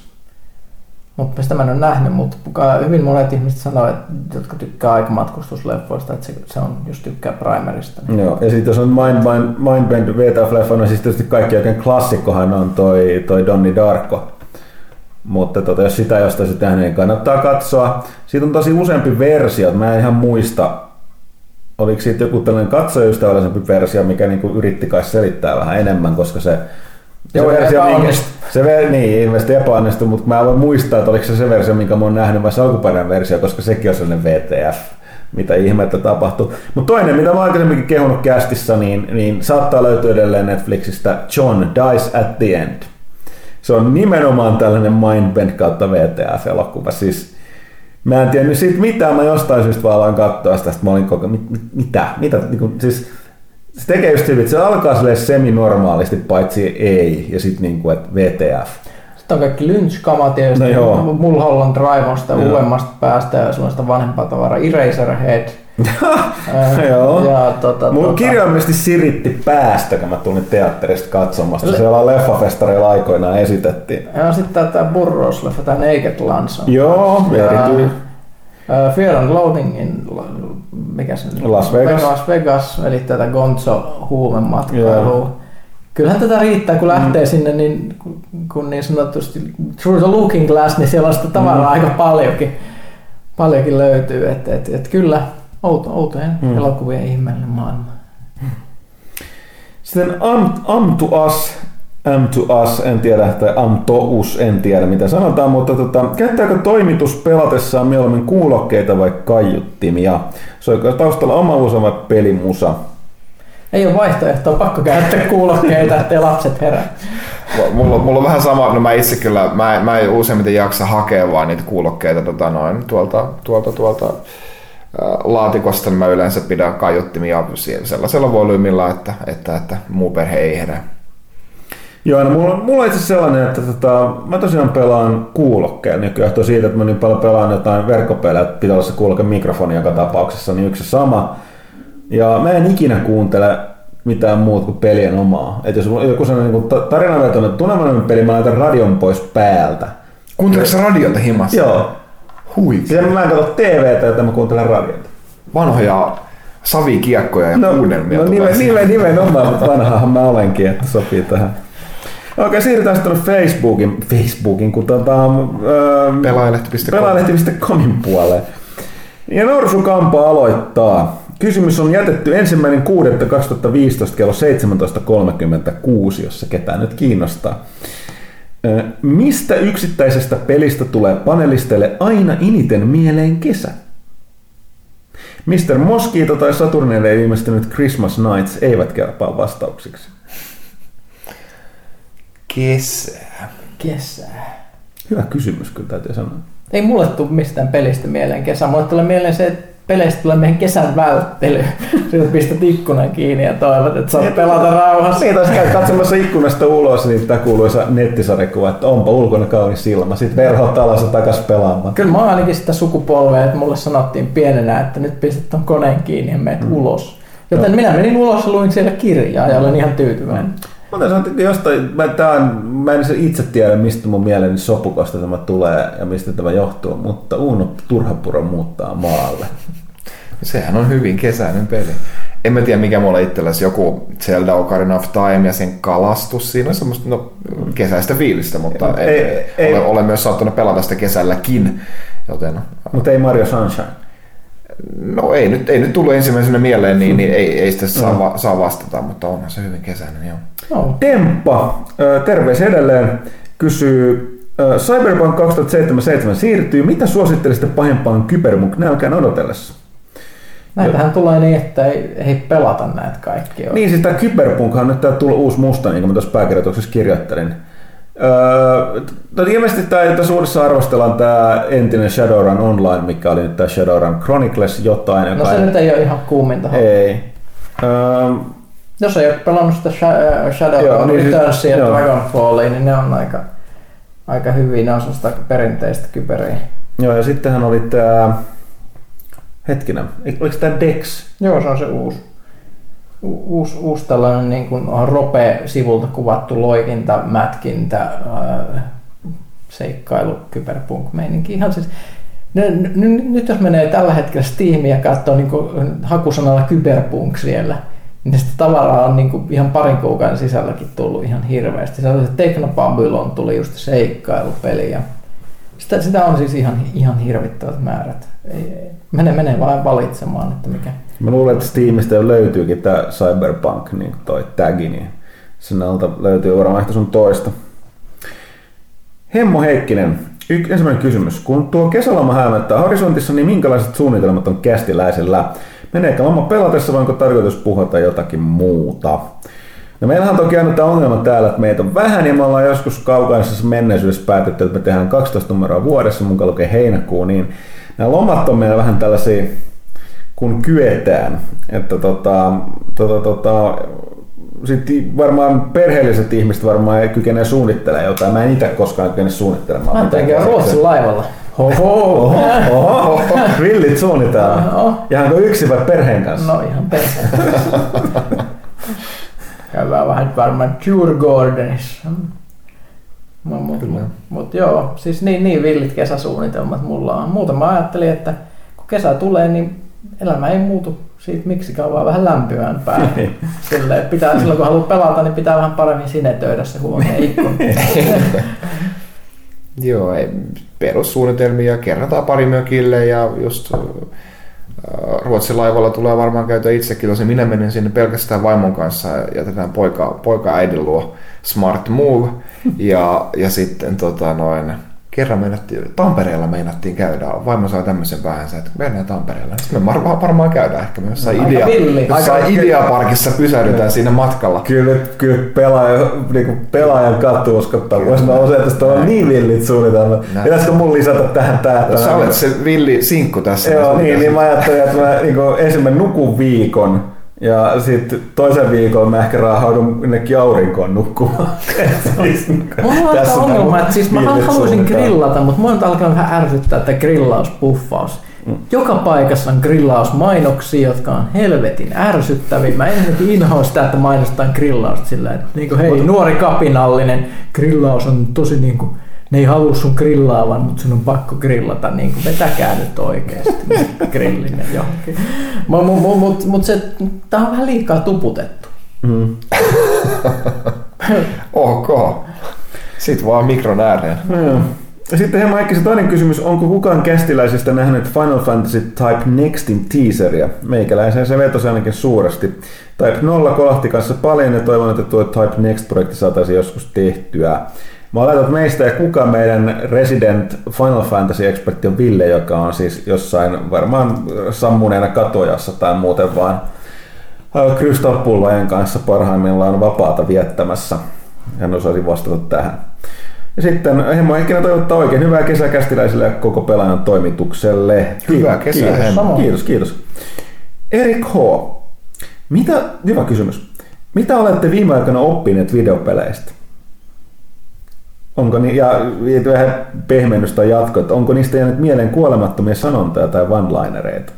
Mutta sitä mä en ole nähnyt, mutta hyvin monet ihmiset sanoo, että, jotka tykkää aikamatkustusleffoista, että se, se on just tykkää Primerista. Niin. Joo, ja sitten jos on Mind, Mind, Mindbend V T F-leffa, niin siis tietysti kaikki oikein klassikkohan on toi, toi Donnie Darko. Mutta tota, jos sitä jostain sitten niin kannattaa katsoa. Siitä on tosi useampi versio, mä en ihan muista, oliko siitä joku tällainen katsojaystävällisempi versio, mikä niinku yritti kai selittää vähän enemmän, koska se Se Joo, versio, minkä, se, niin, ilmeisesti epäonnistui, mutta mä voin muistaa, että oliko se se versio, minkä mä oon nähnyt, vai se alkuperäinen versio, koska sekin on sellainen V T F, mitä ihmettä tapahtui. Mutta toinen, mitä mä oon aikaisemminkin kehunut kästissä, niin, niin saattaa löytyä edelleen Netflixistä John Dies at the End. Se on nimenomaan tällainen Mindbend kautta V T F-elokuva. Siis, mä en tiennyt siitä mitään, mä jostain syystä vaan aloin katsoa sitä, mä olin koko, mit, mit, mitä, mitä, niin kuin, siis se tekee just hyvin, että se alkaa silleen semi-normaalisti, paitsi ei, ja sitten niinku, että V T F. Sitten on kaikki lynch-kamat, ja no Mulholland Drive on sitä uudemmasta päästä, ja sellaista vanhempaa tavaraa, Eraserhead. Joo. Ja, tota, Mulla tota... kirjaimellisesti siritti päästä, kun mä tulin teatterista katsomasta. Le- Siellä leffafestareilla aikoinaan esitettiin. Ja sitten tämä Burroughs-leffa, tämä Naked Lunch. Joo, erityisesti. Uh, Fear and Loathingin, mikä se nyt? Las Vegas. Las Vegas, eli tätä Gonzo-huumematkailua. Kyllähän tätä riittää, kun lähtee mm. sinne, niin, kun niin sanotusti through the looking glass, niin siellä on sitä tavaraa mm. aika paljonkin, paljonkin löytyy. Et, et, et kyllä, outo, outojen mm. elokuvien ihmeellinen maailma. Sitten Am, am to Us, Am to Us, en tiedä, tai Am to Us, en tiedä mitä sanotaan, mutta tota, käyttääkö toimitus pelatessaan mieluummin kuulokkeita vai kaiuttimia? Soiko taustalla oma musa vai pelimusa? Ei ole vaihtoehtoa, pakko käyttää kuulokkeita, ettei lapset herää. Mulla, mulla on vähän sama, no mä itse kyllä, mä, mä en useimmiten jaksa hakea vaan niitä kuulokkeita tota noin, tuolta, tuolta, tuolta ää, laatikosta, niin mä yleensä pidän kaiuttimia sellaisella volyymilla, että, että, että muu perhe ei herää. Joo, no mulla, mulla on itse sellainen, että tota, mä tosiaan pelaan kuulokkeen nykyään siitä, että mä niin paljon pelaan jotain verkkopelejä, että pitää olla se kuuloke mikrofoni joka tapauksessa, niin yksi sama. Ja mä en ikinä kuuntele mitään muuta kuin pelien omaa. Että jos joku sellainen niin tarinavetoinen tunnelmainen peli, mä laitan radion pois päältä. Kuunteleeko sä radiota himassa? Joo. Huikea. Mä en katso T V:tä, joten mä kuuntelen radiota. Vanhoja savikiekkoja ja no, kuunnelmia. No nimen, nimen, nimenomaan, mutta vanhahan mä olenkin, että sopii tähän. Okei, siirrytään sitten tuonne Facebookin, Facebookin kun tota, öö, pelaajalehti piste comin puoleen. Ja Norsukampa aloittaa. Kysymys on jätetty ensimmäinen kuudetta kaksituhattaviisitoista kello seitsemäntoista kolmekymmentäkuusi, jos se ketään nyt kiinnostaa. Mistä yksittäisestä pelistä tulee panelisteille aina eniten mieleen kesä? mister Mosquito tai Saturnille ilmestynyt Christmas Nights eivät kelpaa vastauksiksi. Kesää. Kesää. Hyvä kysymys, kyllä täytyy sanoa. Ei mulle tule mistään pelistä mieleen kesä. Mulle tulee mieleen se, että peleistä tulee meidän kesän välttely. Sitten pistät ikkunan kiinni ja toivot, että saat pelata rauhassa. Niin, taas käy katsomassa ikkunasta ulos, niin tämä kuuluisa nettisarjakuva, että onpa ulkona kaunis ilma. Sitten verhot alas ja takas pelaamaan. Kyllä mä oon ainakin sitä sukupolvea, että mulle sanottiin pienenä, että nyt pistät ton koneen kiinni ja meet mm. ulos. Joten no. minä menin ulos ja luin siellä kirjaa ja olen ihan tyytyväinen. Mä sanoa, että jostain, mä, tämän, mä en itse tiedä, mistä mun mieleeni sopukosta tämä tulee ja mistä tämä johtuu, mutta Uno Turhapuro muuttaa maalle. Sehän on hyvin kesäinen peli. En mä tiedä, mikä mulla itselläsi joku Zelda Ocarina of Time ja sen kalastus. Siinä on semmoista no, kesäistä fiilistä, mutta ei, ei, ei, ole, ole myös saattanut pelata sitä kesälläkin. Joten, mutta ei Mario Sunshine. No ei nyt, ei nyt tullut ensimmäisenä mieleen, niin, niin ei, ei sitä saa, no. saa vastata, mutta onhan se hyvin kesäinen. Joo. No. Temppa, terveys edelleen, kysyy, Cyberpunk kaksituhattaseitsemänkymmentäseitsemän siirtyy, mitä suosittelisitte pahempaan kyberpunk-nälkään odotellessa? Näitähän tulee niin, että ei, ei pelata näitä kaikkia. Niin, siis tämä Cyberpunkhan on nyt tää tullut uusi musta, niin kuin mä tuossa pääkirjoituksessa kirjoittelin. Öö, ilmeisesti tässä uudessa arvostellaan tämä entinen Shadowrun Online, mikä oli nyt tämä Shadowrun Chronicles jotain. No se ei... nyt ei ole ihan kuuminta. Ei. Öö, Jos ei ole pelannut sitä Shadowrun niin Returnsia ja Dragonfallia, niin ne on aika, aika hyviä. Ne on sellaista perinteistä kyberiä. Joo, ja sittenhän oli tämä... Hetkinen, oliko tämä Dex? Joo, se on se uusi. U- uusi, uusi tällainen niin kuin Rope-sivulta kuvattu loikinta, mätkintä, äh, seikkailu, kyberpunk-meininki. Ihan siis, ne, n- n- nyt jos menee tällä hetkellä Steamia ja katsoo niin kuin hakusanalla kyberpunk siellä, niin sitä tavaraa on niin kuin ihan parin kuukauden sisälläkin tullut ihan hirveästi. Se Technobabylon tuli just seikkailupeli ja sitä, sitä on siis ihan, ihan hirvittävät määrät. Ei, ei. Mene, mene vaan valitsemaan, että mikä. Mä luulen, että Steamista jo löytyykin tää Cyberpunk, niin toi tagi, niin sen alta löytyy varmaan ehkä sun toista. Hemmo Heikkinen, y- ensimmäinen kysymys. Kun tuo kesäloma häämättää horisontissa, niin minkälaiset suunnitelmat on kästiläisellä? Meneekö loma pelatessa vai onko tarkoitus puhata jotakin muuta? No meillähän on toki aina tämä ongelma täällä, että meitä on vähän ja me ollaan joskus kaukaisessa menneisyydessä päätetty, että me tehdään kaksitoista numeroa vuodessa, mukaan lukee heinäkuu, niin nämä lomat on meillä vähän tällaisia, kun kyetään. Että tota, tota, tota, sitten varmaan perheelliset ihmiset varmaan ei kykene suunnittelemaan jotain. Mä en itse koskaan kykene suunnittelemaan. Mä oon tekin Ruotsin laivalla. Oho, oho, oho. Rillit suunnitellaan. Jahanko yksin vai perheen kanssa? No ihan perheen kanssa. Käydään vähän varmaan Djurgårdenissa. Mutta mut, mut joo, siis niin, niin villit kesäsuunnitelmat mulla on. Muuten mä ajattelin, että kun kesä tulee, niin elämä ei muutu siitä miksikään, vaan vähän lämpimämpää. Silleen, pitää, silloin kun haluaa pelata, niin pitää vähän paremmin sinetöidä se huoneen ikkuna. Joo, ei, perussuunnitelmia, kerrataan pari mökille ja just Ruotsin laivalla tulee varmaan käytä itsekin, tosin minä menen sinne pelkästään vaimon kanssa ja jätetään poika, poika äidin luo, smart move, ja, ja sitten tota noin, kerran meinattiin, Tampereella meinattiin käydä, vaimo sai tämmöisen päänsä, että mennään Tampereella, sitten me varmaan, varmaan käydään ehkä myös jossain, idea, jossain Ideaparkissa pysähdytään siinä matkalla. Kyllä, kyllä pelaaja, niin pelaajan kattu uskottaa, kun mä usein tästä on niin villit suunnitelmat. Pitäisikö mun lisätä tähän tää? Sä olet se villi sinkku tässä. Joo, niin, niin mä ajattelin, että mä niin ensimmäinen nukun viikon ja sitten toisen viikon mä ehkä raahaudun jonnekin aurinkoon nukkumaan. Mulla on tämä ongelma, että siis mä haluaisin grillata, mutta mulla on alkanut vähän ärsyttää tämä grillauspuffaus. Mm. Joka paikassa on grillausmainoksia, jotka on helvetin ärsyttäviä. Mä ensinnäkin inhoan sitä, että mainostaan grillausta sillä, että niin kuin, hei, Mut... nuori kapinallinen, grillaus on tosi niin kuin, ne ei halua sun grillaavan, mutta sun on pakko grillata, niin kuin vetäkää nyt oikeasti grillinen johonkin. Mutta mut, mut, mut se, tää on vähän liikaa tuputettu. Mm. ok. Sitten vaan mikron ääreen. Mm. Sitten hieman ehkä se toinen kysymys, onko kukaan kästiläisistä nähnyt Final Fantasy Type Nextin teaseria? Meikäläisen se vetosi ainakin suuresti. Type nolla kolahti kanssa paljon ja toivon, että tuo Type Next-projekti saataisiin joskus tehtyä. Mä oletan, että meistä ja kuka meidän resident Final Fantasy-ekspertti on Ville, joka on siis jossain varmaan sammuneena katojassa tai muuten vaan krystallpullojen kanssa parhaimmillaan vapaata viettämässä. Hän osaisi vastata tähän. Ja sitten Hemmo Heikkinen toivottaa oikein hyvää kesäkästiläisille ja koko pelaajan toimitukselle. Hyvää kesää, kiitos, Hemmo. Kiitos, kiitos. Erik H. Mitä, hyvä kysymys. Mitä olette viime aikoina oppineet videopeleistä? Onko ni, ja vähän pehmennystä jatko, että onko niistä jäänyt mieleen kuolemattomia sanontoja tai one-linereita?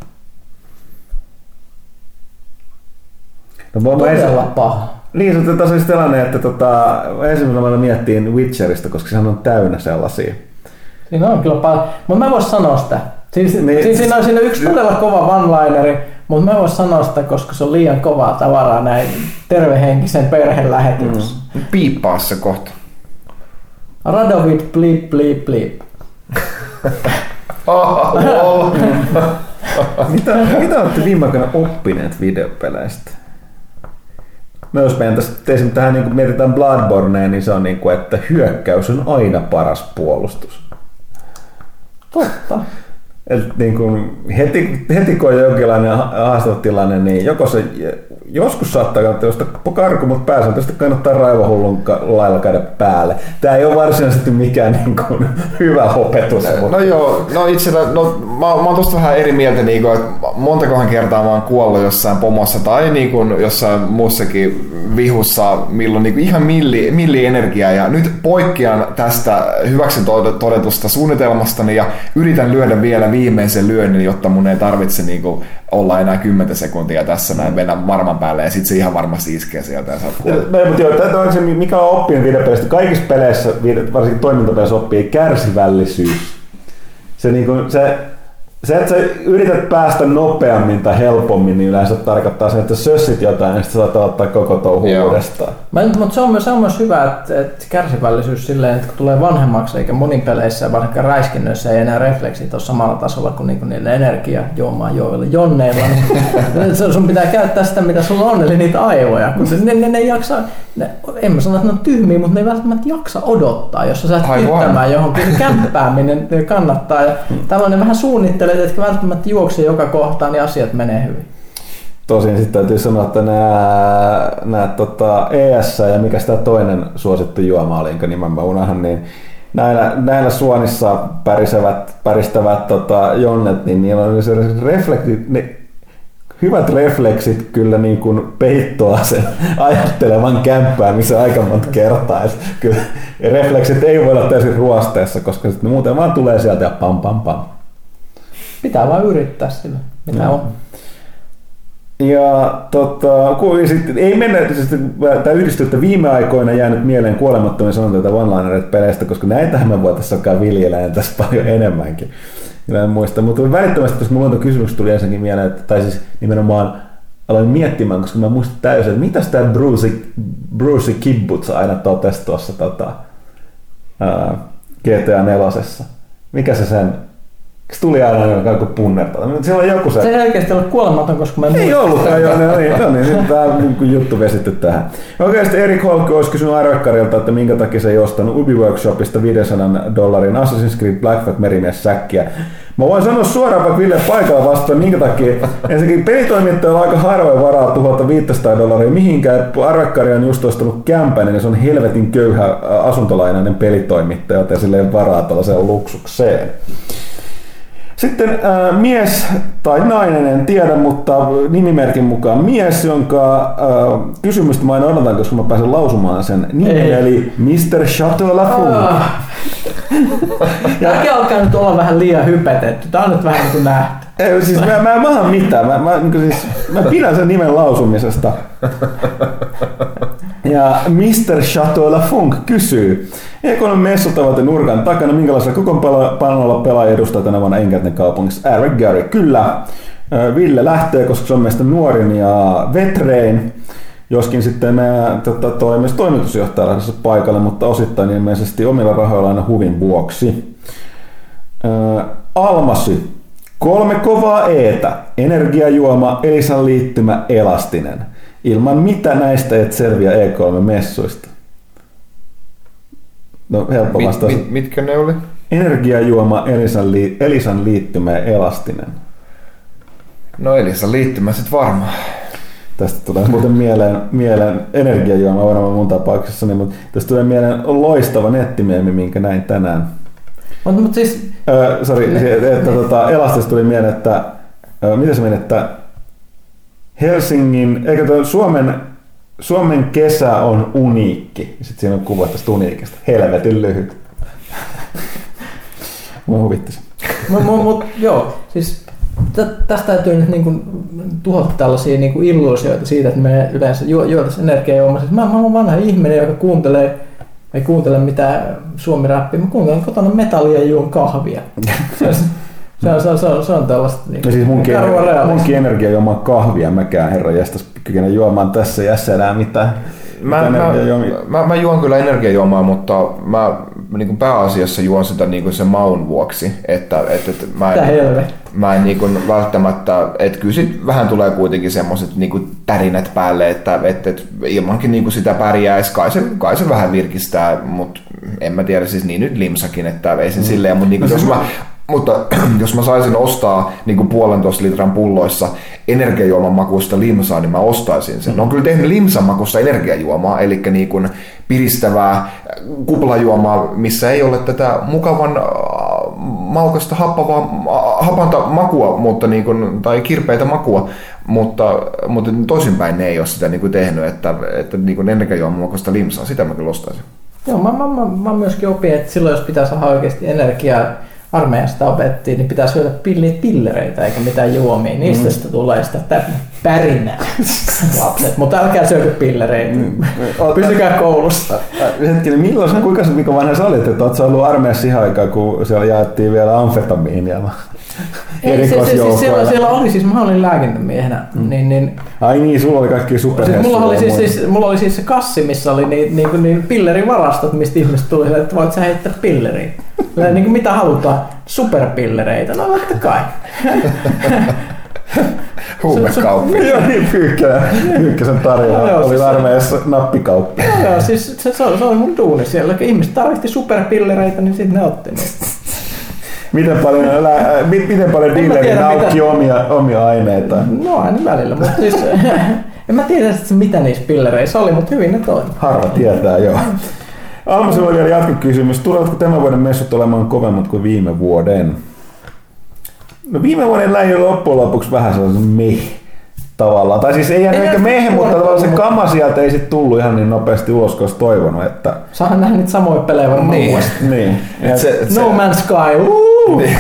No, Todella paha. Niin, se on taas sellainen, että tota, ensimmäisenä miettiin Witcherista, koska sehän on täynnä sellaisia. Siinä on kyllä paljon, mutta mä vois sanoa sitä. Siis, niin, siis siinä on siinä yksi todella kova one-lineri, mutta mä vois sanoa sitä, koska se on liian kovaa tavaraa näin tervehenkisen perheen lähetyksessä. Mm. Piippaa se kohta. Radovit blip blip blip. oh, oh. mitä, mitä olette viime aikoina oppineet videopeleistä? No jos meidän tässä tähän niin mietitään Bloodbornea, niin se on niin kuin, että hyökkäys on aina paras puolustus. Totta. Et niin kuin heti, heti kun on jonkinlainen haastava tilanne, niin joko se joskus saattaa kannattaa josta karku, mutta pääsääntöisesti kannattaa raivohullun lailla käydä päälle. Tämä ei ole varsinaisesti mikään niin kuin hyvä opetus. No mutta... joo, no itsellä, no mä, mä oon tosta vähän eri mieltä, niin kuin, että montakohan kertaa mä oon kuollut jossain pomossa tai niin kuin jossain muussakin vihussa, milloin niin kuin ihan milli, milli energiaa ja nyt poikkean tästä hyväksi todetusta suunnitelmastani ja yritän lyödä vielä viimeisen lyönnin, jotta mun ei tarvitse niin kuin olla enää kymmentä sekuntia tässä näin, mennä varman päälle ja sitten se ihan varmasti iskee sieltä ja saat kuolla. No, mutta joo, tämä on se, mikä on oppinut videopelistä. Kaikissa peleissä, varsinkin toimintapeleissä oppii kärsivällisyys. Se, niin kuin, se, se, että sä yrität päästä nopeammin tai helpommin, niin yleensä tarkoittaa sen, että sössit jotain, niin sitten saat aloittaa koko touhu uudestaan. Mutta se on, myös, se on myös hyvä, että, että kärsivällisyys silleen, että kun tulee vanhemmaksi, eikä monin peleissä ja vaikka räiskinnöissä ei enää refleksit ole samalla tasolla kuin niinku niillä energiajuomaan joilla jonneilla, niin sun pitää käyttää sitä, mitä sulla on, eli niitä aivoja. Kun ne, ne, ne jaksa, ne, en mä sano, että ne on tyhmiä, mutta ne ei välttämättä jaksa odottaa, jos sä saat kyttämään johonkin kämppääminen kannattaa. Ja tällainen vähän suunnittelet, etkä välttämättä juokse joka kohtaan, niin asiat menee hyvin. Tosin sitten täytyy sanoa, että nämä, nämä tota, E S ja mikä sitä toinen suosittu juoma oli, jonka nimen mä unohan, niin näillä, näillä suonissa pärisevät, päristävät tota, jonnet, niin niillä on se reflektit, ne hyvät refleksit kyllä niin kuin peittoa sen ajattelevan kämppäämisen aika monta kertaa. Et kyllä refleksit ei voi olla täysin ruosteessa, koska sitten muuten vaan tulee sieltä ja pam pam pam. Pitää vaan yrittää sillä, mitä no. on. Ja tota, kun, sit, ei mennä, tämä yhdistyy, että viime aikoina jäänyt mieleen kuolemattomia sanontoja one-linereita peleistä, koska näitähän me voitaisiin alkaa viljellä tässä paljon enemmänkin. Minä en muista, mutta välittömästi tässä mulla kysymys tuli ensinnäkin mieleen, että, tai siis nimenomaan aloin miettimään, koska mä muistin täysin, että mitäs tämä Bruce, Bruce Kibbutz aina totesi tuossa tota, ää, G T A nelosessa. Mikä se sen? Se tuli aina joku punnertaa. Siellä on joku se... Se ei oikeasti ole kuolematon, koska mä en ei ollutkaan, joo, no niin, no niin, sitten tämä juttu vesitty tähän. Okei, sitten Erik Holkko olisi kysynyt Arvekkarilta, että minkä takia se ei ostanut Ubi Workshopista viisisataa dollarin Assassin's Creed Black Flag merimies-säkkiä. Mä voin sanoa suoraan vaikka Ville paikalla vastaan, minkä takia ensinnäkin pelitoimittajalla on aika harvoin varaa tuhota viisisataa dollaria mihinkään. Arvekkari on just ostanut kämpän, niin se on helvetin köyhä asuntolainainen pelitoimittaja, joten sille ei varaa tällaiseen luksukseen. Sitten äh, mies tai nainen, en tiedä, mutta nimimerkin mukaan mies, jonka äh, kysymystä mä aina odotan, koska mä pääsen lausumaan sen nimen, ei. Eli mister Chateau Lafont. Ah. Tämäkin alkaa nyt olla vähän liian hypetetty. Tää on nyt vähän niin kuin nähty. Ei, siis mä, mä en maha mitään. Mä, mä, niin siis, mä pidän sen nimen lausumisesta. Ja mister Chateau Lafont kysyy, E kolme messut ovat nurkan takana, minkälaisella kokoonpanolla pelaaja edustaa tänä vuonna Engerten kaupungissa? Eric Gary, kyllä. Ville lähtee, koska se on meistä nuorin ja vetrein. Joskin sitten meidän tota, toi, myös toimitusjohtaja lähdössä paikalle, mutta osittain ilmeisesti omilla rahoilla aina huvin vuoksi. Ää, Almasy. Kolme kovaa eetä. Energiajuoma, Elisan liittymä, elastinen. Ilman mitä näistä et selviä E kolme messuista? No helppo vastaus. Mit, mit, mitkä ne oli? Energiajuoma, Elisan, li, Elisan liittymä ja elastinen. No Elisan liittymä sit varmaan. Tästä tulee muuten mieleen, mieleen energiajuoma varmaan mun tapauksessani, mutta tästä tulee mieleen loistava nettimeemi, minkä näin tänään. Mutta mut siis... Öö, sori, että tota, elastista tuli mieleen, että öö, mitä se meni, että Helsingin, eikö toi Suomen, Suomen kesä on uniikki. Sitten siinä on kuva tästä uniikista. Helvetin lyhyt. Mä huvittasin. Mut, mut, mut, joo, siis tästä täytyy nyt niinku tuhota tällaisia niinku illuusioita siitä, että me yleensä ju, juotaisiin energiajuomaa. Siis mä, mä olen vanha ihminen, joka kuuntelee, ei kuuntele mitään suomi-räppiä, mä kuuntelen kotona metallia ja juon kahvia. Se on, se on, se on, se on tällaista niin, siis munkin, munkin energiajuoma on kahvia, mäkään herra jästäs kykene juomaan tässä jässä enää mitään. Mä, mä, mä, mä juon kyllä energiajuomaa, mutta mä niin kuin pääasiassa juon sitä niin kuin sen maun vuoksi, että, että, että mä en, mä en niin kuin välttämättä, että kyllä sit vähän tulee kuitenkin semmoiset niin kuin tärinät päälle, että, että, että ilmankin niin kuin sitä pärjäisi, kai se, kai se vähän virkistää, mutta en mä tiedä, siis niin nyt limsakin, että ei sen mm. silleen, mutta niin kuin, jos mä Mutta jos mä saisin ostaa niin kuin puolentoista litran pulloissa energiajuoman makuista limsaa, niin mä ostaisin sen. Ne on kyllä tehnyt limsan makuista energiajuomaa, eli niin kuin piristävää kuplajuomaa, missä ei ole tätä mukavan maukasta happavaa, hapanta makua, mutta niin kuin, tai kirpeitä makua, mutta, mutta toisinpäin ne ei ole sitä niin kuin tehnyt, että, että niin kuin energiajuoman makuista limsaa, sitä mä kyllä ostaisin. Joo, mä, mä, mä, mä myöskin opin, että silloin jos pitää saada oikeasti energiaa, armeijasta opettiin, niin pitää syödä niitä pillereitä eikä mitään juomia. Niistä mm. sitä tulee sitä pärinää, lapset. Mutta älkää syökö pillereitä. Mm. Pysykää koulussa. Hetkinen, milloin, kuinka mikä vanha sä olit, että oot sä ollut armeijassa siihen aikaan, kun siellä jaettiin vielä amfetamiinia? Ei, se, se, siis siellä, siellä oli siis, mä olin lääkintämiehenä. Mm. Niin, niin, ai niin, sulla oli kaikki superhessuja. Siis mulla, oli siis, siis, mulla oli siis se kassi, missä oli niin, niin, niin pillerivarastot, mistä ihmiset tuli, että voit sä heittää pilleriä. Niin kuin mitä halutaan? Superpillereitä, no totta kai. Huumekauppi. Joo, niin Pyykkäsen tarjolla oli siis armeijassa nappikauppi. Joo, siis se, se, se oli mun duuni siellä. Kun ihmiset tarvitti superpillereitä, niin sitten ne otti niitä. Miten paljon, miten paljon dealeri naukki omia, omia aineita? No aina välillä, mutta siis en mä tiedä, mitä niissä pillereissä oli, mutta hyvin ne toimi. Harva tietää, joo. Alma, sinulla oli vielä jatkokysymys. Tulevatko tämän vuoden messut olemaan kovemmat kuin viime vuoden? No viime vuoden lähi loppujen lopuksi vähän sellaisen meh tavallaan. Tai siis ei ihan ehkä meh, mutta tavallaan se kama sieltä ei sitten tullut ihan niin nopeasti ulos, kun olisi toivonut. Että... Saahan nähdä niitä samoja pelejä varmaan niin. uudestaan. Niin. Se, se... No Man's Sky. Uh! Niin.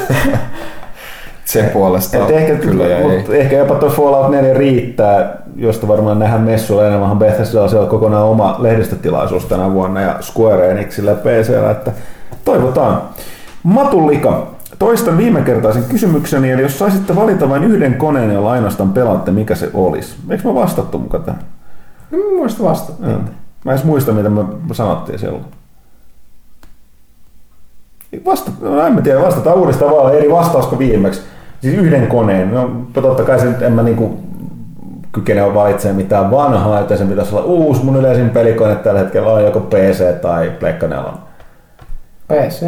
Sen puolesta ehkä, kyllä mutta ehkä jopa tuo Fallout neljä riittää, josta varmaan nähdään messuilla enemmän. Bethesdalla siellä on kokonaan oma lehdistötilaisuus tänä vuonna ja Square Enixillä ja P C:llä, että toivotaan. Matulika, toistan viimekertaisen kysymykseni, eli jos saisitte valita vain yhden koneen, jolla ainoastaan pelaatte, mikä se olisi? Eikö mä vastattu mukaan tähän? No mä muista vastattiin. Mä en edes muista, mitä me sanottiin silloin. Vasta, no en mä tiedä, vastataan uudestaan vaan eri vastaus kuin viimeksi. Siis yhden koneen. No totta kai se nyt en mä niinku kykene valitsemaan mitään vanhaa, että sen pitäisi olla uusi. Mun yleisin pelikone tällä hetkellä on joko P C tai Pleikka neljä. P C.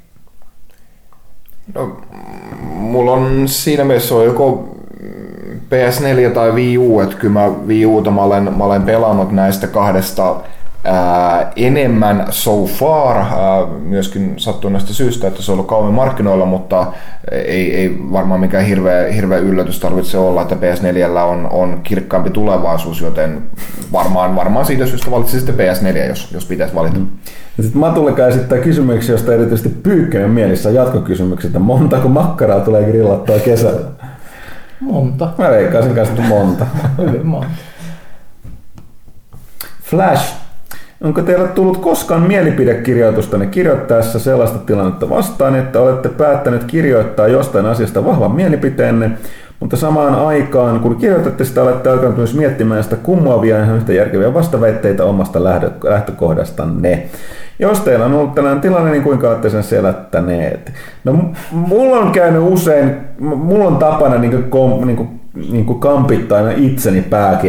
No, mulla on siinä mielessä on joko P S neljä tai Wii U, että kyllä mä Wii Uta mä olen, mä olen pelannut näistä kahdesta ää, enemmän so far, ää, myöskin sattuneesta syystä, että se on ollut kauemmin markkinoilla, mutta ei, ei varmaan mikään hirveä, hirveä yllätys tarvitse olla, että P S neljä on, on kirkkaampi tulevaisuus, joten varmaan, varmaan siitä syystä valitsin sitten P S neljä, jos, jos pitäisi valita. Mm. Sitten Matulle esittää kysymyksiä, josta erityisesti Pyykkönen mielissä jatkokysymykset, että montako makkaraa tulee grillattua kesällä? Monta. Mä veikkaisin kanssa, että monta. Hyvin monta. Flash. Onko teillä tullut koskaan mielipidekirjoitustanne kirjoittaessa sellaista tilannetta vastaan, että olette päättäneet kirjoittaa jostain asiasta vahvan mielipiteenne, mutta samaan aikaan, kun kirjoitatte sitä, olette alkanut myös miettimään sitä kummoavia ja yhtä järkeviä vastaväitteitä omasta lähtökohdastanne. Jos teillä on ollut tällainen tilanne, niin kuinka olette sen selättäneet? No, mulla on käynyt usein, mulla on tapana niin kuin, niin kuin, niin kuin kampittaa aina itseni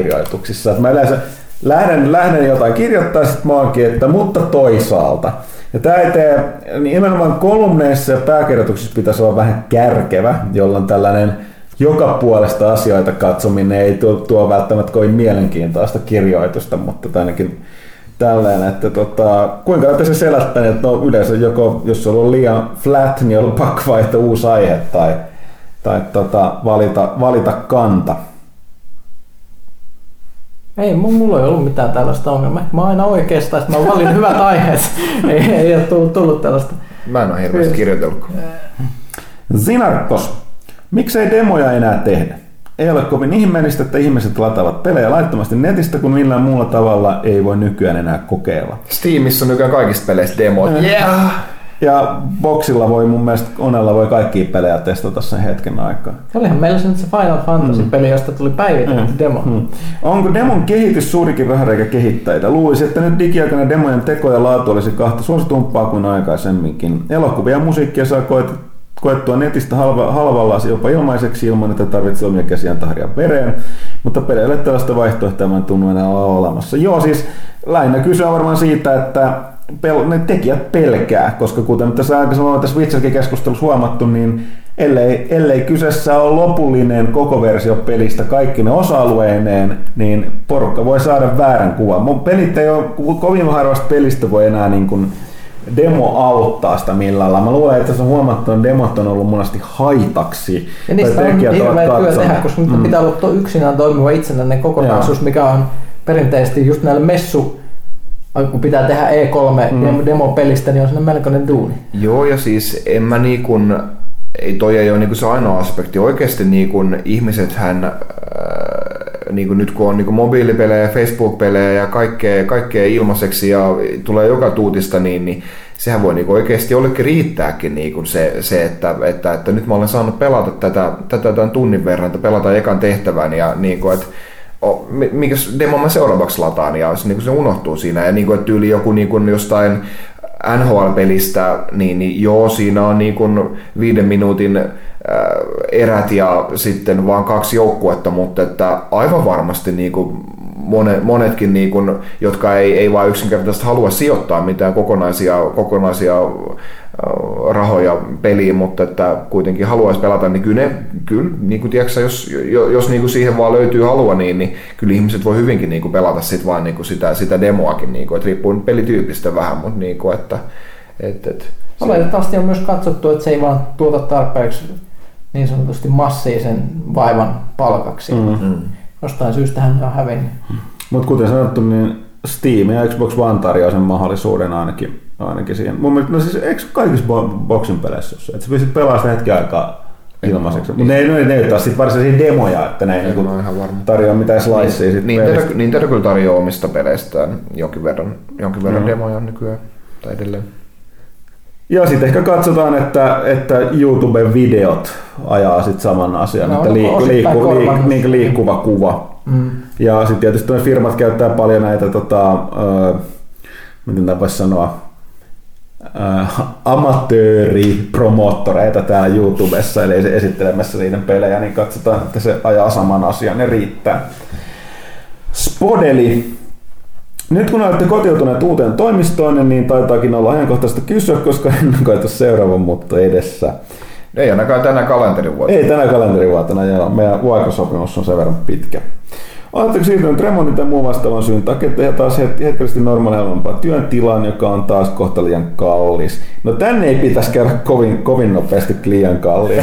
pääkirjoituksissa. Että mä yleensä lähden, lähden jotain kirjoittaa, sitten mä oonkin, että mutta toisaalta. Ja tämä ei tee, niin nimenomaan kolumneissa ja pääkirjoituksissa pitäisi olla vähän kärkevä, jolloin tällainen joka puolesta asioita katsominen ei tuo, tuo välttämättä kovin mielenkiintoista kirjoitusta, mutta ainakin tällainen, että tota, kuinka olette se selättäneet, no yleensä joko, jos on ollut liian flat, niin on pakko vaihtaa uusi aihe tai, tai tota, valita, valita kanta. Ei, mulla ei ollut mitään tällaista ongelmaa. Mä oon aina oikeastaan, että mä oon valinnut hyvät aiheet. ei, ei ole tullut, tullut tällaista. Mä en ole hirveästi kirjoitellut. Zinarkos, miksei demoja enää tehdä? Ei ole kovin ihmeellistä, että ihmiset lataavat pelejä laittomasti netistä, kun millään muulla tavalla ei voi nykyään enää kokeilla. Steamissa on nykyään kaikista peleistä demot. Yeah. Ja Boxilla voi mun mielestä, Onella voi kaikkia pelejä testata sen hetken aikaa. Olihan meillä se nyt se Final Fantasy-peli, josta tuli päivitetty mm. demo. Mm. Onko demon kehitys suurikin rahareikä kehittäjillä? Luulisin, että nyt digiaikana demojen teko ja laatu olisi kahta suositumpaa kuin aikaisemminkin. Elokuvia ja musiikkia saa koet, koettua netistä halva, halvalla jopa ilmaiseksi ilman, että tarvitsee omia käsiään tahria vereen. Mutta peleille tällaista vaihtoehtoja ei tunnu enää olla olemassa. Joo, siis lähinnä kyse on varmaan siitä, että Pel- ne tekijät pelkää, koska kuten tässä aikaisemmin tässä Witcherkin keskustelussa huomattu, niin ellei, ellei kyseessä ole lopullinen koko versio pelistä kaikki ne osa-alueineen, niin porukka voi saada väärän kuvan. Mun pelit ei ole, kovin harvasta pelistä voi enää niin kuin demo auttaa sitä millään lailla. Mä luulen, että se on huomattu, että demot on ollut monesti haitaksi. Ja niistä on hirveä työ tehdä, koska mm. nyt pitää olla yksinään toimiva itsenäinen kokonaisuus, Joo. mikä on perinteisesti just näille messu kun pitää tehdä E kolme mm. demopelistä, niin on siinä melkoinen duuni. Joo, ja siis en mä niin kuin, ei toi ei ole niin kuin se ainoa aspekti. Oikeasti niin kuin ihmisethän, äh, niin kuin nyt kun on niin kuin mobiilipelejä, Facebook-pelejä ja kaikkea, kaikkea ilmaiseksi ja tulee joka tuutista, niin, niin sehän voi niin kuin oikeasti jollekin riittääkin niin kuin se, se että, että, että nyt mä olen saanut pelata tätä, tätä tämän tunnin verran, että pelataan ekan tehtävän ja niin kuin, että minkä demo mä seuraavaksi lataan ja se, niin se unohtuu siinä ja niin kuin, että tyyli joku niin kuin jostain N H L-pelistä, niin, niin joo, siinä on niin kuin viiden minuutin äh, erät ja sitten vaan kaksi joukkuetta, mutta että aivan varmasti niin kuin monet, monetkin, niin kuin, jotka ei, ei vaan yksinkertaisesti halua sijoittaa mitään kokonaisia, kokonaisia rahoja peliin, mutta että kuitenkin haluaisi pelata, niin kyllä, ne, kyllä niin kuin tiedätkö, jos, jos niin kuin siihen vaan löytyy halua, niin, niin kyllä ihmiset voi hyvinkin niin kuin pelata sit vaan niin kuin sitä, sitä demoakin, niin kuin, että riippuu pelityypistä vähän, mutta niin kuin, että et, et, valitettavasti on myös katsottu, että se ei vaan tuota tarpeeksi niin sanotusti massiivisen vaivan palkaksi. Mm-hmm. Jostain syystähän on hävinnyt. Mutta kuten sanottu, niin Steam ja Xbox One tarjoaa sen mahdollisuuden ainakin, ainakin siihen. Mun mielestä, no siis eikö kaikissa boxin peleissä ole, että sä pystyt pelaamaan sitä hetken aikaa ilmaiseksi. Mutta ne, ne, ne ei ole sitten varsinaisia demoja, että ne ei niinku tarjoa mitään slicea sit niin, pelistä. Nintendo kyllä tarjoaa omista peleistään jonkin verran, jonkin verran no. demoja nykyään tai edelleen. Ja sitten ehkä katsotaan, että, että YouTuben videot ajaa sitten saman asian, no, että liikku, liikku, liikku, liikku, liikkuva kuva. Mm. Ja sitten tietysti firmat käyttää paljon näitä, tota, äh, miten tämä voisi sanoa, äh, amatööripromottoreita täällä YouTubessa, eli esittelemässä niiden pelejä, niin katsotaan, että se ajaa saman asian ja riittää. Spodeli. Nyt kun olette kotiutuneet uuteen toimistoon, niin taitaakin olla ajankohtaista kysyä, koska ennakoitu seuraavan mutta edessä. Ei ainakaan tänä kalenterivuotena. Ei tänä kalenterivuotena, joo. Meidän vuokrasopimus on sen verran pitkä. Oletteko siirtynyt remontin tai muun vastaavan syyn takia ja taas hetkellisesti normaalimpaa työn tilaan, joka on taas kohta liian kallis? No tänne ei pitäisi käydä kovin, kovin nopeasti liian kallis.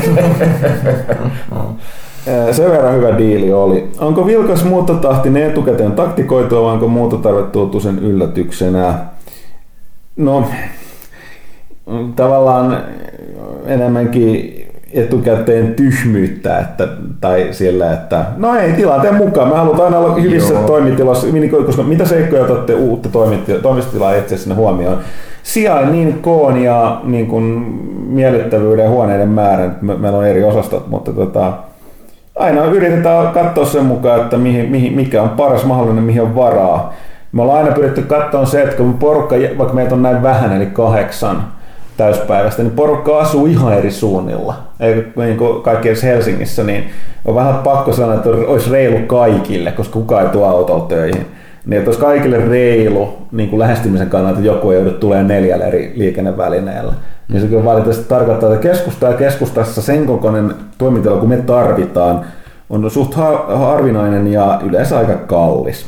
Sen verran hyvä diili oli. Onko vilkas muuttotahtinen etukäteen taktikoitua vai onko muuttotarve tuotu sen yllätyksenä? No, tavallaan enemmänkin etukäteen tyhmyyttä, että, tai siellä, että no ei tilanteen mukaan, me halutaan olla hyvissä Joo. toimitiloissa, koska mitä seikkoja otatte uutta toimistotilaa etsiä sinne huomioon? Sijainnin, koon ja niin kuin miellyttävyyden ja huoneiden määrän, me, meillä on eri osastot, mutta tota, aina yritetään katsoa sen mukaan, että mihin, mihin, mikä on paras mahdollinen, mihin on varaa. Me ollaan aina pyritty katsoa se, että kun porukka, vaikka meitä on näin vähän, eli kahdeksan täyspäivästä, niin porukka asuu ihan eri suunnilla. Ei niin kuin kaikki edes Helsingissä, niin on vähän pakko sanoa, että olisi reilu kaikille, koska kukaan ei tuo autolla töihin. niin että olisi kaikille reilu niin kuin lähestymisen kannalta, että joku ei joudu tulemaan neljällä eri liikennevälineellä. Niin se kyllä valitettavasti tarkoittaa, että keskusta ja keskustassa sen kokoinen toimintala, kun me tarvitaan, on suht harvinainen ja yleensä aika kallis.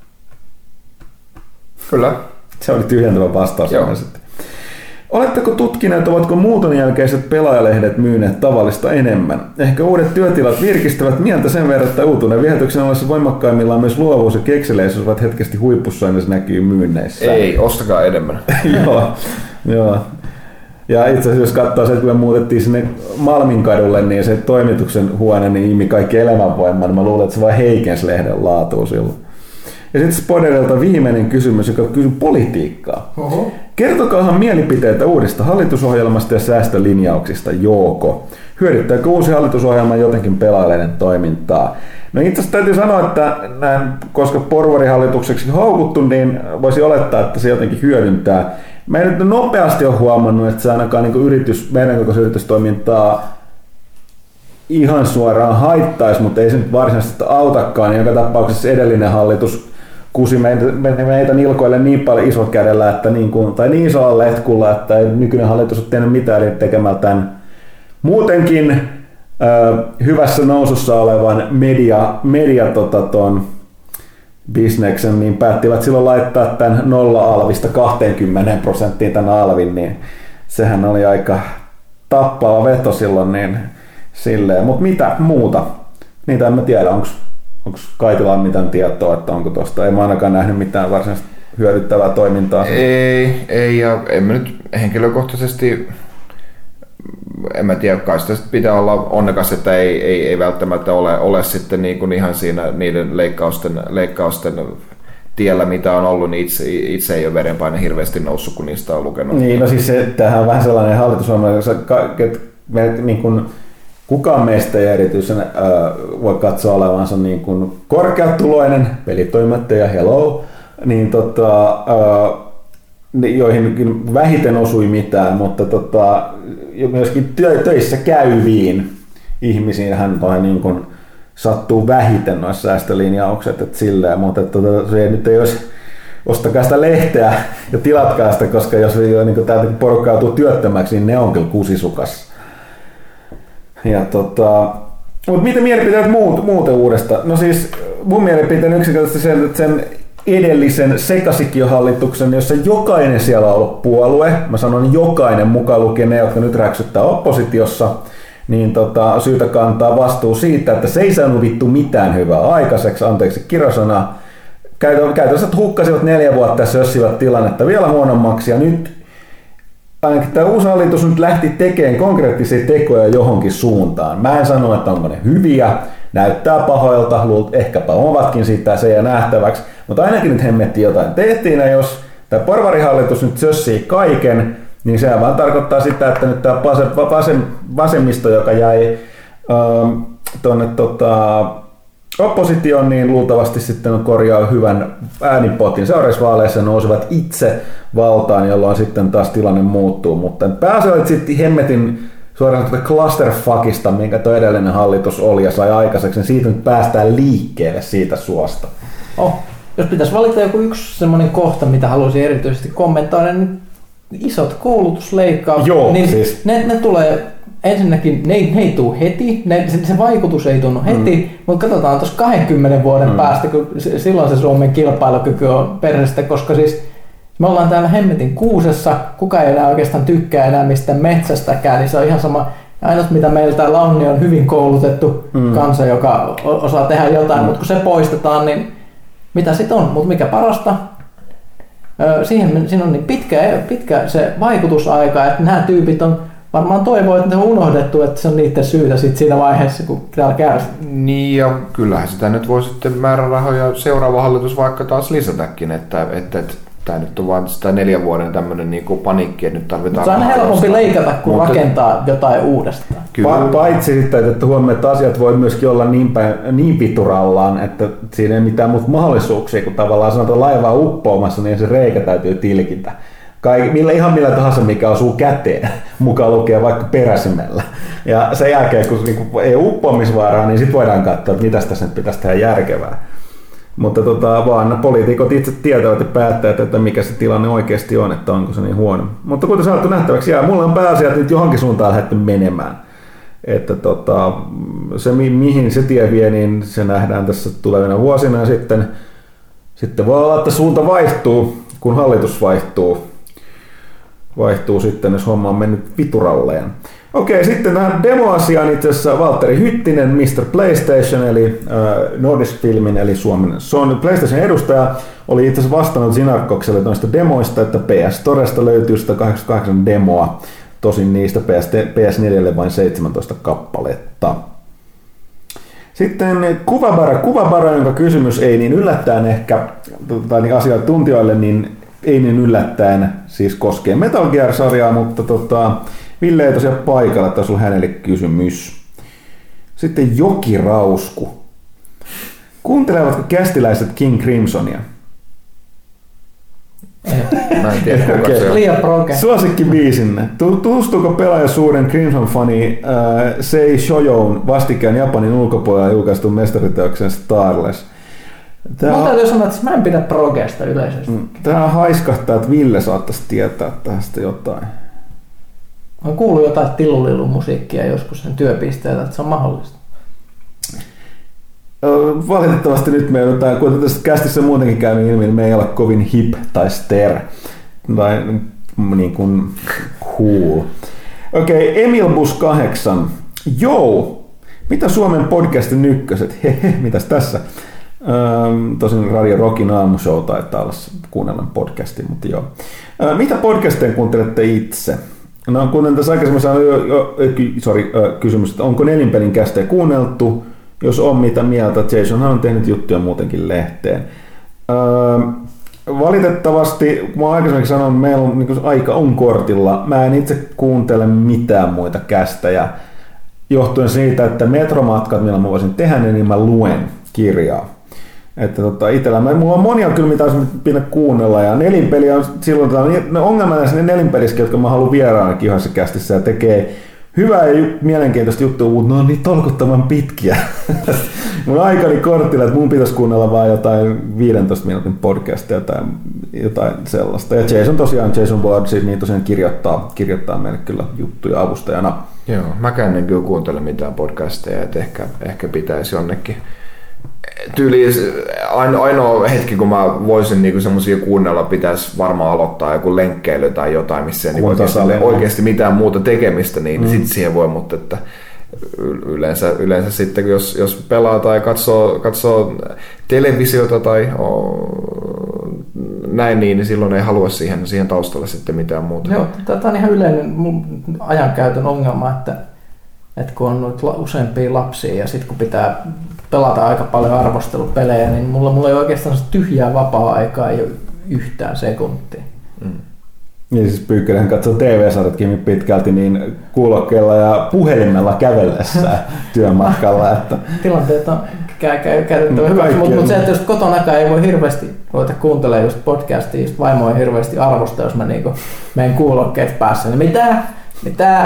Kyllä. Se oli tyhjentävä vastaus. Oletteko tutkineet, ovatko muuton jälkeiset pelaajalehdet myyneet tavallista enemmän? Ehkä uudet työtilat virkistävät mieltä sen verran, että uutuuden viehätyksen ollessa voimakkaimmillaan myös luovuus ja kekseliäisyys ovat hetkesti huipussa, ja se näkyy myynneissä. Ei, ostakaa enemmän. Joo, joo. Ja itse asiassa jos katsoo se, että kun me muutettiin sinne Malminkadulle, niin se toimituksen huone niin imi kaikki elämänvoimaa, niin mä luulen, että se vaan heikensi lehden laatua silloin. Ja sitten Spoderilta viimeinen kysymys, joka kysyy politiikkaa. Oho. Kertokaahan mielipiteitä uudesta hallitusohjelmasta ja säästölinjauksista, Jouko. Hyödyttääkö uusi hallitusohjelma jotenkin pelaajien toimintaa? No itse asiassa täytyy sanoa, että näin, koska porvarihallitukseksi haukuttu, niin voisi olettaa, että se jotenkin hyödyntää. Mä en nyt nopeasti ole huomannut, että se ainakaan niin yritys, meidän kokoisen yritystoimintaa ihan suoraan haittaisi, mutta ei se nyt varsinaisesti autakaan. Joka tapauksessa edellinen hallitus kusi meitä, meitä nilkoille niin paljon isokädellä, että niin kuin, tai niin isolla letkulla, että ei nykyinen hallitus ole tehnyt mitään, eli tekemällä tämän muutenkin ö, hyvässä nousussa olevan media, media tota, ton bisneksen, niin päättivät silloin laittaa tämän nolla-alvista kaksikymmentä prosenttiin tämän alvin, niin sehän oli aika tappava veto silloin, niin silleen. Mutta mitä muuta? Niitä en mä tiedä, onko Kaitilalla mitään tietoa, että onko tuosta, ei mä ainakaan nähnyt mitään varsinaisesti hyödyttävää toimintaa. Ei, ei ja en mä nyt henkilökohtaisesti, en mä tiedä, kai sitä pitää olla onnekas, että ei, ei, ei välttämättä ole, ole sitten niin kuin ihan siinä niiden leikkausten, leikkausten tiellä, mitä on ollut, niin itse, itse ei ole verenpaine hirveästi noussut, kun niistä on lukenut. Niin, no siis se, tämähän on vähän sellainen hallitusohjelma, jossa niin kuin kukaan meistä ei erityisen äh, voi katsoa olevansa niin kuin korkeatuloinen pelitoimittaja, hello, niin tota, äh, joihin vähiten osui mitään, mutta tota, myöskin töissä käyviin ihmisiin hän niin kuin sattuu vähiten noissa säästölinjaukset, että silleen, mutta että, tota, se nyt ei olisi, ostakaa sitä lehteä ja tilatkaa sitä, koska jos niin tämä porukka joutuu työttömäksi, niin ne on kyllä kusisukas. Ja tota, mutta mitä mielipiteet muut, muuten uudesta? No siis mun mielipiteen yksinkertaisesti sen, että sen edellisen sekasikiohallituksen, jossa jokainen siellä on ollut puolue, mä sanon jokainen mukaan lukien ne, jotka nyt räksyttää oppositiossa, niin tota, syytä kantaa vastuu siitä, että se ei saanut vittu mitään hyvää aikaiseksi, anteeksi kirosana. Käytännössä hukkasivat neljä vuotta ja sössivät tilannetta vielä huonommaksi, ja nyt ainakin tämä uusi hallitus nyt lähti tekemään konkreettisia tekoja johonkin suuntaan. Mä en sano, että onko ne hyviä, näyttää pahoilta, luult, ehkäpä ovatkin sitä, se jää nähtäväksi, mutta ainakin nyt hemmetti jotain tehtiin, ja jos tämä porvarihallitus nyt sössii kaiken, niin se vaan tarkoittaa sitä, että nyt tämä vasemmisto, joka jäi ähm, tuonne tota, oppositioon, niin luultavasti sitten korjaa hyvän äänipotin. Seuraavissa vaaleissa nousevat itse valtaan, jolloin sitten taas tilanne muuttuu, mutta pääasia oli sitten hemmetin suoraan tuota clusterfuckista, minkä tuo edellinen hallitus oli ja sai aikaiseksi, niin siitä nyt päästään liikkeelle siitä suosta. Oh, jos pitäisi valita joku yksi semmoinen kohta, mitä haluaisin erityisesti kommentoida, niin isot koulutusleikkaukset, Joo, niin siis. ne, ne tulee ensinnäkin, ne ei, ne ei tule heti, ne, se, se vaikutus ei tunnu heti, mm. mutta katsotaan tuossa kahdenkymmenen vuoden mm. päästä, kun silloin se Suomen kilpailukyky on perhestä, koska siis me ollaan täällä hemmetin kuusessa, kukaan ei enää oikeastaan tykkää enää mistään metsästäkään, niin se on ihan sama. Ainut mitä meillä täällä on, niin on hyvin koulutettu mm. kansa, joka osaa tehdä jotain, mm. mutta kun se poistetaan, niin mitä sitten on? Mutta mikä parasta? Siihen, siinä on niin pitkä, pitkä se vaikutusaika, että nämä tyypit on varmaan toivoo, että ne on unohdettu, että se on niiden syytä sit siinä vaiheessa, kun täällä kärsii. Niin, ja kyllähän sitä nyt voi sitten määrärahoja seuraava hallitus vaikka taas lisätäkin, että, että, että tämä nyt on vain sitä neljän vuoden tämmöinen niin paniikki, että nyt tarvitaan... Se on helpompi leikata kuin mutta rakentaa jotain uudestaan. Pa- paitsi sitten, että huomioon, että asiat voi myöskin olla niin, päin, niin piturallaan, että siinä ei mitään muuta mahdollisuuksia, kun tavallaan sanotaan laivaa uppoamassa, niin se reikä täytyy tilkitä. Kaik, millä, ihan millä tahansa, mikä osuu käteen, mukaan lukee vaikka peräsimellä. Ja sen jälkeen, kun niin ei ole uppoamisvaaraa, niin sitten voidaan katsoa, että mitä tässä nyt pitäisi tehdä järkevää. Mutta tota, vaan poliitikot itse tietävät ja päättävät, että mikä se tilanne oikeasti on, että onko se niin huono. Mutta kuten saattu nähtäväksi, jää, mulla on pääasia, että nyt johonkin suuntaan lähdetty menemään. Että tota, se mi- mihin se tie vie, niin se nähdään tässä tulevina vuosina ja sitten, sitten voi olla, että suunta vaihtuu, kun hallitus vaihtuu. Vaihtuu sitten, jos homma on mennyt vituralleen. Okei, sitten tähän demoasiaan itse asiassa Valtteri Hyttinen, mister PlayStation, eli äh, Nordisk Filmin, eli Suomen Sony PlayStation edustaja, oli itse asiassa vastannut Sinarkokselle noista demoista, että P S Storesta löytyy sata kahdeksankymmentäkahdeksan demoa, tosin niistä P S neljälle vain seitsemäntoista kappaletta. Sitten Kuvabara, Kuvabara, jonka kysymys ei niin yllättäen ehkä, tai niin asiantuntijoille, niin ei niin yllättäen siis koskee Metal Gear-sarjaa, mutta tota, Ville ei tosiaan paikalla, että olisi ollut hänelle kysymys. Sitten Jokirausku. Kuuntelevatko kästiläiset King Crimsonia? Mä en tiedä, kuka okay. se on. Liian proge. Suosikkibiisinne. Tutustuuko pelaaja suuren Crimson-fani äh, Sei Shojoun vastikään Japanin ulkopuolella julkaistun mestariteoksen Starless? Tää Mä täytyy sanoa, että mä en pidä progesta yleisesti. Tää haiskahtaa, että Ville saattaisi tietää tästä jotain. Mä oon kuullut jotain tilulilumusiikkia joskus sen työpisteellä, että se on mahdollista. Valitettavasti nyt me joudutaan, kun tässä kästissä muutenkin käynyt ilmi, niin me ei ole kovin hip tai ster tai niin kuin cool. Okei, okay, Emil Bus kahdeksan. Joo, mitä Suomen podcastin ykköset? Hehe, mitäs tässä? Ähm, tosin Radio Rockin aamushow taitaa olla kuunnellaan podcastin, mutta joo. Äh, mitä podcasteja kuuntelette itse? No, kuten tässä aikaisemmin sanoin jo, jo sorry, äh, kysymys, että onko nelinpelin kästejä kuunneltu? Jos on mitä mieltä, Jasonhan on tehnyt juttuja muutenkin lehteen. Öö, valitettavasti, mä aikaisemmin sanoin, meillä on niin aika on kortilla. Mä en itse kuuntele mitään muita kästejä. Johtuen siitä, että metromatkat, millä mä voisin tehdä ne, niin mä luen kirjaa. Että tota, itellä, mä, mulla on monia kyllä, mitä olisi pitää kuunnella. Ja nelinpeli on silloin, ne ongelma näissä nelinpelissäkin, jotka mä haluan vieraana kihoissa kästissä ja tekee hyvää ja mielenkiintoista juttua, mutta ne on niin tolkuttavan pitkiä. Mun aikani korttilla, että mun pitäisi kuunnella vaan jotain viidentoista minuutin podcastia tai jotain sellaista. Ja Jason tosiaan, Jason Ward, siis niin tosiaan kirjoittaa, kirjoittaa meille kyllä juttuja avustajana. Joo, mäkään en kyllä kuuntele mitään podcasteja, että ehkä, ehkä pitäisi jonnekin. Tyyli ainoa hetki, kun mä voisin niinku semmosia kuunnella, pitäisi varmaan aloittaa joku lenkkeily tai jotain, missä ei niinku oikeasti, oikeasti mitään muuta tekemistä, niin mm. sitten siihen voi, mutta että yleensä, yleensä sitten, jos, jos pelaa tai katsoo, katsoo televisiota tai oh, näin, niin silloin ei halua siihen, siihen taustalle sitten mitään muuta. Joo, tämä on ihan yleinen mun ajankäytön ongelma, että, että kun on noita useampia lapsia ja sitten kun pitää pelata aika paljon arvostelupelejä, niin mulla, mulla ei oikeastaan tyhjää vapaa-aikaa, ei ole yhtään sekuntia. Mm. Niin siis Pyykkönen katsoo T V-sarjatkin pitkälti niin kuulokkeella ja puhelimella kävellessä työmatkalla. Että tilanteet on käytettävä hyväksi, mutta mut se, että jos kotonakaan ei voi hirveästi ruveta kuuntelemaan just podcastia, just vaimo ei hirveästi arvosta, jos mä niinku menen kuulokkeet päässä, niin mitä? Mitä?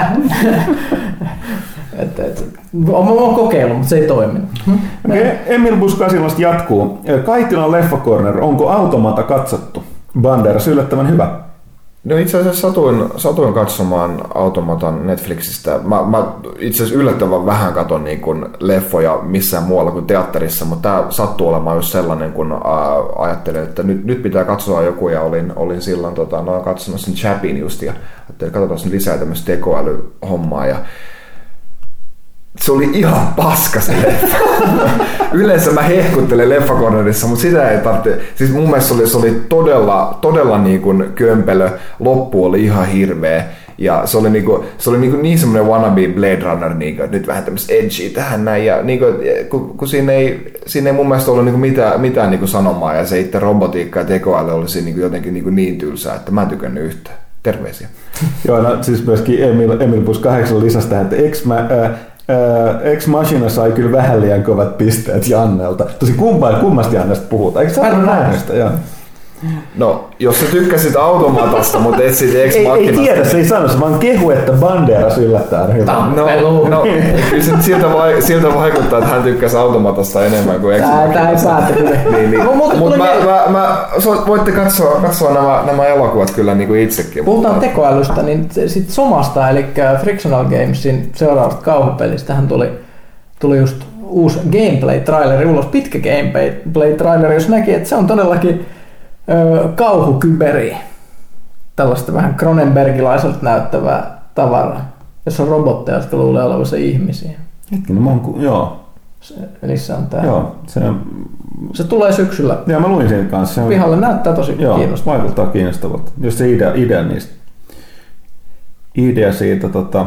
et, et, olen kokeillut, mutta se ei toiminut. Okay, Emil Bus kahdeksan jatkuu. Kaitilan leffakorner, onko Automata katsottu? Banderas yllättävän hyvä. No itse asiassa satuin, satuin katsomaan Automatan Netflixistä. Mä, mä itse asiassa yllättävän vähän katon niin kuin leffoja missään muualla kuin teatterissa, mutta tämä sattuu olemaan just sellainen, kun ää, ajattelin, että nyt, nyt pitää katsoa joku, ja olin, olin silloin tota, no, katsonut sen Chapin just, ja ajattelin, että katsotaan lisää tämmöistä tekoälyhommaa, ja se oli ihan paska se leffa. Yleensä mä hehkuttelen leffakornerissa, mutta sitä ei tarvitse. Siis mun mielestä se oli, se oli todella, todella niin kuin kömpelö. Loppu oli ihan hirveä. Ja se oli, niin, kuin, se oli niin, kuin niin semmoinen wannabe Blade Runner, niin kuin, että nyt vähän tämmöistä edgy tähän näin. Ja niin kuin, kun, kun siinä, ei, siinä ei mun mielestä ollut niin kuin mitään, mitään niin kuin sanomaa, ja se itse robotiikka ja tekoäly oli siinä niin kuin jotenkin niin, kuin niin tylsää, että mä en tykännyt yhtään. Terveisiä. Joo, no siis myöskin Emil, Emil Bus kahdeksan lisäsi tähän, että ex mä, äh, Ex Machina sai kyllä vähän liian kovat pisteet Jannelta. Tosi kumpaa, kummasta Jannesta puhutaan. Eikö sä ole nähnyt sitä? Joo. No, jos sä tykkäsit Automatasta, mutta et siitä Ex Ei, Machinasta. ei tiedä, se ei sano, se vaan kehu, että Banderas yllättää hyvä. No, no kyllä se siltä, vai, siltä vaikuttaa, että hän tykkäsi Automatasta enemmän kuin Ex Machinasta. Tää ei päätä kyllä. Niin, niin. Mutta mä, mä, mä, voitte katsoa, katsoa nämä, nämä elokuvat kyllä niin kuin itsekin. Puhutaan mutta tekoälystä, niin sitten Somasta, eli Frictional Gamesin seuraavasta kauhupelistähän tuli, tuli just uusi gameplay-traileri ulos, pitkä gameplay-traileri, jos näki, että se on todellakin ö, kauhukyberi. Tällaista vähän Cronenbergilaiselta näyttävää tavaraa, jossa on robotteja, jotka luulee olevansa ihmisiä. Hetkinen, mä oon, joo. Se, eli se on tää. Joo, se, se tulee syksyllä. Joo, mä luin sen kanssa. Se pihalle näyttää tosi joo, kiinnostavaa. Vaikuttaa kiinnostavalta. Jos se idea, idea niistä. Idea siitä, tota,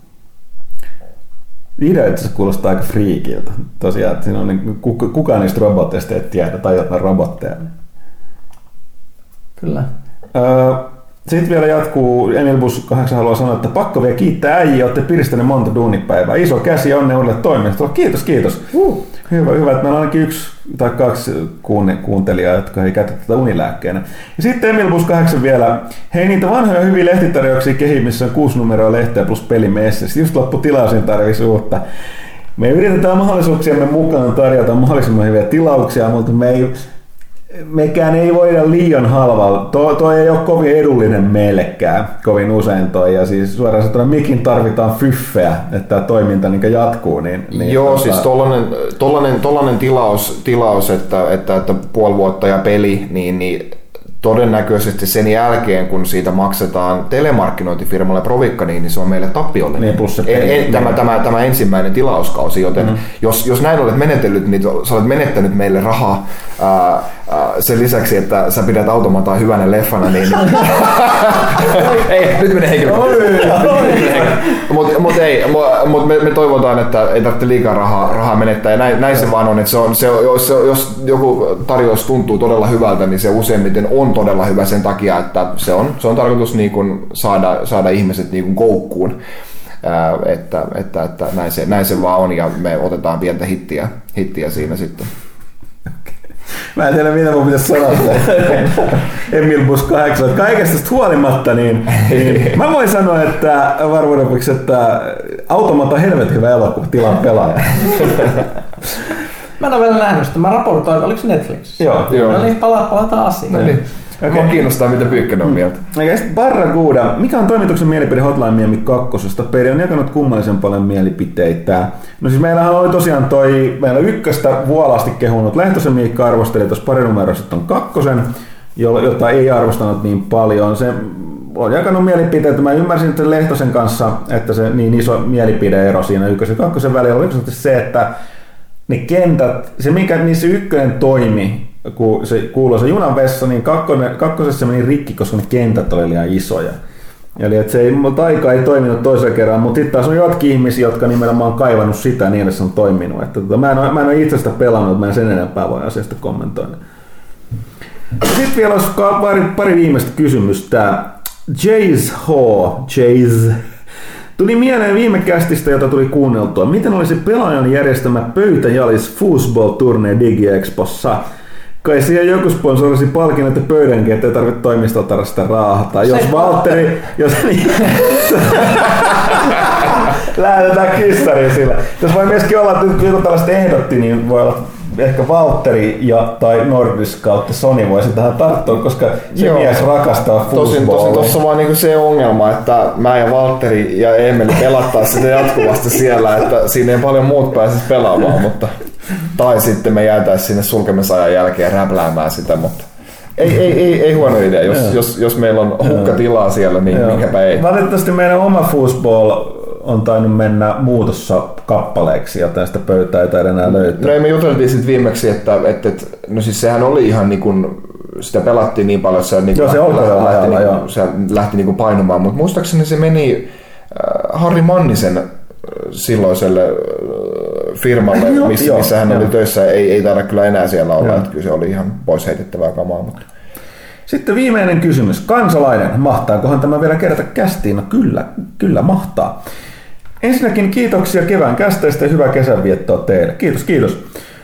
idea itse asiassa kuulostaa aika friikiltä. Tosiaan, että siinä on niin, kukaan niistä robotteista ei tiedä, tai jotain robotteja. Kyllä. Öö, Sitten vielä jatkuu, Emil Bus kahdeksan haluaa sanoa, että pakko vielä kiittää äijä, olette piristäneet monta duunipäivää. Iso käsi ja onnea uudelle toimistolle. Kiitos, kiitos. Uh. Hyvä, hyvä, että meillä on ainakin yksi tai kaksi kuuntelijaa, jotka ei käytä tätä unilääkkeenä. Ja sitten Emil Bus kahdeksan vielä. Hei, niitä vanhoja hyviä lehtitarjouksia kehiin, missä on kuusi numeroa lehteä plus pelimessä. Just loppu tilausin tarvitsisi uutta. Me yritetään mahdollisuuksiamme mukaan tarjota mahdollisimman hyviä tilauksia, mutta me ei... Mekään ei voida liian halvalla. Tuo, tuo ei ole kovin edullinen meillekään kovin usein toi. Ja siis suoraan sanottuna mikin tarvitaan fyffeä, että tämä toiminta niin jatkuu. Niin, niin joo, tota... siis tollanen, tollanen, tollanen tilaus, tilaus että, että, että puoli vuotta ja peli, niin, niin todennäköisesti sen jälkeen, kun siitä maksetaan telemarkkinointifirmalle provikka, niin se on meille tappiollinen. Niin, plus se en, en, tämä, tämä, tämä ensimmäinen tilauskausi, joten mm-hmm. jos, jos näin olet menetellyt, niin sä olet menettänyt meille rahaa ää, ää, sen lisäksi, että sä pidät Automataa hyvänä leffana, niin... ei, nyt menee henkilökohtaisesti. Mutta mut ei, mut me, me toivotaan, että ei tarvitse liikaa rahaa, rahaa menettää, ja näin, näin se vaan on, että se on, se, jos, jos joku tarjous tuntuu todella hyvältä, niin se useimmiten on todella hyvä sen takia, että se on, se on tarkoitus niin kuin saada, saada ihmiset niin kuin koukkuun, ää, että, että, että näin, se, näin se vaan on, ja me otetaan pientä hittiä, hittiä siinä sitten. Mä en tiedä, mitä mun pitäisi sanoa. Emil Bus kahdeksan. Kaikesta tästä huolimatta, niin, niin mä voin sanoa, että varmuuden vuoksi, että Automata on helvetin hyvä elokuva, tilan pelaaja. Mä en ole vielä nähnyt sitä. Mä raportoin, oliko se Netflix? Joo. Joo. No niin, palaa, palataan asiaan. No niin. Okay. Mua kiinnostaa, mitä Pyykkönen on mieltä. Ja sitten Barraguda. Mikä on toimituksen mielipide Hotline Miami kakkosesta? Peri on jakanut kummallisen paljon mielipiteitä. No siis meillähän oli tosiaan toi, meillä ykköstä vuolaasti kehunut Lehtosen Miikka arvosteli tuossa pari numerossa ton kakkosen, jota ei arvostanut niin paljon. Se on jakanut mielipiteitä. Mä ymmärsin että Lehtosen kanssa, että se niin iso mielipideero siinä ykkösen ja kakkosen välillä oli se, että ne kentät, se mikä niissä ykkönen toimi, kun se kuuluu se junan vessa, niin kakkonen, kakkosessa meni rikki, koska ne kentät oli liian isoja. Eli että se ei, taika ei toiminut toisella kerran, mutta sitten taas on jotkin ihmisiä, jotka nimenomaan on kaivannut sitä niin, että se on toiminut. Että, tota, mä, en ole, mä en ole itse sitä pelannut, mä en sen enempää voi asiasta kommentoida. Sitten vielä olisi pari, pari viimeistä kysymystä. Jace H. Jace. Tuli mieleen viime kästistä, jota tuli kuunneltua. Miten olisi pelaajan järjestämä pöytäjalis foosball-turnee DigiExpossa? Kai siihen joku sponsorisi palkinnot ja pöydänkin, ettei tarvitse toimistolta sitä raahata. Jos Valtteri... Jos niin... Lähdetään kistariin sillä. Jos voi myöskin olla, että joku tällaista ehdotti, niin voi olla ehkä Valtteri ja tai Nordisk kautta Sony voisi tähän tarttua, koska se Joo. mies rakastaa foosballia. Tosin tuossa on vaan niinku se ongelma, että mä ja Valtteri ja Emeli pelattaa sitä jatkuvasti siellä, että siinä ei paljon muut pääsisi pelaamaan, mutta... Tai sitten me jäätäisiin sinne sulkemisajan jälkeen räpläämään sitä, mutta ei, ei, ei, ei huono idea. Jos, jos, jos meillä on hukkatilaa siellä, niin Joo. mikäpä ei. Valitettavasti meidän oma foosball on tainnut mennä muutossa kappaleeksi, joten sitä pöytää ei taida enää löytää. No me juteltiin sitten viimeksi, että, että, että no siis sehän oli ihan niin kuin, sitä pelattiin niin paljon, että se, niin joo, se lähti, lähti, ajalla, niin kuin, se lähti niin kuin painumaan, mutta muistaakseni se meni äh, Harri Mannisen silloiselle firmalle, missä, joo, missä hän joo. oli töissä, ei, ei taida kyllä enää siellä olla, että kyllä se oli ihan pois heitettävää kamaa. Mutta. Sitten viimeinen kysymys. Kansalainen, mahtaakohan tämä vielä kerätä kästiin? No kyllä, kyllä mahtaa. Ensinnäkin kiitoksia kevään kästeistä ja hyvää kesänviettoa teille. Kiitos, kiitos.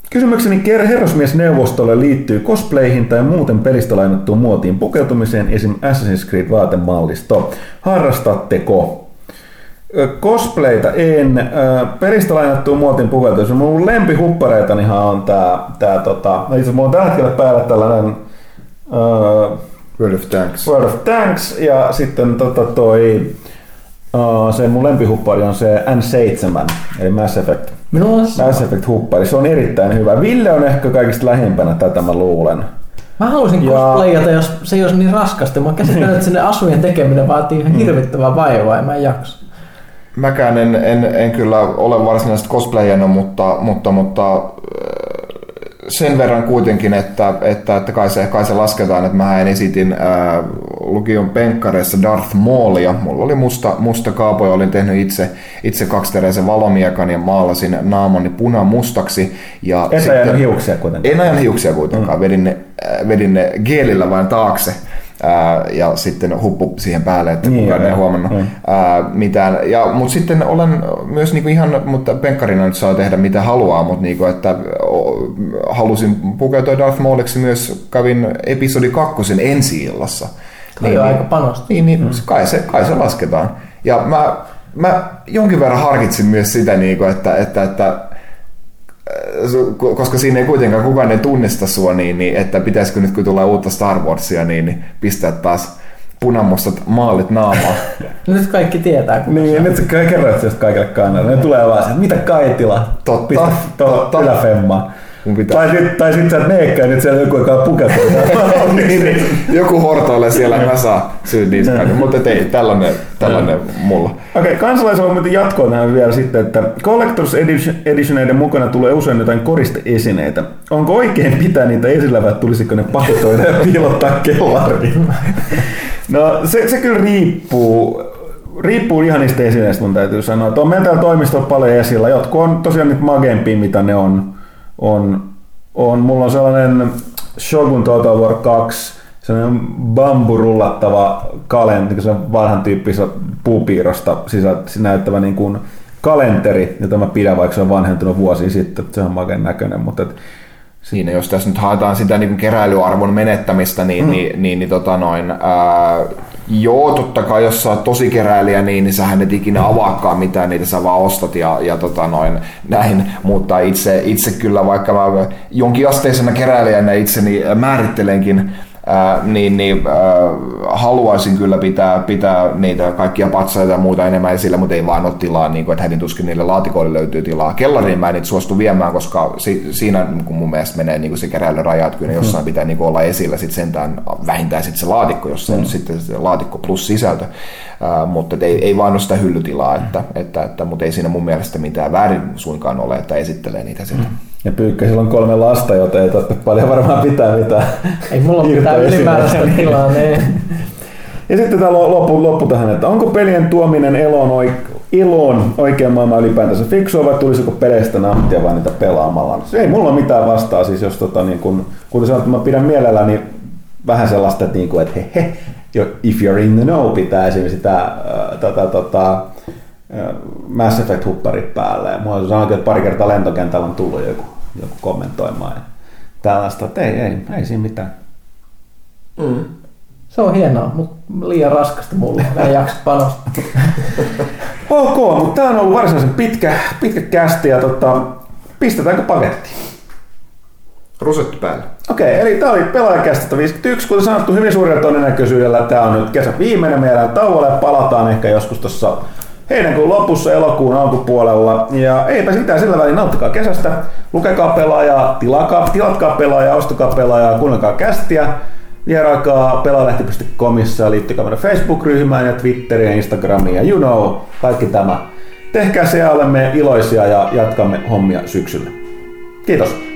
Kysymykseni herrasmiesneuvostolle liittyy cosplayhin tai muuten pelistä lainattuun muotiin pukeutumiseen, esim. Assassin's Creed vaatemallisto. Harrastatteko? Cosplayta en. Pelistä lainattuun muotiin pukeutumiseen. Mun lempihuppareitanihan on tää, tää tota, itse asiassa mulla on tällä hetkellä päällä tällainen uh, World of Tanks. World of Tanks ja sitten tota toi uh, se mun lempihuppari on se N seitsemän, eli Mass Effect. Mass Effect huppari, se on erittäin hyvä. Ville on ehkä kaikista lähimpänä tätä, mä luulen. Mä haluaisin ja... cosplayata, jos se ei olisi niin raskasta. Mä käsittelen, että sinne asujen tekeminen vaatii ihan hirvittävää vaivaa ja mä en jaksa. Mäkään en, en, en kyllä ole varsinaisesti cosplayana, mutta, mutta, mutta sen verran kuitenkin, että, että, että kai, se, kai se lasketaan, että mä esitin ää, lukion penkkareissa Darth Maulia. Mulla oli musta, musta kaapo ja olin tehnyt itse, itse kaksiteräisen valomiekan ja maalasin naamani punamustaksi. Ja et ajanut hiuksia kuitenkaan. En ajanut hiuksia kuitenkaan, mm. vedin, ne, vedin ne geelillä vain taakse. Ää, ja sitten huppu siihen päälle, että niin, kukaan ei huomannut mm. ää, mitään. Ja, mutta sitten olen myös niinku ihan, mutta penkkarina nyt saa tehdä mitä haluaa, mutta niinku, että o, halusin pukeutua Darth Mauliksi myös, kävin episodi kakkosen ensi-illassa. Kai niin, aika panosti. Niin, niin mm. kai, se, kai se lasketaan. Ja mä, mä jonkin verran harkitsin myös sitä, niinku, että, että, että koska siinä ei kuitenkaan kukaan ei tunnista sua, niin, niin että pitäisikö nyt kun tulee uutta Star Warsia, niin, niin pistää taas punanmustat maalit naamaa. Nyt kaikki tietää. Niin, nyt sä kerroit sieltä kaikille kannalle. Ne tulee vaan se, että mitä Kaitila? Totta. Pistä tuohon yläfemmaan. Tai sitten tai sit sä et meekään, nyt siellä joku joka pukeutuu. niin, niin. Joku hortoilee siellä, niin mä saan syyn niistä. Mutta ei, tällainen, tällainen mulla. Okei, okay, kansalaisaloitteen jatkoon tähän vielä sitten, että Collector's Editioneiden mukana tulee usein jotain koristeesineitä. Onko oikein pitää niitä esillä vai tulisiko ne paketoida ja piilottaa kellariin? No se, se kyllä riippuu. Riippuu ihan niistä esineistä, mun täytyy sanoa. On meillä täällä toimistolla paljon esillä. Jotkut on tosiaan nyt mageempia, mitä ne on. On, on. Mulla on sellainen Shogun Total War kaksi, sellainen bamburullattava kalenteri, se on vanhan tyyppistä puupiirrosta sisältä näyttävä niin kuin kalenteri, jota mä pidän, vaikka se on vanhentunut vuosia sitten. Se on makeen näköinen, mutta et, siinä jos tässä nyt haetaan sitä niin keräilyarvon menettämistä, niin, mm. niin, niin, niin tota noin, ää, joo, totta kai jos sä oot tosi keräilijä, niin, niin sähän et ikinä avaakaan mitään, niitä sä vaan ostat ja, ja tota noin, näin, mutta itse, itse kyllä vaikka mä jonkinasteisena keräilijänä itseni määrittelenkin, Ää, niin, niin ää, haluaisin kyllä pitää, pitää niitä kaikkia patsaita ja muuta enemmän esillä, mutta ei vaan ole tilaa, niin kuin, että hädin tuskin niille laatikoille löytyy tilaa. Kellariin mä en niitä suostu viemään, koska si, siinä kun mun mielestä menee niin kuin se keräilyraja, että kyllä ne jossain pitää niin kuin olla esillä sit sentään vähintään sit se laatikko, jos se mm. sitten se laatikko plus sisältö, ää, mutta ei, ei vaan ole sitä hyllytilaa, että, että, että, mutta ei siinä mun mielestä mitään väärin suinkaan ole, että esittelee niitä sitä. Mm. Ja Pyykkäisillä on kolme lasta, joten ei tarvitse paljon varmaan pitää mitään. Ei mulla ole mitään ylimääräistä tilaa. Niin. Ja sitten tämä loppu, loppu tähän, että onko pelien tuominen eloon, oik- eloon oikean maailman ylipäätänsä fiksua vai tulisiko peleistä nauttia vai niitä pelaamalla? Se ei mulla ole mitään vastaa, siis jos tota, niin kun, kuten sanoin, mä pidän mielelläni vähän sellaista, että, niin kuin, että he, he, if you're in the know, pitää esimerkiksi sitä äh, tota, tota, Mass Effect-hupparit päälle. Ja mulla on sanonut, että pari kertaa lentokentällä on tullut joku, joku kommentoimaan. Ja tällaista, että ei, ei, ei siinä mitään. Mm. Se on hienoa, mutta liian raskasta mulle. Mä en jaksa panostaa. Ok, mutta tää on ollut varsinaisen pitkä, pitkä kästi ja tota, pistetäänkö pakettiin? Rusetti päälle. Okei, okay, eli tää oli Pelaajakästä viisikymmentäyksi. Kuten sanottu, hyvin suurella todennäköisyydellä tää on nyt kesän viimeinen. Meidän tauolle ja palataan ehkä joskus tuossa heinäkuun lopussa, elokuun alkupuolella. Ja eipä sitä sillä välin, nauttikaa kesästä, lukekaa Pelaajaa, tilakaa, tilatkaa Pelaajaa, ostakaa Pelaajaa, kuunnelkaa kästiä. Vieraikaa pelaalehti piste comissa ja liittykää meidän Facebook-ryhmään ja Twitteriin ja Instagramiin ja you know, kaikki tämä. Tehkää se ja olemme iloisia ja jatkamme hommia syksyllä. Kiitos.